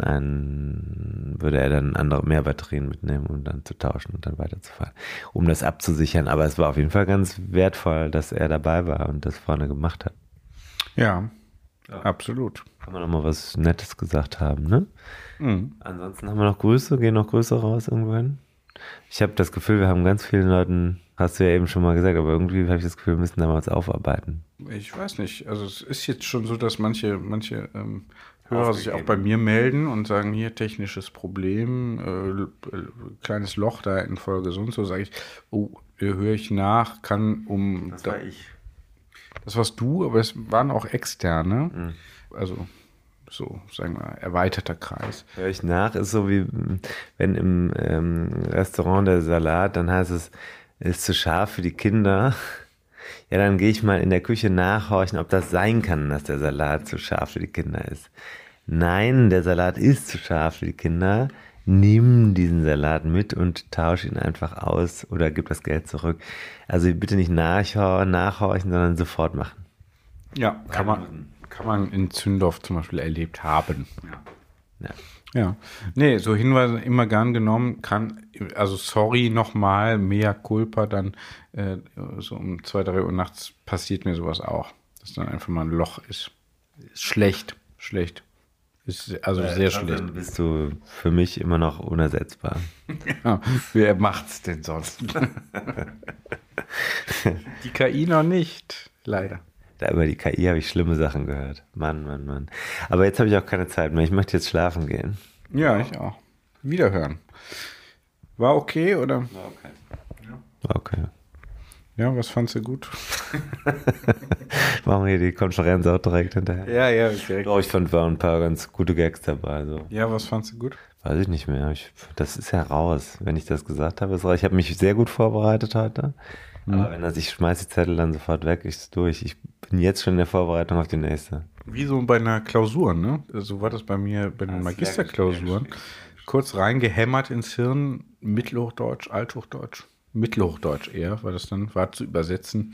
mehr Batterien mitnehmen, um dann zu tauschen und dann weiterzufahren, um das abzusichern. Aber es war auf jeden Fall ganz wertvoll, dass er dabei war und das vorne gemacht hat. Ja, absolut. Kann man noch mal was Nettes gesagt haben, ne? Mhm. Ansonsten haben wir noch Grüße, gehen noch Grüße raus irgendwohin. Ich habe das Gefühl, wir haben ganz vielen Leuten, hast du ja eben schon mal gesagt, aber irgendwie habe ich das Gefühl, wir müssen da mal was aufarbeiten. Ich weiß nicht, also es ist jetzt schon so, dass manche Hörer sich auch bei mir melden und sagen, hier technisches Problem, kleines Loch da in Folge so und so, sage ich, höre ich nach, Das war ich. Das warst du, aber es waren auch Externe, Mhm. also so, sagen wir, erweiterter Kreis. Höre ich nach, ist so wie, wenn im Restaurant der Salat, dann heißt es, ist zu scharf für die Kinder. Ja, dann gehe ich mal in der Küche nachhorchen, ob das sein kann, dass der Salat zu scharf für die Kinder ist. Nein, der Salat ist zu scharf für die Kinder. Nimm diesen Salat mit und tausch ihn einfach aus oder gib das Geld zurück. Also bitte nicht nachhorchen, sondern sofort machen. Ja, kann man in Zündorf zum Beispiel erlebt haben. Ja. Nee, so Hinweise immer gern genommen, also sorry nochmal, mea culpa, dann so um 2, 3 Uhr nachts passiert mir sowas auch, dass dann einfach mal ein Loch ist. Ist schlecht. Ist also sehr schlecht. Dann bist du für mich immer noch unersetzbar. Ja, wer macht's denn sonst? Die KI noch nicht, leider. Über die KI habe ich schlimme Sachen gehört. Mann. Aber jetzt habe ich auch keine Zeit mehr. Ich möchte jetzt schlafen gehen. Ja, ich auch. Wiederhören. War okay, oder? War okay. Ja, was fandst du gut? Machen wir hier die Konferenz auch direkt hinterher. Ja, direkt. Doch, ich fand, waren ein paar ganz gute Gags dabei. So. Ja, was fandst du gut? Weiß ich nicht mehr. Das ist ja raus. Wenn ich das gesagt habe, ist raus. Ich habe mich sehr gut vorbereitet heute. Aber ich schmeiße die Zettel dann sofort weg, ist durch. Ich bin jetzt schon in der Vorbereitung auf die nächste. Wie so bei einer Klausur, ne? So war das bei mir bei den Magisterklausuren. Kurz reingehämmert ins Hirn, Mittelhochdeutsch, Althochdeutsch. Mittelhochdeutsch eher, weil das dann war zu übersetzen.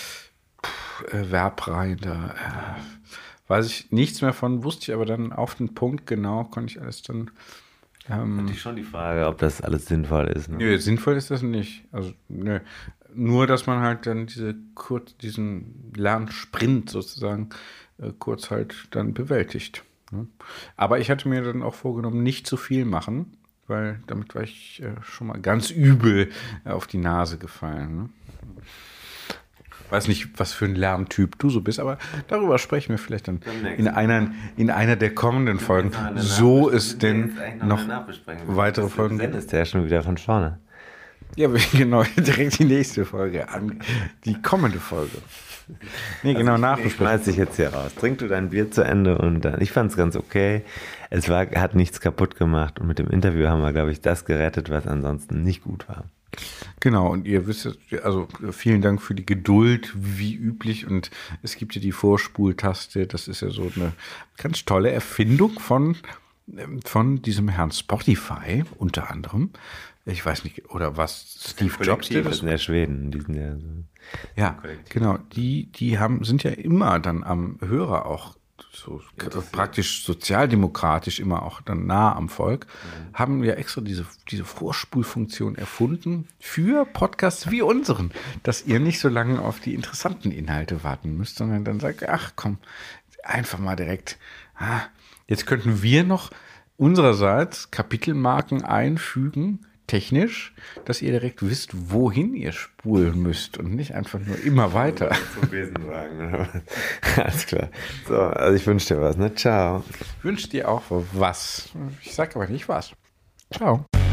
Verbreihen, da weiß ich nichts mehr von, wusste ich aber dann auf den Punkt genau, konnte ich alles dann. Hatte ich schon die Frage, ob das alles sinnvoll ist. Ne? Nö, sinnvoll ist das nicht. Also, nö. Nur, dass man halt dann diesen Lernsprint sozusagen kurz halt dann bewältigt. Ne? Aber ich hatte mir dann auch vorgenommen, nicht zu viel machen, weil damit war ich schon mal ganz übel auf die Nase gefallen. Ne? Weiß nicht, was für ein Lerntyp du so bist, aber darüber sprechen wir vielleicht dann in einer der kommenden Folgen. So es denn noch weitere Folgen gibt. Dann ist der schon wieder von vorne. Ja, genau, direkt die nächste Folge an. Die kommende Folge. Nee, genau, nachbesprechen. Ich schmeiß dich jetzt hier raus. Trink du dein Bier zu Ende und dann. Ich fand es ganz okay. Hat nichts kaputt gemacht und mit dem Interview haben wir, glaube ich, das gerettet, was ansonsten nicht gut war. Genau, und ihr wisst, also vielen Dank für die Geduld, wie üblich. Und es gibt ja die Vorspultaste. Das ist ja so eine ganz tolle Erfindung von diesem Herrn Spotify unter anderem. Ich weiß nicht, oder was Steve Jobs, das sind ja Schweden, die sind ja so. Ja, genau, die sind ja immer dann am Hörer auch so praktisch sozialdemokratisch immer auch dann nah am Volk, haben ja extra diese Vorspulfunktion erfunden für Podcasts wie unseren, dass ihr nicht so lange auf die interessanten Inhalte warten müsst, sondern dann sagt, ach komm, einfach mal direkt, jetzt könnten wir noch unsererseits Kapitelmarken einfügen, technisch, dass ihr direkt wisst, wohin ihr spulen müsst und nicht einfach nur immer weiter. Zum Besenwagen. Alles klar. So, also ich wünsche dir was, ne? Ciao. Ich wünsche dir auch was. Ich sage aber nicht was. Ciao.